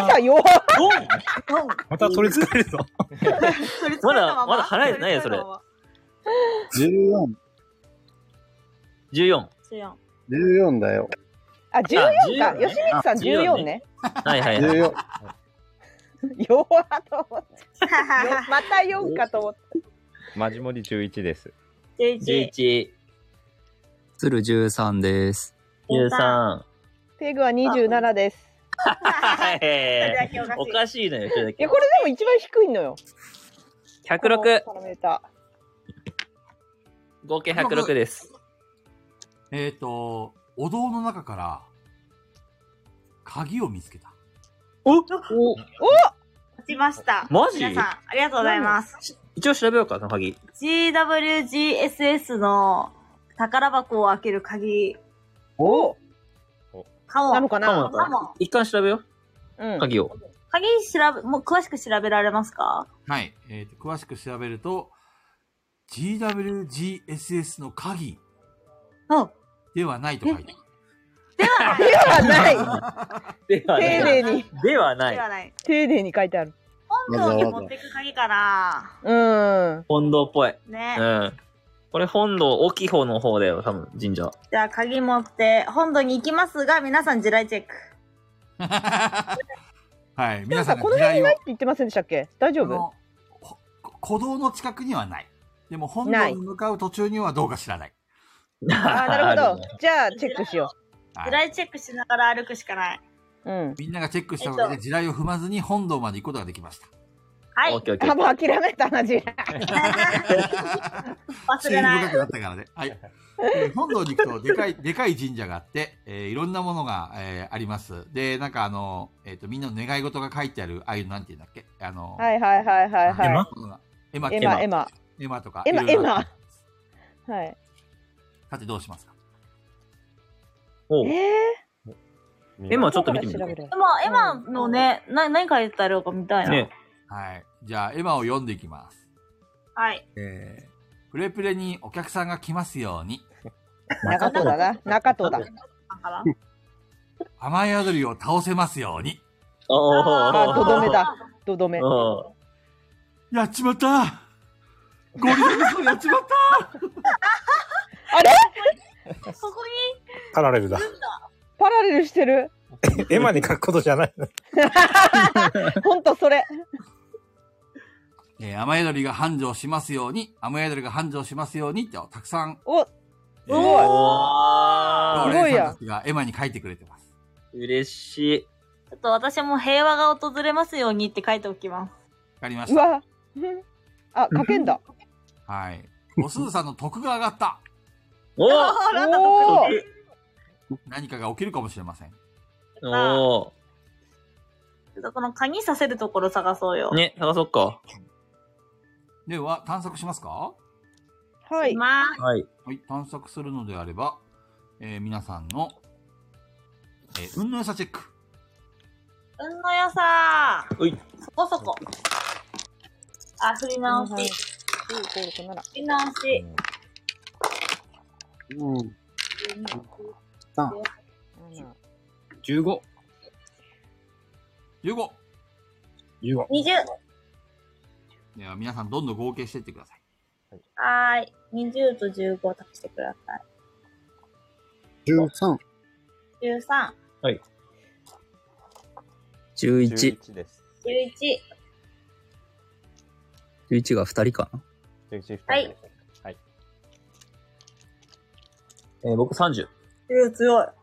G: 取り憑かれるぞ。
C: まだ払えてないよ、それ。
H: 14。 14だよ。
I: あ、14か。
C: 14ね
I: 吉光さん14ね。
C: はいはいはい。
H: 14。
I: 弱と思って。また4かと思って。
F: マジモリ11です。
B: 11。
C: 11、
J: 鶴13です。
C: 13。
I: ペグは27です。
C: おかしいのよ、それだけ
I: いや、。これでも一番低いのよ。
C: 106。
I: パラメータ
C: 合計106です。
A: お堂の中から、鍵を見つけた。
I: お
B: 落ちました。
C: マジ
B: 皆さん、ありがとうございます。
C: 一応調べようか、その鍵。
B: GWGSS の宝箱を開ける鍵
I: お
B: かも。
I: なのかな
B: かも。
C: 一貫調べよ
I: う。
C: う。鍵を。
B: 鍵もう詳しく調べられますか？
A: はい。詳しく調べると、GWGSS の鍵ではないと書いてある。
I: ではない。
C: ではない。
I: 丁寧に。
C: ではない。
B: ではない。
I: 丁寧に書いてある。
B: 本堂に持ってく鍵かな。
I: うん。
C: 本堂っぽい。
B: ね。
C: うん。これ本堂、大きい方の方だよ、多分、神社。
B: じゃあ鍵持って本堂に行きますが、皆さん地雷チェック。
A: はい。
I: でも
A: 皆さ
I: さ、この辺
A: んが地雷を
I: にないって言ってませんでしたっけ？大丈夫？
A: 鼓動の近くにはない。でも本堂に向かう途中にはどうか知らない。
I: ああ、なるほど。じゃあ、チェックしよ
B: 地雷チェックしながら歩くしかない。
I: う。うん。
A: みんながチェックしたおかげで地雷を踏まずに本堂まで行くことができました。
B: はい。
C: オッケーオッケ
I: あ、もう
C: ー。
I: 諦めたな、地雷。
B: 忘れない。
A: 深くなったからね。はい。本堂に行くとでかい神社があって、いろんなものが、あります。で、なんかみんなの願い事が書いてある、ああいうのなんて言うんだっけ
I: はいはいはいはいはい。
A: エマ
I: エマ
A: とか。
I: エマ
A: いろいろある
I: はい。
A: さてどうしますか？
C: おう
I: エ
C: マちょっと見てみる。
B: エマのね、何書いてあるかみたいな。
C: ね。
A: はい。じゃあ、エマを読んでいきます。
B: はい。
A: プレプレにお客さんが来ますように。
I: 中戸だな。中戸だ。
A: 雨宿りを倒せますように。
I: あ、とどめだ。とどめ。
A: やっちまったゴリラさんやっちまった
I: あれ
B: そこに
G: パラレルだ。
I: パラレルしてる。
G: エマに書くことじゃない。
I: ほんとそれ。
A: 雨宿りが繁盛しますように、雨宿りが繁盛しますようにってたくさん、
I: お、すごい。
A: すごいや。がエマに書いてくれてます。
C: 嬉しい。
B: ちょっと私も平和が訪れますようにって書いておきます。
A: わかりました。
I: うわ。あ、書けんだ。
A: はい。おすずさんの得が上がった。
C: お
B: なんだ得。
A: 何かが起きるかもしれません。
C: お
B: ちょっとこの鍵させるところ探そうよ。
C: ね、探そっか。
A: では、探索しますか？
I: はい。
B: はい
C: はい。
A: 探索するのであれば、皆さんの、運の良さチェック。
B: 運の良さ
C: うい。
B: そこそこ。あ、振り直し。振り直し。
A: 15。15。
G: 15。
B: 20。
A: では、皆さんどんどん合計していってください。
B: はーい。20と15足してください。
H: 13。
B: 13。
C: はい。
J: 11。
F: です。
B: 11。
J: 11が2人かな。
F: 11、
B: はい。
F: はい。
C: 僕30。
B: 強い。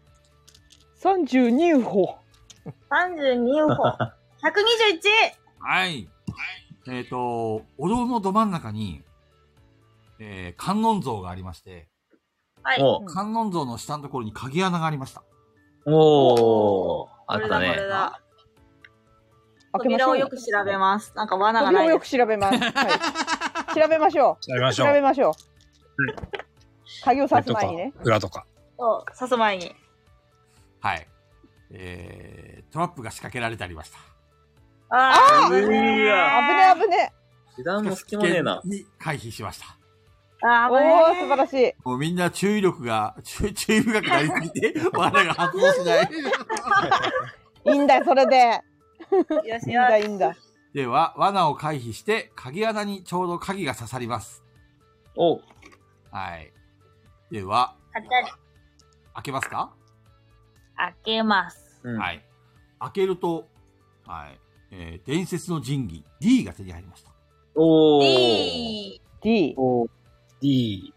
I: 32歩。
B: 32歩。121!
A: はい。お堂のど真ん中に、観音像がありまして、
B: はい。
A: 観音像の下のところに鍵穴がありました。
C: おー、あったね。
B: これだ。
I: 開けましょう。
B: 扉をよく調べます。なんか罠がないです。
I: 扉をよく調べます。はい。調べましょう。
G: 調べましょう。
I: 調べましょう。鍵を刺す前にね。
G: 裏とか。
B: そう、刺す前に。
A: はい。トラップが仕掛けられてありました。
B: あー、危ね
I: 危ね危ね。
C: 時短も隙もねえな。
A: に回避しました。
B: あー、
I: お
B: 危ね
I: ー、素晴らしい。
A: もうみんな注意深くなりすぎて、罠が発動しない。
I: いいんだよ、それで。
B: よし
I: いいんだ、いいんだ。
A: では、罠を回避して、鍵穴にちょうど鍵が刺さります。
C: お
A: はい。では、 開けますか？
B: 開けます。
A: はい。開けると、はい。伝説の神器 D が手に入りました。
C: おー。
B: D。
C: D。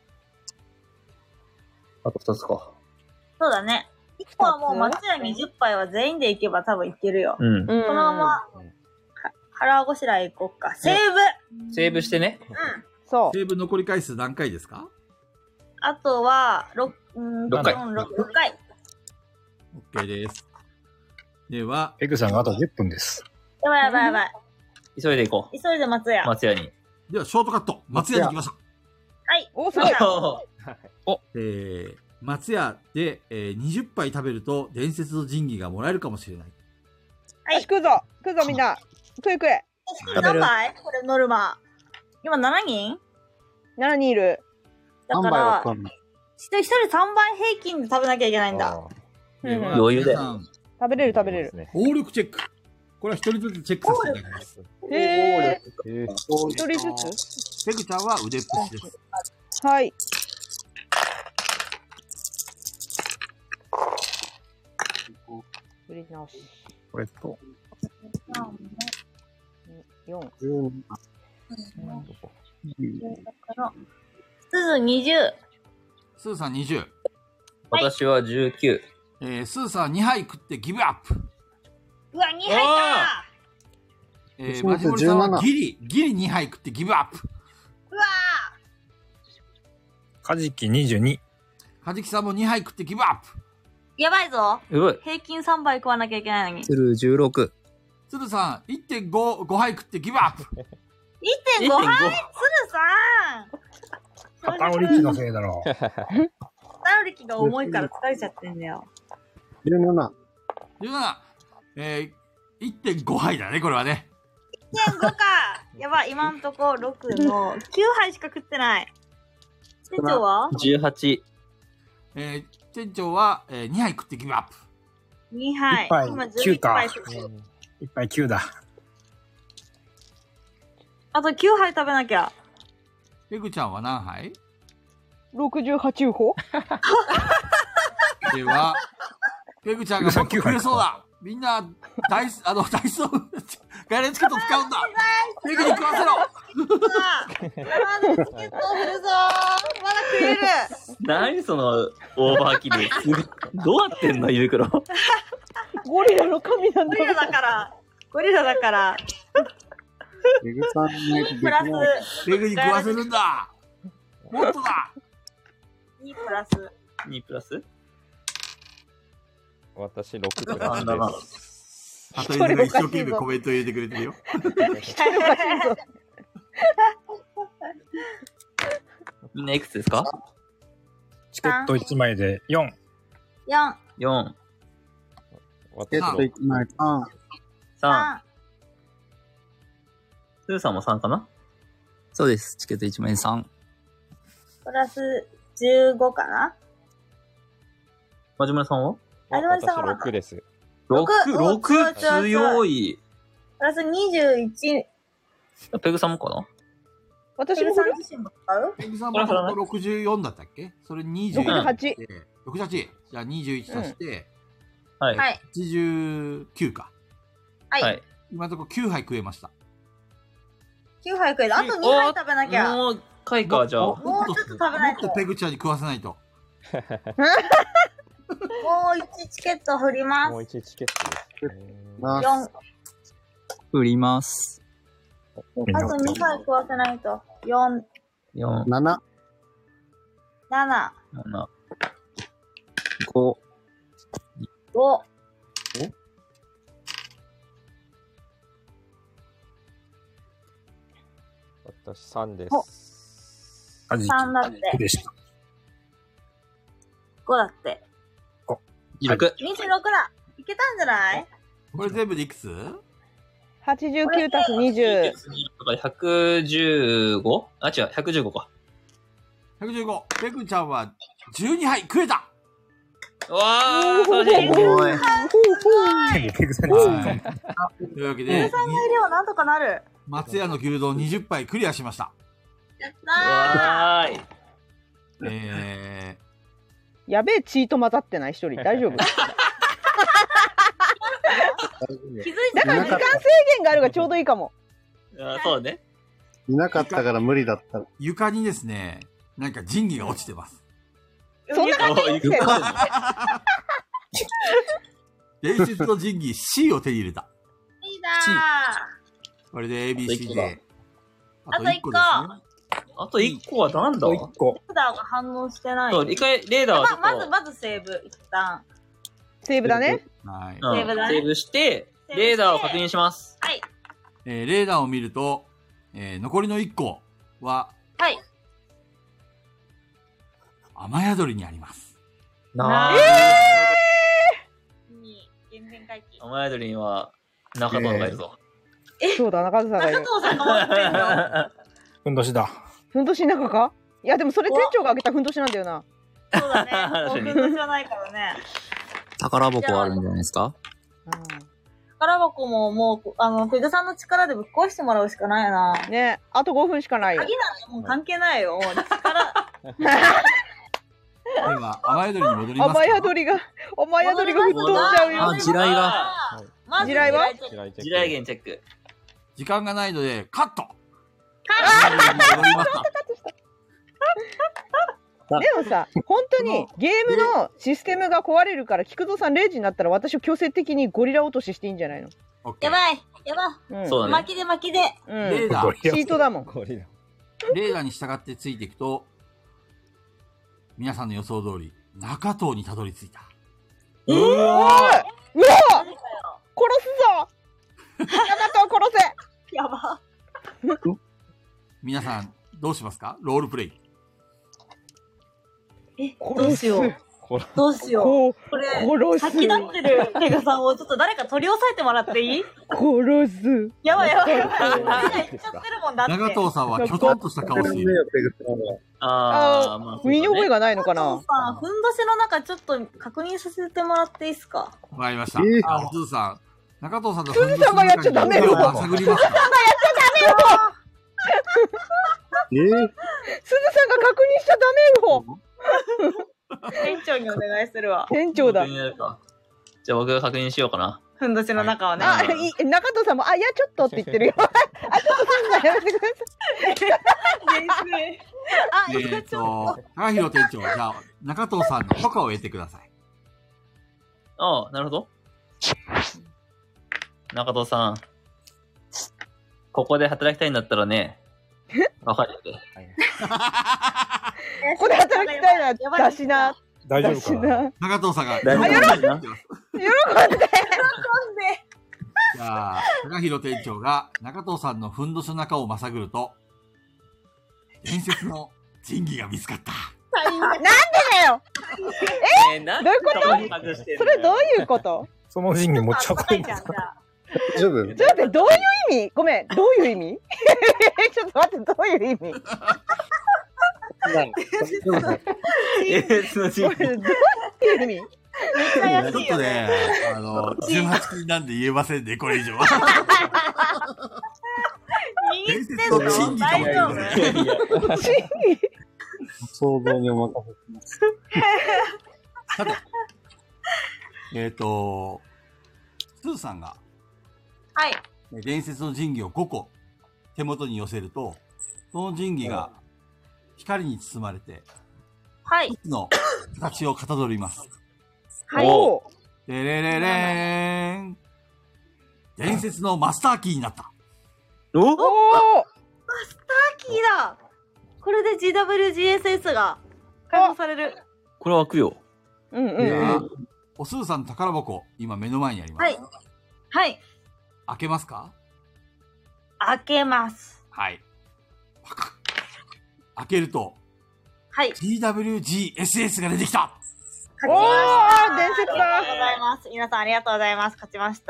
C: あと2つか。
B: そうだね。1個はもう松屋に10杯は全員で行けば多分いけるよ。
C: うん。
B: このまま、腹ごしらえ行こっか。セーブ。
C: セーブしてね。
B: うん。
I: そう。
A: セーブ残り回数何回ですか？
B: あとは、6回。
C: 6
B: 回。
A: OK です。では、
G: ペグさんがあと10分です。
B: やばいやばいやばい。
C: 急いで行こう。
B: 急いで松屋。
C: 松屋に。
A: では、ショートカット。松屋に行きました。
B: はい。
I: お、すごい。
C: お、
A: 松屋で、20杯食べると伝説の神器がもらえるかもしれない。
B: はい。
I: 食うぞみんな。食え。
B: 何杯これノルマ。今7人
I: ?7 人いる。
B: だから、一人3杯平均で食べなきゃいけないんだ。
C: 余裕で。
I: 食べれる。
A: 効力チェック。これは一人ずつチェックさせていただきます。
I: 一人ずつ？
A: ペグちゃんは腕っぷしです。
I: はい。振り直し。
G: これと。
I: 4。
B: すず20。
A: スーさん20。
C: 私は19。
A: スーさん2杯食ってギブアップ。
B: うわ、2杯か
A: マジモリさんはギリ2杯食ってギブアップ。
B: うわ
G: カジキ22。
A: カジキさんも2杯食ってギブアップ。
B: やばいぞ。
C: うわ。
B: 平均3杯食わなきゃいけないのに。
J: 鶴16。
A: 鶴さん 1.5 杯食ってギブアップ。
B: 1.5 杯？鶴さん
G: 片折り機のせいだろ。
B: 片折り機が重いから疲れちゃってんだよ。
H: 17。
A: 1.5 杯だね、これはね。
B: 1.5 か。やばい、今んとこ6の9杯しか食ってない。店長は
C: ?18。
A: 店長は、2杯食ってギブアップ。
B: 2杯。
G: 1杯
B: 今
G: 9か。
B: 杯
G: 1杯9だ。
B: あと9杯食べなきゃ。
A: ペグちゃんは何杯？
I: 68歩
A: では、ペグちゃんがもっと食えそうだ。みんな、ダイソー、ガイレチケット使うんだ。ペグに食わせろ。
B: まだチケット振るぞ。まだ食える。
C: 何そのオーバーキル。どうやってんの、胃袋。
I: ゴリラの神なんだ。
B: ゴリラだから。
H: ペグさんに
B: プラス。
A: ペグに食わせるんだ。もっとだ。
B: 2プラス。
C: 2プラス
F: 私6プラスです。
A: あとが一生懸命コメント入れてくれてるよ。
C: みんないくつですか？
G: チケット1枚で4。
C: 4。
H: チケット1枚3。
C: スーさんも3かな？
J: そうです。チケット1枚3。
B: プラス15かな？
C: マジムラさんは？
F: 私6です。
C: 6強い。
B: プラス21。
C: ペグさんもかな？
I: 私も
B: ペグさん自身も使う？
A: ペグさんも64だったっけ？それ21。
I: 68。
A: 68。じゃあ21足して、
C: はい。
A: 89か。
B: はい。
A: 今のところ9杯食えました。
B: 9杯食えた。あと2杯食べなきゃ。
C: もう回か、じゃあ。
B: もうちょっと食べないと。
A: もっとペグちゃんに食わせないと。
B: もう1チケット振ります。
F: もう1チケットです、ね。
B: 4。
J: 振ります。
B: あと2回食わせないと。4。
C: 7。
B: 7。
C: 5。
B: 5。
F: 私3です。
B: 3だって。5だって。
C: 100。
B: 26だ。いけたんじゃない？
A: これ全部でいくつ？
I: 89たす20。
C: 115？あ、違う、115か。
A: 115。ペグちゃんは12杯食えた。
C: わー、素晴らしい。
A: というわけで、
B: ペグさんの量なんとかなる。
A: 松屋の牛丼20杯クリアしました。
B: わ
C: ーい。
I: やべえチート混ざってない一人。大丈夫？
B: 気づい
I: だから時間制限があるがちょうどいいかも。
C: そうね。
H: いなかったから無理だった。
A: 床にですね、なんか神器が落ちてます。
I: そんな感じで落ちてる。
A: 伝説の神器 C を手に入れた。
B: いいな
A: これで ABC で。
B: あと1個。
C: あと1個はなんだ？
G: 1個。
B: レーダーが反応してない。
C: そう、一回レーダーは
B: まずセーブ、一旦。
I: セーブだね。
A: はい。
B: セーブだね。
C: セーブして、レーダーを確認します。
B: はい。
A: レーダーを見ると、残りの1個は、
B: はい。
A: 雨宿りにあります。
C: 雨宿りには中藤がいるぞ。
I: そうだ、中藤さんがいる。
B: 中藤さんが持ってんの？
G: ふんどしだ。
I: ふんどしの中か？いや、でもそれ店長が開けたふんどしなんだよな。
B: そうだね。もうふんどしはないからね。
J: 宝箱あるんじゃないですか？
B: 宝箱ももう、ペグさんの力でぶっ壊してもらうしかないな。
I: ね、あと5分しかないよ。
B: 鍵なんてもう関係ないよ。もう力。
A: では、雨宿りに戻りますか？
I: 雨宿りが吹っ飛んじゃうよ。
J: あ、地雷が。
I: 地雷は？
C: 地雷源チェック。
A: 時間がないので、カット。
I: でもさ、本当にゲームのシステムが壊れるから、菊蔵さん0時になったら私を強制的にゴリラ落とししていいんじゃないの？
B: やばいやばい。
C: そうだね。
B: 巻きで巻きで。
A: レーダー。
I: チートだもん。
A: レーダーに従ってついていくと、皆さんの予想通り、中藤にたどり着いた。
I: うわ殺すぞ中藤殺せ
B: やば。
A: 皆さん、どうしますか？ロールプレイ。
B: どうしよう。どうしよう。これ、先立ってるペグさんをちょっと誰か取り押さえてもらっていい？
I: 殺す。
B: やばいやばいやばい。言っちゃってるもんだって。
A: 長藤さんはきょとんとした顔している。
I: 身に覚えがないのかな？
B: 長藤さん、ふんどしの中ちょっと確認させてもらっていいですか？
A: わかりました。すずさん、中藤さんの
I: すずさんがやっちゃダメよ。すずさんがやっちゃダメよ。
H: すずさんが
I: 確認しちゃダメよ。
B: 店長にお願いするわ。
I: 店長だ。
C: じゃあ僕が確認しようかな。
B: ふんどしの中をね。
I: 中藤さんも、いや、ちょっとって言ってるよ。ちょっとすずさんやめてくだ
A: さい。高弘店長、じゃあ、中藤さんの許可を得てください。
C: ああ、なるほど。中藤さん、ここで働きたいんだったらね、わかるよね。
I: ここで働きたいな、だしな。
G: 大丈夫かな？
A: 中藤さんが、
I: 喜んで。
A: じゃあ、高弘店長が中藤さんのふんどしの中をまさぐると、伝説の神器が見つかった。
I: なんでだよ。どういうこと？それどういうこと？
G: その神器持ち運んで。
H: 大丈夫？
I: ちょっと待って、どういう意味？ごめん、どういう意味？ちょっと待って、どういう意味？
C: 伝説の神器。
I: どういう意味？
A: ちょっとね、18禁なんで言えませんね、これ以上は。伝説の神器かもしれない。
H: 想像にお任せします。
A: さて、スーさんが、
B: はい。
A: 伝説の神器を5個手元に寄せると、その神器が光に包まれて、
B: はい。
A: 一つの形をかたどります。
B: はい。
A: でれれれーん。伝説のマスターキーになった。
C: お
B: マスターキーだ。これで GWGSS が解放される。
C: これは開くよ。
A: おすずさんの宝箱、今目の前にあります。
B: はい。はい。
A: 開けますか？
B: 開けます。
A: はい。開けると、
B: はい。
A: GWGSS が出てきた。
B: 勝ちました。
I: 伝説だ。
B: ありがとうございます。皆さんありがとうございます。勝ちました。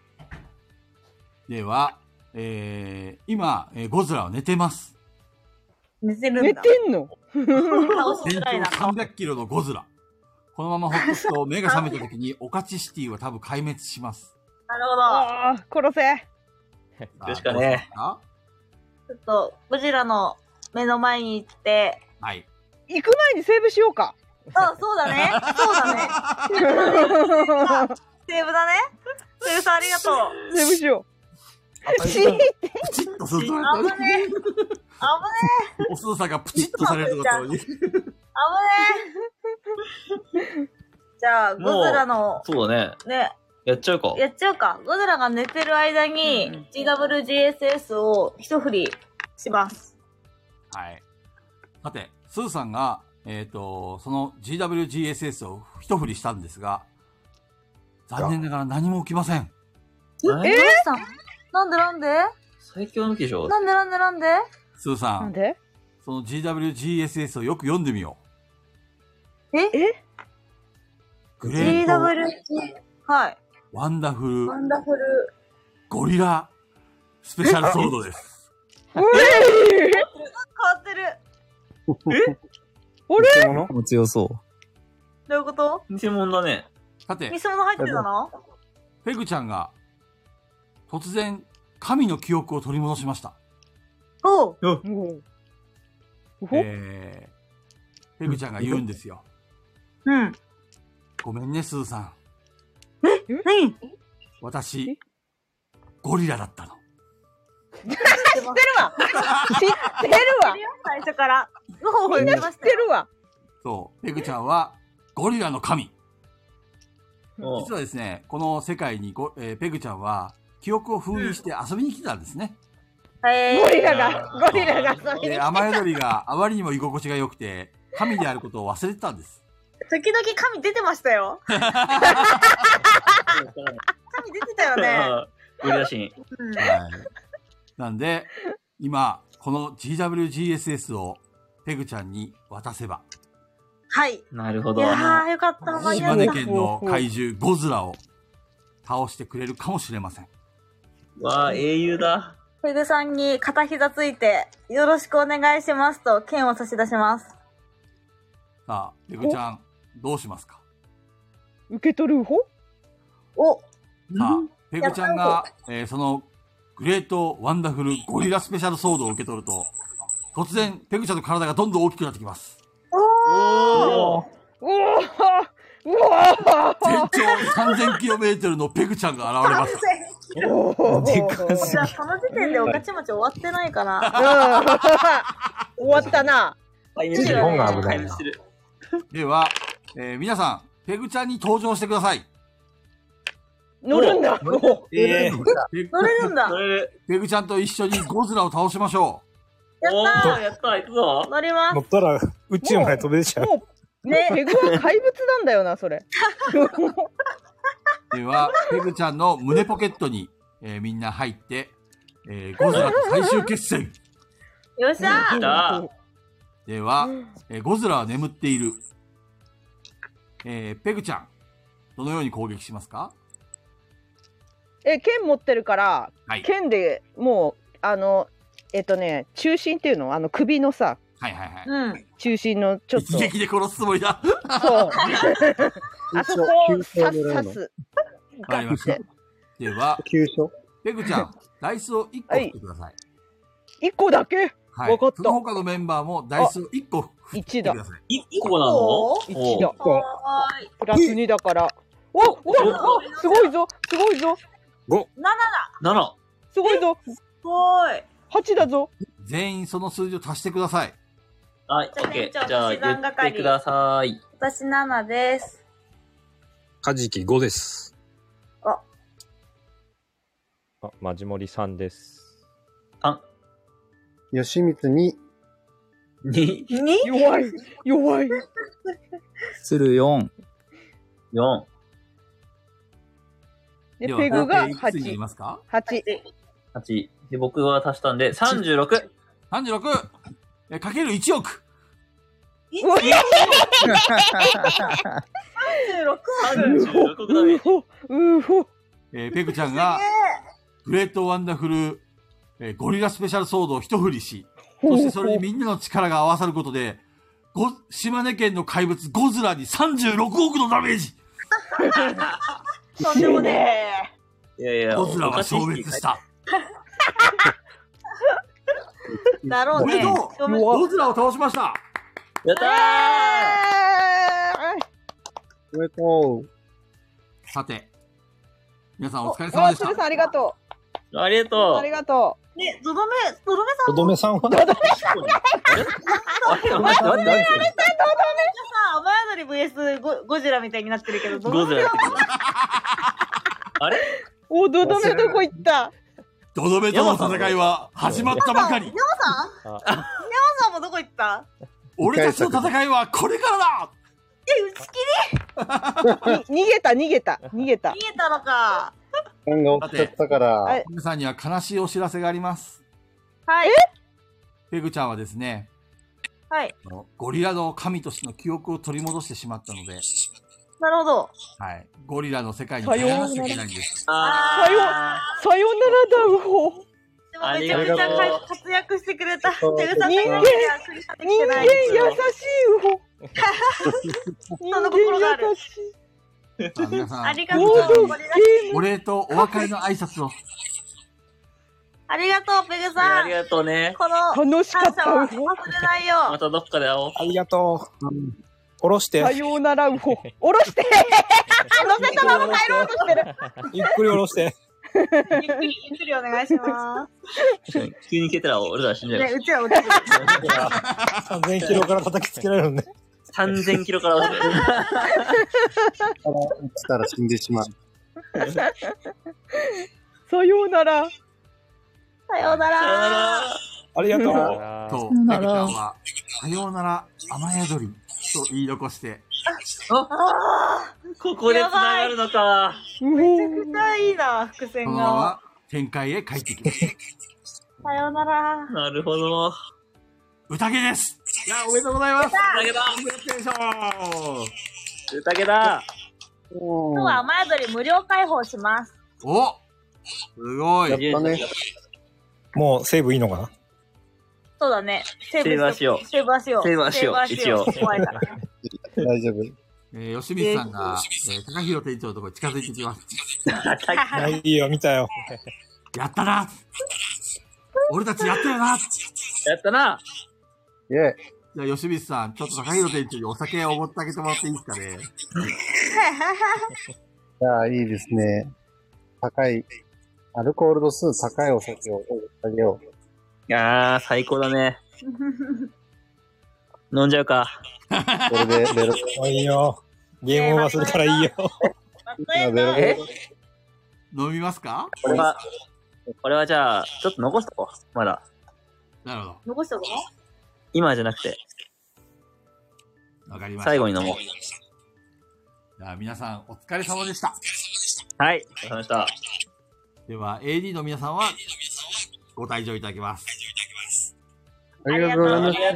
A: では、今、ゴズラは寝てます。
B: 寝てるんだ。
I: 寝てんの？
A: 全長300キロのゴズラ。このままほっとくと目が覚めた時にオカチシティは多分壊滅します。
B: なるほど。
I: 殺せ。
C: ですかね。
B: ちょっと、ゴジラの目の前に行って。
A: はい。
I: 行く前にセーブしようか。
B: あ、そうだね。そうだね。セーブだね。セーブさんありがとう。
I: セーブしよう。
A: プチッとすると。
B: 危ねえ。危ね
A: おすずさんがプチッとされるところに。
B: え。危ねえ。じゃあ、ゴズラの、
C: そうだね。
B: ね。
C: やっちゃうか。
B: やっちゃうか。ゴズラが寝てる間に GWGSS を一振りします。
A: はい。さて、スーさんが、その GWGSS を一振りしたんですが、残念ながら何も起きません。
B: どうしたなんで
C: 最強の木でしょ。
B: なんで
A: スーさん。
I: なんで
A: その GWGSS をよく読んでみよ
B: う。え
A: グレート
B: GWG。はい。
A: ワンダフル。
B: ル。
A: ゴリラスペシャルソードです。
B: 変わってる。
I: あれ
J: もう強そう。
B: どういうこと
C: 偽物だね。
A: さて、
B: 偽物入ってたの
A: ペグちゃんが突然神の記憶を取り戻しました。
B: おう。
A: ペグちゃんが言うんですよ。
B: うん。
A: ごめんね、スーさん。
B: 何
A: 私、ゴリラだったの。
I: 知ってるわ
B: 最初から。
I: みんな知ってるわ。
A: そう、ペグちゃんはゴリラの神。
C: 実
A: 実はですね、この世界にペグちゃんは記憶を封印して遊びに来てたんですね。
I: ゴリラが遊びに来てた。
A: 雨宿りがあまりにも居心地が良くて、神であることを忘れてたんです。
B: 時々神出てましたよ。神出てたよね。
C: ゴリラシーン。
A: はい。なんで、今、この GWGSS をペグちゃんに渡せば。
B: はい。
C: なるほど。
B: いやー、よかった。
A: 島根県の怪獣ゴズラを倒してくれるかもしれません。
C: わあ、英雄だ。
B: ペグさんに片膝ついて、よろしくお願いしますと、剣を差し出します。
A: さあ、ペグちゃん、どうしますか？
I: 受け取る方？
B: お。
A: さあ、ペグちゃんが、そのグレートワンダフルゴリラスペシャルソードを受け取ると、突然、ペグちゃんの体がどんどん大きくなってきます。
B: おー
A: 全長 3000km のペグちゃんが現れます。
B: じゃあ、その時点でおかちまち終わってないかな。
I: 終わったな。
G: 日本が危ないな。
A: では、皆さん、ペグちゃんに登場してください。
I: 乗るんだ。
B: 乗れるんだ。
A: ペグちゃんと一緒にゴズラを倒しましょ
B: やったー。
C: やったー、行くぞ。
B: 乗ります。
G: 乗ったら宇宙まで飛べちゃう。
I: ね、ペグは怪物なんだよな、それ。
A: う。では、ペグちゃんの胸ポケットに、みんな入って、ゴズラと最終決戦。
B: よっしゃー。
A: では、ゴズラは眠っている。ペグちゃん、どのように攻撃しますか？
I: 剣持ってるから、
A: はい、
I: 剣でもう、中心っていうの首のさ、
A: はいはいはい。
B: うん。
I: 中心のちょっと。
A: 一撃で殺すつもりだ。
I: そう。あそこを刺す。
A: わかりました。では、ペグちゃん、ダイスを1個振ってください。
I: 1個だけ？
A: はい。
I: わかった。
A: その他のメンバーもダイスを1個振ってください。
C: 1個なの
I: ?1 だ。プラス2だから。おすごいぞすごいぞ
G: 5。
B: 7だ。
C: 7。
I: すごいぞ。
B: すごい。
I: 8だぞ。
A: 全員その数字を足してください。
C: はい、オッケー。じゃあ、言ってください。
B: 私7です。
G: カジキ5です。
F: マジモリ3です。
C: 3。
H: 吉光2。
C: 2。
I: 弱い。
J: 鶴4。
C: 4。
I: で、ペグが8。
A: 8。
C: で、僕は足したんで、36。
A: 36! かける1億。
B: 36
C: 億だね。
A: ペグちゃんが、グレートワンダフル、ゴリラスペシャルソードを一振りし、そしてそれにみんなの力が合わさることで、島根県の怪物ゴズラに36億のダメージ。
B: とんでもね
C: え。いやいや、
A: ゴズラは消滅した。
B: だろうね。
A: ゴズラを倒しました。
C: やったー
H: おめでとう。
A: さて、皆さんお疲れ様でした。
I: 鶴さんありがと
C: ありがとう。
I: ありがとう。
B: ね、ドドメさん。
G: とどめさんは
I: ドドメさん。
C: 待って待って待って。
B: さ、雨宿り VS ゴジラみたいになってるけど、
C: ゴジラやってる。あれ
I: お、ドドメどこ行った？
A: ドドメとの戦いは始まったばかり。
B: ヤマさんもどこ行った？
A: 俺たちの戦いはこれからだ。
B: 打ち切り？
I: 逃げた。
B: 逃げたのか。
H: 時間が遅かったから。
A: 皆さんには悲しいお知らせがあります。
B: はい。
A: ペグちゃんはですね、
B: はい。
A: ゴリラの神としての記憶を取り戻してしまったので、
B: なるほど。
A: はい。ゴリラの世界に帰らなきゃいけないんです。
I: さよならだ、ウホ。
B: でもめちゃめちゃ活躍してくれた。
I: 人間優しいウホ。
B: その心がある。
A: 皆さん、
B: ありがとう。
A: お礼とお別れの挨拶を。
B: ありがとう、ペグさん。
C: ありがとうね。
B: この
I: 楽しかった
B: 感謝は忘れないよ。
C: またどっかで会おう。
G: ありがとう。下ろして。
I: さようならウホ。下ろして乗せたまま帰ろうとしてる。
G: ゆっくり下ろして。
B: ゆっくりお願いします。
C: 急に消えたら俺ら死んじゃう。
B: ね、うちは落ちる。
G: 3000キロから叩きつけられるね。
C: 3000キロから落ちる。
H: 落ちたら死んでしまう。
I: さようなら。
B: さようなら。
G: ありがとう。
A: と、ペグちゃんは、さようなら、雨宿りと言い残して、
C: ここで繋がるのか。
B: めちゃくちゃいいな、伏線
A: そのまま
B: が。
A: 展開へ帰ってきます。
B: さようなら。
C: なるほど。
A: 宴です。いや、おめでとうございます。
C: 宴だ。
A: コングラチュレーション。
C: 宴だ。
B: 今日は雨宿り無料開放します。
A: お、すごい。
H: やったね。
G: もうセーブいいのかな？
B: そうだね。
C: セーブはしよう。
B: セーブはしよう。
C: セーブはしよう。一応。
B: 怖いからね。
H: 大丈夫。
A: 吉光さんが、高弘店長のところに近づいてきます。
G: いいよ、見たよ。
A: やったな。俺たちやったよな。
C: やったな。
H: イェイ。
A: じゃあ、吉光さん、ちょっと高弘店長にお酒をおごってあげてもらっていいですかね。
H: じゃあ、いいですね。高い、アルコール度数高いお酒をあげよう。
C: いやー、最高だね。飲んじゃうか。
H: これでベロ。
G: いいよ。ゲームオーバーするからいいよ。
A: 飲みますか？
C: これはじゃあ、ちょっと残しとこう。まだ。
A: なるほど。
B: 残しとこ
C: 今じゃなくて。
A: わかりました。
C: 最後に飲もう。
A: じゃあ、皆さん、お疲れ様でした。
C: はい。お疲れ様でした。
A: では、AD の皆さんは、ご退場いただきます。
H: ありがとうございました。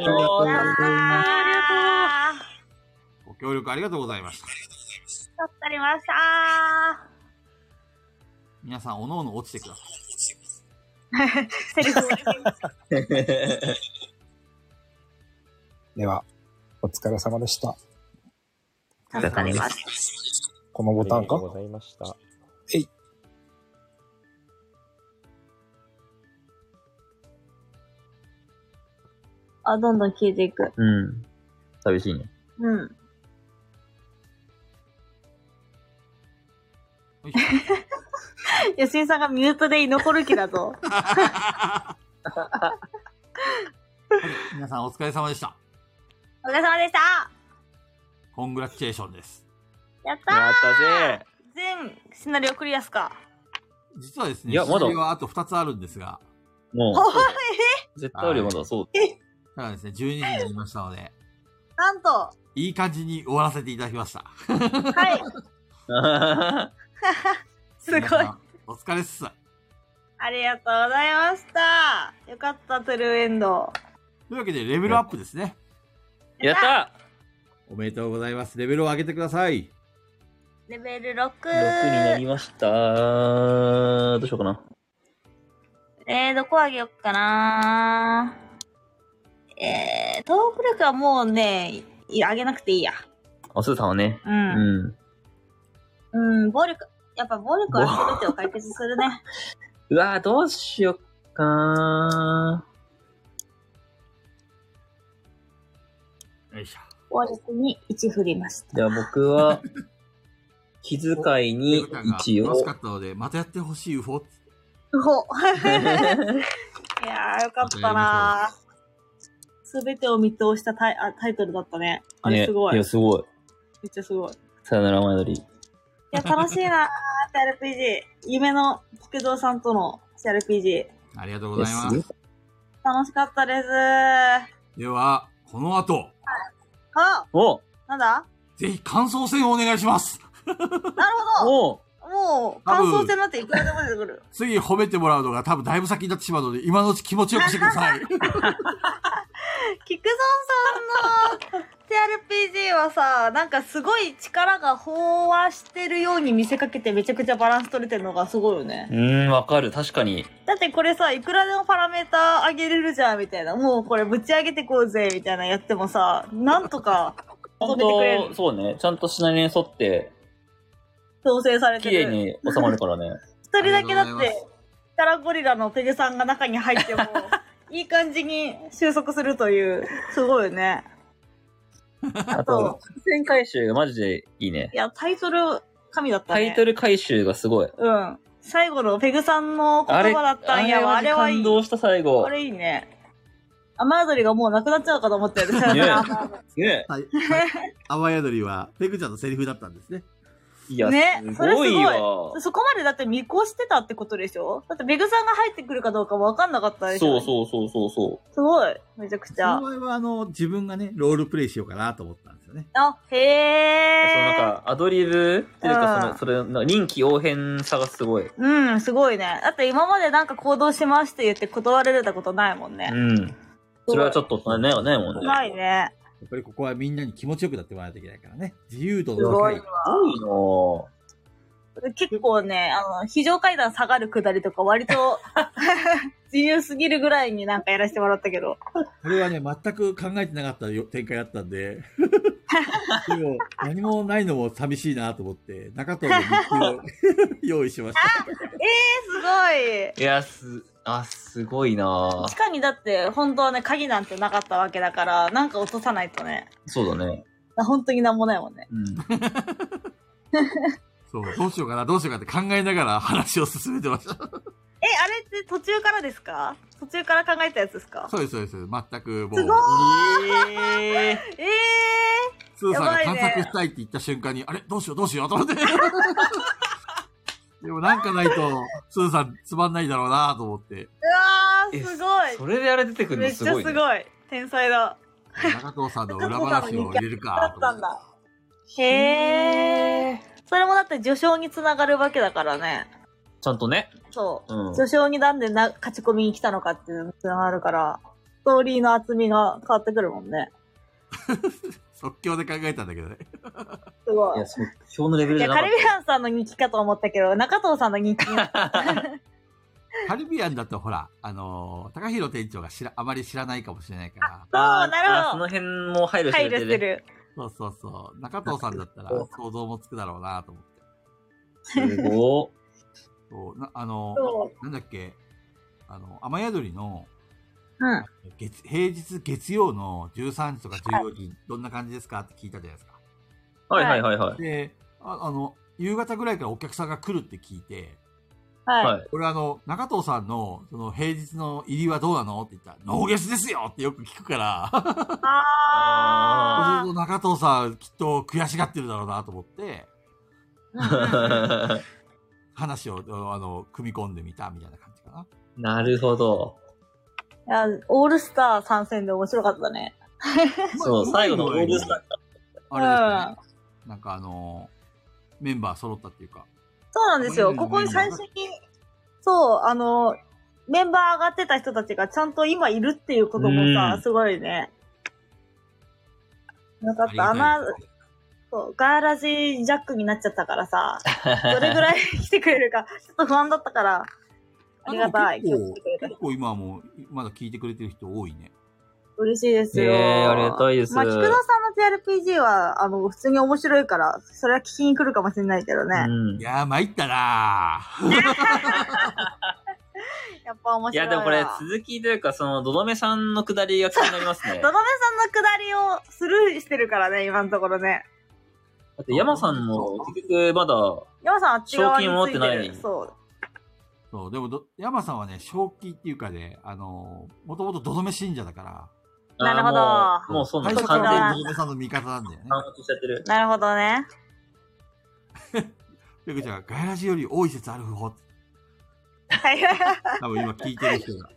A: ご協力ありがとうございました。
B: 助かりました。
A: 皆さん、おのおの落ちてくださ
B: い。セリフを
G: では、お疲れ様でした。
B: 助かります。
G: このボタンか？
F: ありがとうございました。
G: えい。
B: あ、どんどん消えていく。
C: うん。寂しいね。
B: うん。吉井さんがミュートで居残る気だぞ。
A: 皆さんお疲れ様でした。
B: お疲れ様でした。
A: コングラチュレーションです。
B: やったー。
C: やったぜ。
B: 全シナリオクリアっすか？
A: 実はですね、
C: いやまだ
A: シナリオはあと2つあるんですが。
C: もう。絶対あるよ、まだそう。
A: ただですね、12時になりましたので。
B: なんと。
A: いい感じに終わらせていただきました。
B: はい。すごい。
A: お疲れっす。
B: ありがとうございました。よかった、トゥルーエンド。
A: というわけで、レベルアップですね。
C: やった
A: おめでとうございます。レベルを上げてください。
B: レベル6。
C: 6になりました。どうしようかな。
B: どこ上げよっかな。トーク力はもうね、上げなくていいや。
C: おすーさんはね。
B: うん。暴力、やっぱ暴力は全てを解決するね。
C: うわぁ、どうしよっかな。
A: よいしょ。
B: ワレスに1振りました。
C: じゃあ僕は、気遣いに1を。
A: 楽しかったので、またやってほしい UFO。
B: いやー、よかったなー。すべてを見通したタイトルだったね。あれすごい。
C: いや、すごい。
B: めっちゃすごい。
C: さよなら前撮り。
B: いや、楽しいなー、RPG。夢の菊蔵さんとの CRPG。
A: ありがとうございます。
B: 楽しかったです。
A: では、この後。
C: お
B: なんだ
A: ぜひ感想戦をお願いします。
B: なるほど。もう、感想戦なんていくらでも出てくる。
A: 次褒めてもらうのが多分だいぶ先になってしまうので、今のうち気持ちよくしてください。
B: 菊蔵さんの TRPG はさ、なんかすごい力が飽和してるように見せかけてめちゃくちゃバランス取れてるのがすごいよね。
C: わかる。確かに。
B: だってこれさ、いくらでもパラメータ上げれるじゃん、みたいな。もうこれぶち上げてこうぜ、みたいなやってもさ、なんとか
C: ちゃん
B: 止めてくれる。
C: と、そうね。ちゃんとシナリオに沿って、
B: 調整されてる。
C: 綺麗に収まるからね。
B: 一人だけだって、キャラゴリラのペグさんが中に入っても、いい感じに収束するという、すごいよね。
C: あと、伏線回収がマジでいいね。
B: いや、タイトル、神だったね。
C: タイトル回収がすごい。
B: うん。最後のペグさんの言葉だったんやわ。あれはいい。
C: 感動した最後。
B: あれいいね。雨宿りがもうなくなっちゃうかと思ったよね。
C: すげえ。
A: 雨宿りは、ペグちゃんのセリフだったんですね。
C: いや、
B: ね、
C: すごいわ。
B: そこまでだって見越してたってことでしょ？だってペグさんが入ってくるかどうか分かんなかったでしょ？
C: そう。
B: すごい。めちゃくちゃ。
A: その場合は自分がね、ロールプレイしようかなと思ったんですよね。
B: あ、へー。
C: なんか、アドリブっていうか、それ、臨機応変さがすごい。
B: うん、すごいね。だって今までなんか行動しますって言って断られたことないもんね。
C: うん。それはちょっとないもんね。
B: ないね。
A: やっぱりここはみんなに気持ちよくなってもらわないといけないからね。自由度の
B: すごいわ。
C: すごいな
B: 結構ね、非常階段下がるくだりとか割と自由すぎるぐらいになんかやらせてもらったけど。
A: これはね、全く考えてなかった展開だったんで、でも何もないのも寂しいなと思って、中藤の日記を用意しました。
B: すごい。
C: いや、すごいな
B: 地下にだって本当はね、鍵なんてなかったわけだから、なんか落とさないとね。
C: そうだね。
B: 本当になんもないもんね。
A: そう、どうしようかって考えながら話を進めてました。
B: あれって途中からですか？途中から考えたやつですか？
A: そうです。全くもう。
B: すご
A: ーい。スーさんが探索したいって言った瞬間に、あれどうしようと思って。でもなんかないと、スーさんつまんないだろうなと思って。
B: うわー、すごい。
C: それであれ出てくるのすごい、ね。
B: めっちゃすごい。天才だ。
A: 中藤さんの裏話を入れるかと思って。
B: へー。それもだって序章につながるわけだからね。
C: ちゃんとね。
B: そう。序章になんで勝ち込みに来たのかっていうのにつながるから、ストーリーの厚みが変わってくるもんね。
A: 即興で考えたんだけどね。
B: すごい。
C: いや、即興のレベルじゃなかった。
B: カリビアンさんの日記かと思ったけど、中藤さんの日記。
A: カリビアンだとほら、高弘店長があまり知らないかもしれないから。
B: そう、なるほど。
C: その辺も配慮してる、ね。
B: 配慮してる。
A: そう。中藤さんだったら想像もつくだろうなと思って。
C: すごー。
A: そうなんだっけ、雨宿りの、平日月曜の13時とか14時、どんな感じですかって聞いたじゃないですか。
C: はい。
A: で、夕方ぐらいからお客さんが来るって聞いて、
B: はい。
A: これ中藤さんの、その平日の入りはどうなのって言ったら、ノーゲスですよってよく聞くから。そうすると中藤さんきっと悔しがってるだろうなと思って、話を、組み込んでみたみたいな感じかな。
C: なるほど。
B: いや、オールスター参戦で面白かったね。
C: そう、最後のオールスター。
A: あれですね。なんかメンバー揃ったっていうか。
B: そうなんですよ。ここに最初に、そう、メンバー上がってた人たちがちゃんと今いるっていうこともさ、すごいね。よかった。そう、ガーラジジャックになっちゃったからさ、どれぐらい来てくれるか、ちょっと不安だったから、ありがたい。
A: 結構今はもう、まだ聞いてくれてる人多いね。
B: 嬉しいですよ。
C: ありがたいです。
B: まあ、菊田さんの TRPG は、普通に面白いから、それは聞きに来るかもしれないけどね。
A: いやー、参ったなー。
B: やっぱ面白いわ。
C: いや、でもこれ続きというか、その、どどめさんのくだりが気になりますね。
B: どどめさんのくだりをスルーしてるからね、今のところね。
C: だって山さんも結局まだ、
B: 山さんあっち側についてる。
C: 賞金持ってない。
A: そう、でも山さんはね、正気っていうかね、もともとどどめ信者だから。
B: なるほど。
C: もうそんな
A: 最初からどどめさんの味方なんだよね。
B: なるほどね。
A: ペグちゃんがガヤラジより多い説ある方。多分今聞いてる人が。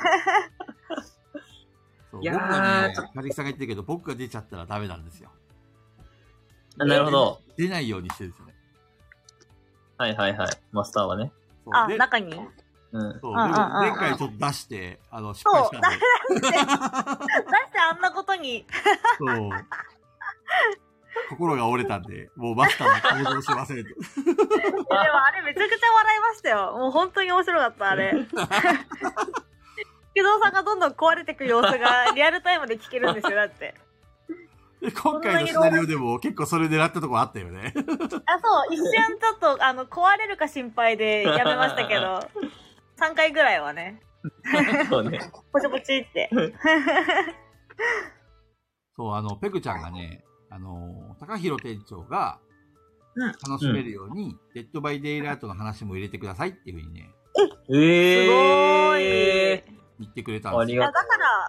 A: そう僕はね、カリキさんが言ってるけど、僕が出ちゃったらダメなんですよ。
C: なるほど。
A: 出ないようにしてるんですよね。
C: はいはいはい。マスターはね。
B: あ、中に
C: うん。
A: そう。でも、前回ちょっと出して、失敗したんで。
B: 出してあんなことに。
A: そう。心が折れたんで、もうマスターも登場しませんと。
B: でもあれめちゃくちゃ笑いましたよ。もう本当に面白かった、あれ。木戸さんがどんどん壊れていく様子がリアルタイムで聞けるんですよ、だって。
A: で今回のシナリオでも結構それ狙ったとこあったよね。
B: あ、そう、一瞬ちょっと壊れるか心配でやめましたけど、3回ぐらいはね。
C: そうね。
B: ポチポチって。
A: そう、ペグちゃんがね、高弘店長が楽しめるように、デッドバイデイライトの話も入れてくださいっていうふうにね。
B: すごい。
A: 言ってくれたんですよ。
B: だから、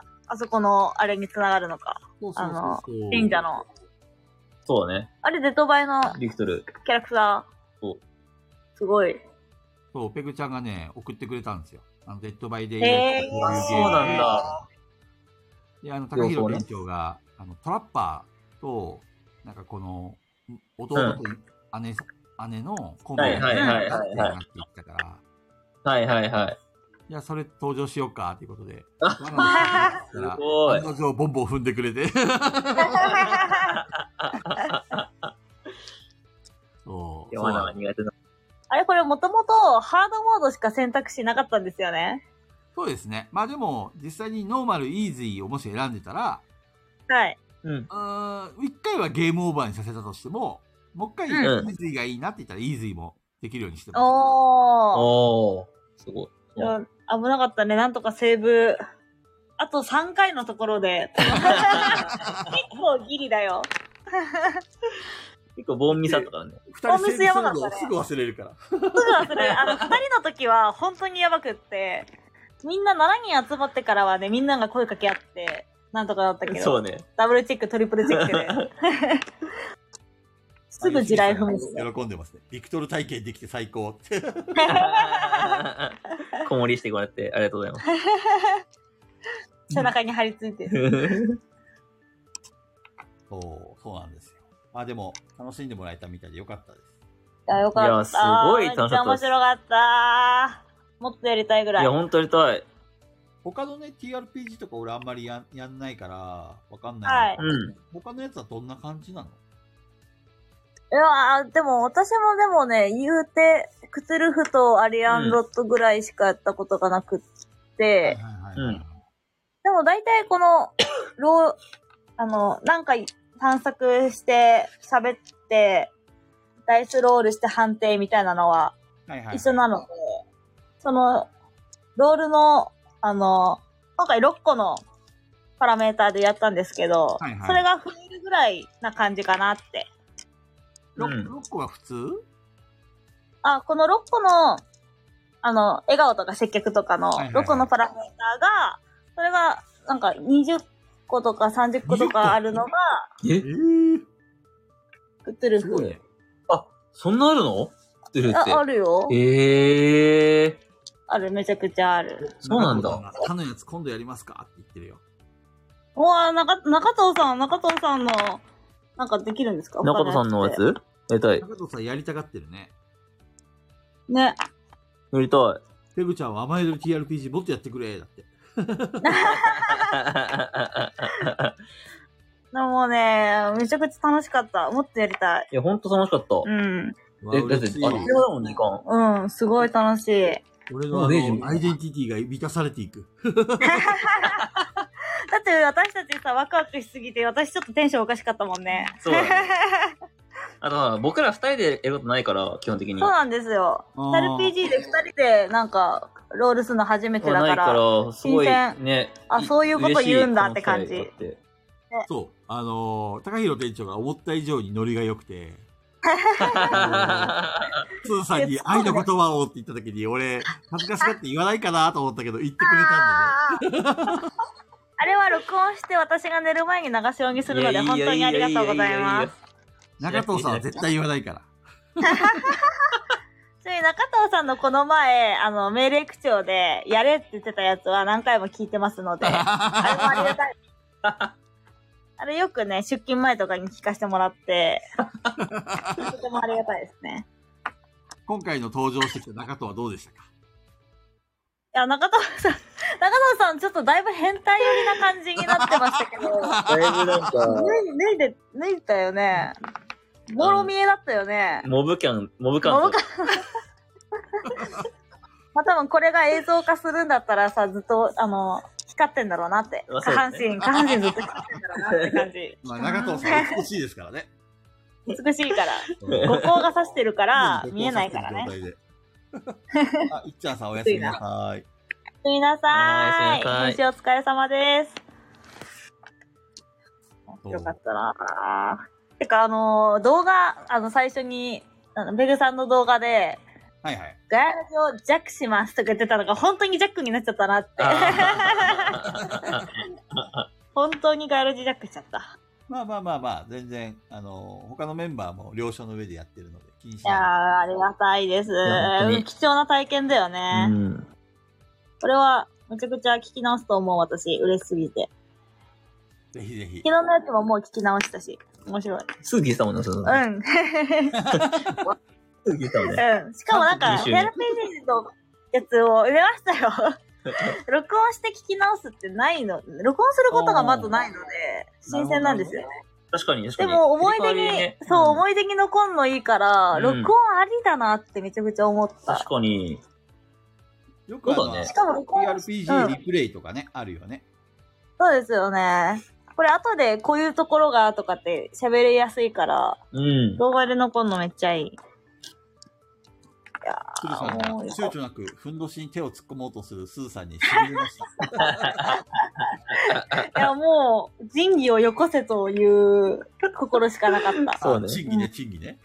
B: あそこのあれに繋がるのか。忍者の。
C: そうだね。
B: あれ、デッドバイの
C: ビクトル。
B: キャラクター。
C: そう。
B: すごい。
A: そう、ペグちゃんがね、送ってくれたんですよ。デッドバイデイライトこういうゲーム。
C: そうなんだ。
A: で、高弘店長が、トラッパーと、なんかこの、弟と姉のコンビになっていったから。
C: はいはいはい。
A: いや、それ登場しようか、ということで。
C: すごい。
A: 案の定ボンボン踏んでくれて。そう。
C: 山田は苦手な。
B: あれこれもともとハードモードしか選択肢なかったんですよね。
A: そうですね。まあでも、実際にノーマル、イージーをもし選んでたら、
B: はい。
A: 一回はゲームオーバーにさせたとしても、もう一回イージーがいいなって言ったらイージーもできるようにしてます。
C: おー。すごい。
B: 危なかったね。なんとかセーブ。あと3回のところで。結構ギリだよ。
C: 結構ボンミスだったからね。
B: ボンミスやばかったね。
A: すぐ忘れるから。
B: すぐ忘れる。2人の時は本当にやばくって、みんな7人集まってからはね、みんなが声かけ合って、なんとかだったけど。
C: そうね。
B: ダブルチェック、トリプルチェックで。すぐ地雷踏むし。
A: 喜んでますね。ビクトル体験できて最高って。
C: 小盛りしてもらってありがとうございます。
B: 背中に張り付いてる。
A: そうなんですよ。まあでも、楽しんでもらえたみたいでよかったです。
B: いや、よかった。いや、
C: すごい楽しかった。
B: めっちゃ面白かった。もっとやりたいぐらい。
C: いや、ほんとやりたい。
A: 他のね、TRPG とか俺あんまりやんないから、わかんない。
B: はい。
A: 他のやつはどんな感じなの？
B: いやでも私もでもね、言うて、クツルフとアリアンロットぐらいしかやったことがなくって、でも大体この、なんか探索して喋って、ダイスロールして判定みたいなのは一緒なので、その、ロールの、今回6個のパラメーターでやったんですけど、それが増えるぐらいな感じかなって。
A: 6個は普通？
B: この6個の、笑顔とか接客とかの6個のパラメーターが、それが、なんか20個とか30個とかあるのが、クトゥルフ。
C: あ、そんなあるの？クトゥルフって。
B: あるよ。ある、めちゃくちゃある。
C: そうなんだ。
A: 他のやつ今度やりますかって言ってるよ。
B: うわ中藤さんの、なんかできるんですか？
C: 中藤さんのやつやりたい。
A: 中藤さんやりたがってるね。
B: ね。
C: やりたい。
A: ペグちゃんは甘えどり TRPG もっとやってくれ、だって。
B: でもね、めちゃくちゃ楽しかった。もっとやりたい。
C: いや、ほんと楽しかった。
B: うん。
C: だって、あれだもん、時間。
B: うん、すごい楽しい。
A: 俺のアイデンティティが満たされていく。
B: だって私たちさ、ワクワクしすぎて、私ちょっとテンションおかしかったもんね。
C: そうだね。あと僕ら二人でやることないから、基本的に。
B: そうなんですよ。RPG で二人で、なんか、 ロールするの初めてだ
C: ない
B: か、
C: からら、すごい
B: 新鮮
C: ね。
B: あ、そういうこと言うんだって感じ。
C: 嬉しい関西だって
A: そう。高弘店長が思った以上にノリが良くて、スーさんに愛の言葉をって言った時に、俺、恥ずかしがって言わないかなと思ったけど、言ってくれたんだね。
B: あれは録音して私が寝る前に流し読みするので、本当にありがとうございます。
A: 中藤さんは絶対言わないから。
B: ちなみに中藤さんのこの前、命令口調で、やれって言ってたやつは何回も聞いてますので、あれもありがたい。あれよくね、出勤前とかに聞かせてもらって、とてもありがたいですね。
A: 今回の登場してきた中藤はどうでしたか？
B: いや、中藤さん、ちょっとだいぶ変態寄りな感じになってましたけど。
C: だいぶなんか、
B: 脱いだよね。ボロ見えだったよね。
C: モブ感。
B: まあ多分これが映像化するんだったらさ、ずっと、光ってんだろうなって。下半身ずっと光ってんだろうなって感じ。
A: まあ、中藤さん美しいですからね。
B: 美しいから。五光が差してるから、見えないからね。
A: あ、いっちゃんさんおやすみなさい。
B: おやすみなさい。編集お疲れ様です。よかったなぁ。てか、動画、最初に、ベグさんの動画で、
A: はいはい。
B: ガヤラジをジャックしますとか言ってたのが本当にジャックになっちゃったなって。本当にガヤラジジャックしちゃった。
A: まあ、全然、他のメンバーも了承の上でやってるので、気にし
B: ない。いやー、ありがたいです。貴重な体験だよね。これは、めちゃくちゃ聞き直すと思う、私。嬉しすぎて。
A: ぜひぜひ。
B: 昨日のやつももう聞き直したし、面白い。
C: すぐ聞いたもんな、その。
B: うん。
C: すぐ聞いたもんね。
B: うん。しかもなんか、テラピーのやつを入れましたよ。録音して聞き直すってないの。録音することがまずないので、新鮮なんですよね。
C: 確かに。
B: でも思い出に、そう、思い出に残るのいいから、録音ありだなってめちゃくちゃ思った。
C: 確かに。
A: よくね。
B: しかも
A: TRPG リプレイとかね、あるよね。
B: そうですよね。これ後でこういうところがとかって喋りやすいから、動画で残るのめっちゃいい。いや
A: ー、躊躇なくふんどしに手を突っ込もうとするスーさんに痺れました。
B: いや、もう、仁義をよこせという心しかなかった。
C: そうね。
A: 仁義ね。
C: 仁義ね。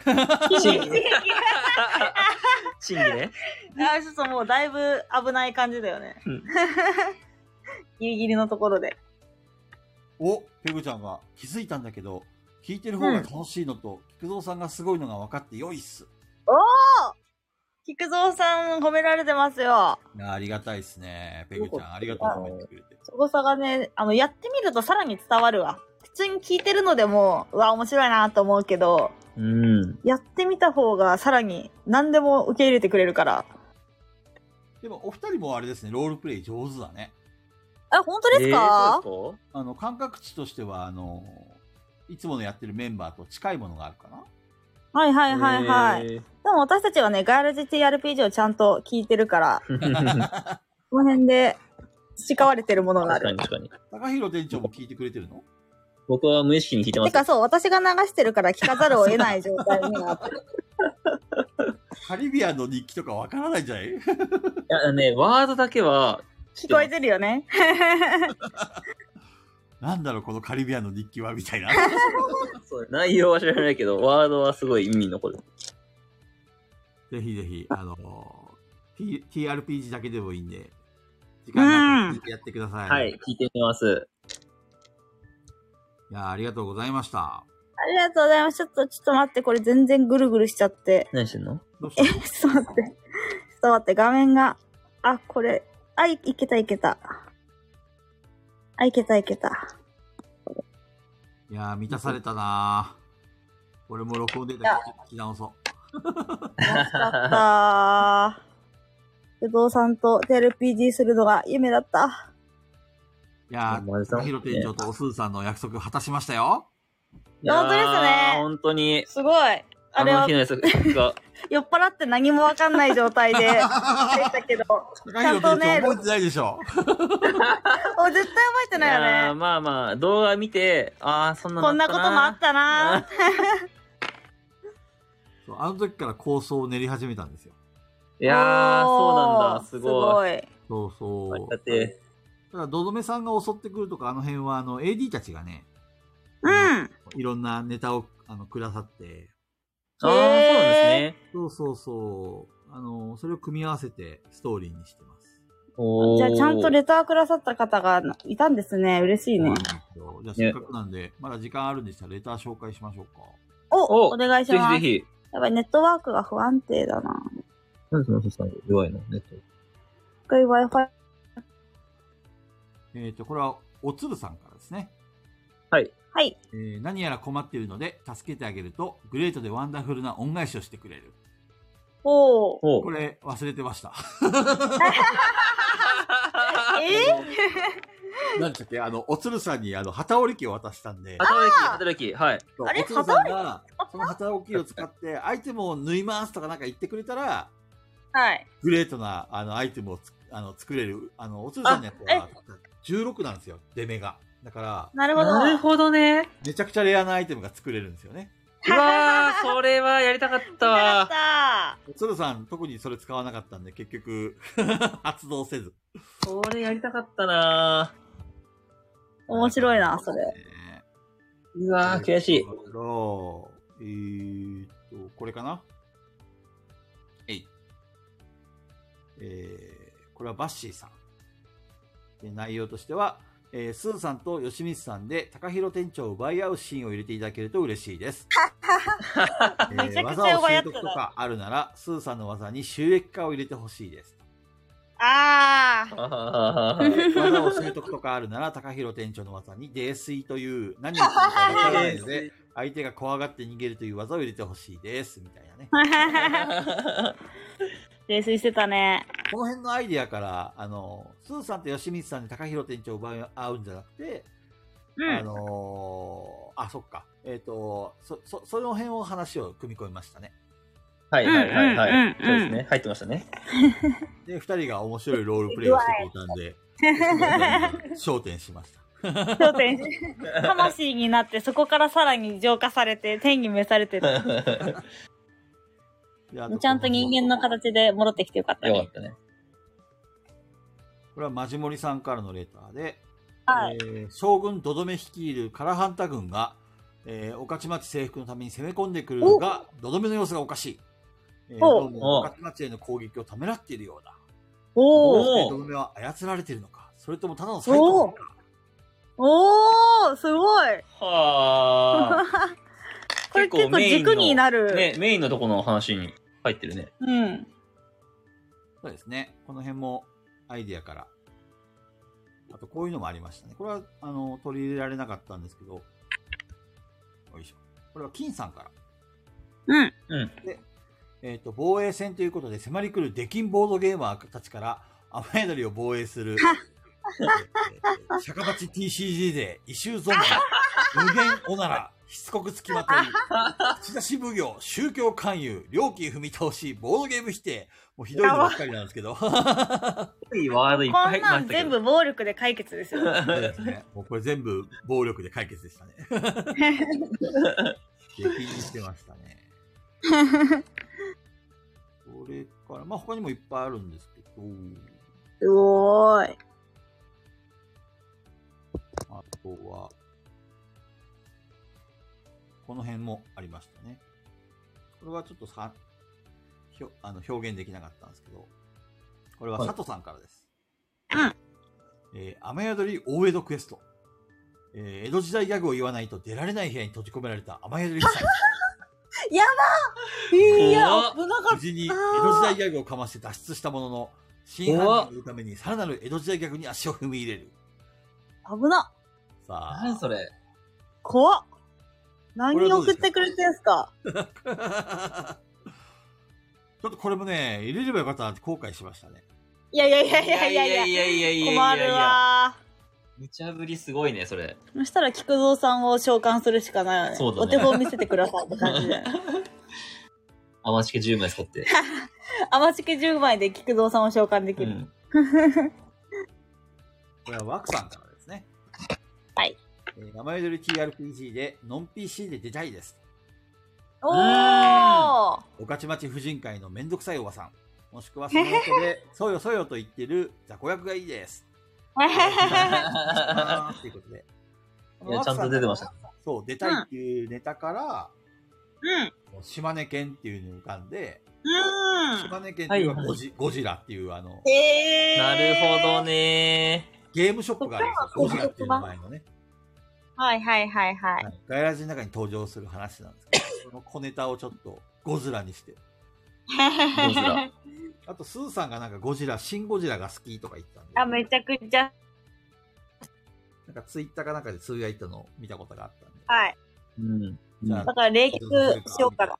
B: ちょっともうだいぶ危ない感じだよね。ギリギリのところで。
A: お、ペグちゃんが気づいたんだけど、聞いてる方が楽しいのと、菊蔵さんがすごいのが分かって良いっす。
B: おー！菊蔵さん褒められてますよ。
A: ありがたいっすね。ペグちゃん、ありがとう、褒めてくれて。
B: そこさがね、やってみるとさらに伝わるわ。普通に聞いてるのでも、うわ、面白いなと思うけど、やってみた方がさらに何でも受け入れてくれるから。
A: でも、お二人もあれですね、ロールプレイ上手だね。
B: 本当ですか？
A: 感覚値としては、いつものやってるメンバーと近いものがあるかな。
B: はいはいはいはい。でも私たちはね、ガヤラジ TRPG をちゃんと聞いてるから、この辺で培われてるものがある。
C: 確かに。
A: 高弘店長も聞いてくれてるの？
C: 僕は無意識に聞いてます。
B: てかそう、私が流してるから聞かざるを得ない状態になってる。
A: カリビアンの日記とかわからないんじゃない？い
C: やね、ワードだけは
B: 聞こえてるよね。
A: なんだろう、このカリビアンの日記はみたいな。
C: そう内容は知らないけど、ワードはすごい意味に残る。
A: ぜひぜひ、TRPG だけでもいいんで、時間が聞いてやってください。
C: はい、聞いてみます。
A: いや、ありがとうございました。
B: ありがとうございます。ちょっと待って、これ全然ぐるぐるしちゃって。
C: 何してんの？
B: ちょっと待って。ちょっと待って、画面が。これ。いけた。いけた。
A: いやー、満たされたなー。俺も録音データ聞き直そう。
B: 楽しかったー。不動産と TRPG するのが夢だった。
A: いやー、ヒロ店長とおすずさんの約束果たしましたよ。
B: 本当ですね。
C: 本当に。
B: すごい。あれは、酔っ払って何もわかんない状態で、たけど、
A: ちゃんとね、覚えてないでしょ。
B: 絶対覚えてないよね。
C: まあ、動画見て、そんなの
B: こんなこともあったな
A: あの時から構想を練り始めたんですよ。
C: いやー、そうなんだ。すごい。
A: そうそう。
C: だって。
A: ただ、どどめさんが襲ってくるとか、あの辺は、AD たちがね、いろんなネタを、くださって。
C: そうなんですね。
A: そうそうそう。それを組み合わせてストーリーにしてます。
B: じゃあ、ちゃんとレターくださった方がいたんですね。嬉しいね。
A: じゃあ、せっかくなんで、まだ時間あるんでしたら、レター紹介しましょうか。
B: お願いします。
C: ぜひぜひ。
B: やばい、ネットワークが不安定だな。
C: なんでその人さん弱いのネット。
B: 一回 Wi-Fi。
A: これは、おつるさんからですね。
C: はい。
B: はい。
A: 何やら困っているので、助けてあげると、グレートでワンダフルな恩返しをしてくれる。これ、忘れてました。なんだっけ、おつるさんに、旗織り機を渡したんで。
C: 旗織り機、はい。
A: おつるさんが、その旗織り機を使って、アイテムを縫いますとかなんか言ってくれたら、
B: はい。
A: グレートな、アイテムを作れる、おつるさんのやつは、16なんですよ、出目が。だから、
B: なるほど。
C: なるほどね。
A: めちゃくちゃレアなアイテムが作れるんですよね。
C: うわー、それはやりたかったわ。
A: つるさん、特にそれ使わなかったんで、結局、発動せず。
C: それやりたかったな
B: ぁ。面白いな、それ。
C: うわー、悔しい。
A: これかなこれはバッシーさん。で内容としては、スーさんと吉光さんで高弘店長を奪い合うシーンを入れていただけると嬉しいです。
B: めちゃくちゃ
A: 技を習
B: 奪い合ってた
A: 得とかあるなら、スーさんの技に収益化を入れてほしいです。
B: 技
A: を習得とかあるなら、高弘店長の技に泥酔という何をするかわからないので、相手が怖がって逃げるという技を入れてほしいです。みたいなね。
B: 泥酔してたね。
A: この辺のアイディアから、スーさんと吉光さんで高弘店長を奪い合うんじゃなくて、そっか。その辺を話を組み込みましたね。
C: はいはいはいはい。そうですね。入ってましたね。
A: で、二人が面白いロールプレイをしてくれたんで、焦点しました。
B: 焦点魂になって、そこからさらに浄化されて、天に召されてる。ちゃんと人間の形で戻ってきてよかったね。
C: よかったね。
A: これはマジモリさんからのレターで、
B: はい、
A: 将軍ドドメ率いるカラハンタ軍が、御徒町征服のために攻め込んでくるのが、ドドメの様子がおかしい。どうも御徒町への攻撃をためらっているようだ。ドドメは操られているのか、それともただのサイトなのか。
B: すごい。
C: は
B: あ。これ結構軸になる。
C: ね、メインのとこの話に入ってるね。
B: うん。
A: そうですね。この辺もアイディアから。あとこういうのもありましたね。これは、取り入れられなかったんですけど。よいしょ。これは金さんから。
B: うん。
A: で、防衛戦ということで迫り来るデキンボードゲーマーたちから雨宿りを防衛する、シャカバチ TCG で異臭ゾンビ、無限おなら、しつこくつきまとい、口出し奉行、宗教勧誘、料金踏み倒し、ボードゲーム否定。もうひどいのばっかりなんですけど。
C: いいワードいっぱい入ってましたけど。
B: こんなん全部暴力で解決ですよ。
A: そうですね。もうこれ全部暴力で解決でしたね。激にしてましたね。それから、まあ他にもいっぱいあるんですけど。
B: すごーい。
A: あとは、この辺もありましたね。これはちょっと表現できなかったんですけど、これは佐藤さんからです。雨宿り大江戸クエスト。江戸時代ギャグを言わないと出られない部屋に閉じ込められた雨宿りさん。
B: やばいや、危なかった。
A: 無事に江戸時代ギャグをかまして脱出したものの、真犯人を追うためにさらなる江戸時代ギャグに足を踏み入れる。
B: 危な。
A: さあ。
C: 何それ。
B: 怖っ。何送ってくれてんすか。
A: ちょっとこれもね、入れればよかったなって後悔しましたね。
B: いや。困るわ
C: ー。無茶ぶりすごいね、それ。
B: そしたら菊蔵さんを召喚するしかないよね。
C: そうだね。
B: お手本見せてくださいって感じで。
C: 甘チケ10枚使って。
B: 甘チケ10枚で菊蔵さんを召喚できる。
A: これはワクさんからですね。
B: はい。
A: 名前どり TRPG でノン PC で出たいです。
B: おー！
A: 御徒町婦人会のめんどくさいおばさん。 もしくはその音で、そうよそうよと言ってる雑魚役がいいです。ということで。
C: いや、ちゃんと出てました。
A: そう、出たいっていうネタから、島根県っていうのに浮かんで、島根県っていうのはゴジラっていう
C: なるほどね。
A: ゲームショップがあるんですよ。ゴジラっていう名前のね。
B: はいはいはいはい。
A: ガイラジの中に登場する話なんですけど、その小ネタをちょっとゴジラにして。ゴジラ。あと、スーさんがなんかシンゴジラが好きとか言ったんで。
B: あ、めちゃくちゃ。
A: なんかツイッターかなんかでつぶやいたのを見たことがあったんで。
B: はい。
A: じゃあ
B: だから冷却しようかな。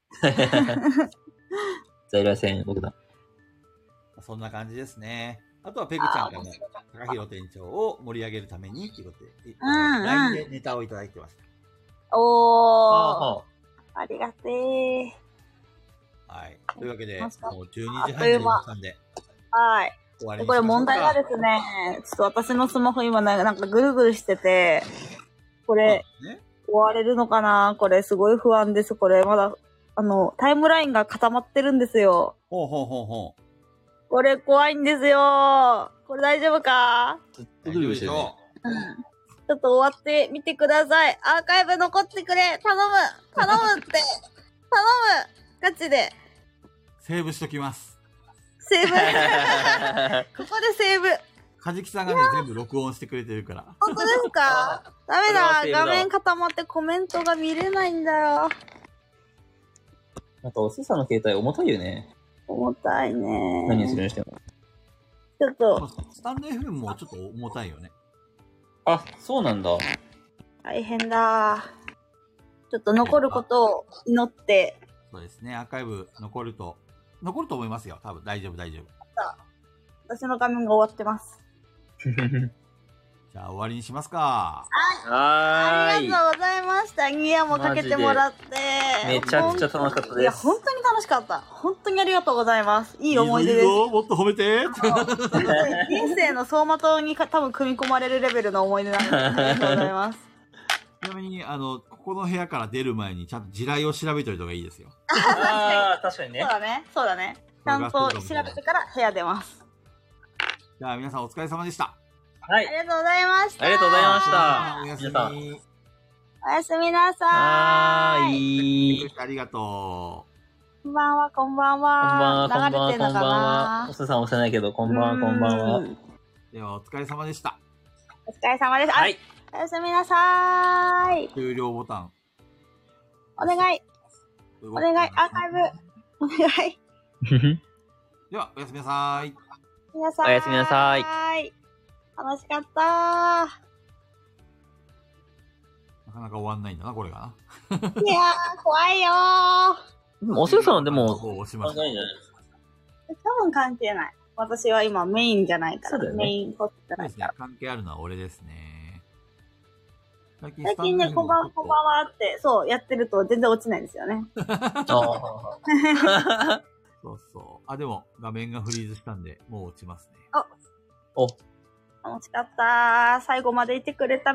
C: 在来線、僕だ。
A: そんな感じですね。あとはペグちゃんからね、高弘店長を盛り上げるためにっていうことで、LINE でネタをいただいてました。
B: ありがてー。
A: はい。というわけで、もう12時半になりましたんで。
B: はい。これ問題がですね、ちょっと私のスマホ今なんかぐるぐるしてて、これ、終われるのかな？これすごい不安です。これまだ、タイムラインが固まってるんですよ。
A: ほうほうほうほう。
B: これ怖いんですよ。これ大丈夫か？
A: 大丈夫でしょう。
B: ちょっと終わってみてください。アーカイブ残ってくれ。頼むって。頼むガチで。
A: セーブしときます。
B: セーブここでセーブ。
A: カジキさんがね、全部録音してくれてるから。
B: 本当ですか？ダメだ。画面固まってコメントが見れないんだよ。
C: なんか、おすさんの携帯重たいよね。
B: 重たいね。
C: 何するにしても。
B: ちょっと。
A: スタンド FM もちょっと重たいよね。
C: あ、そうなんだ。
B: 大変だ。ちょっと残ることを祈って。
A: そうですね。アーカイブ残ると思いますよ。多分大丈夫。
B: 私の画面が終わってます。
A: じゃあ終わりにしますか。
B: ありがとうございました。ギアもかけてもらって。
C: めちゃくちゃ楽しかったです。
B: いや、本当に楽しかった。本当にありがとうございます。いい思い出です。
A: もっと褒めて。
B: 人生の走馬灯に多分組み込まれるレベルの思い出なので、ありがとうございます。
A: ちなみに、ここの部屋から出る前にちゃんと地雷を調べといた方がいいですよ。
C: 確かにね。
B: そうだね。ちゃんと調べてから部屋出ます。
A: じゃあ皆さんお疲れ様でした。
C: はい。
B: ありがとうございました。
C: ありがとうございました。
A: おやすみ。
B: おやすみなさーい。
A: ありがと
B: う。こんばんは、こんばんは。流れてんのかな？
C: おすさん押せないけど、こんばんは、こんばんは。
A: では、お疲れ様でした。
B: お疲れ様です。はい。おやすみなさーい。
A: 終了ボタン。
B: お願い。アーカイブ。お願い。
A: では、おやすみなさい。
C: おやすみなさい。
B: 楽しかったー。
A: なかなか終わんないんだな、これが
B: な。いやー、怖いよ
C: ー。おすさんでも、
A: 押しました。
B: 多分関係ない。私は今メインじゃないから。
C: ね、
B: メインコーチじゃないから。
A: 関係あるのは俺ですね。
B: 最近ね、こんばんはって、そう、やってると全然落ちないんですよね。
A: そうそう。あ、でも、画面がフリーズしたんで、もう落ちますね。
C: お。
B: 楽しかった。最後までいてくれた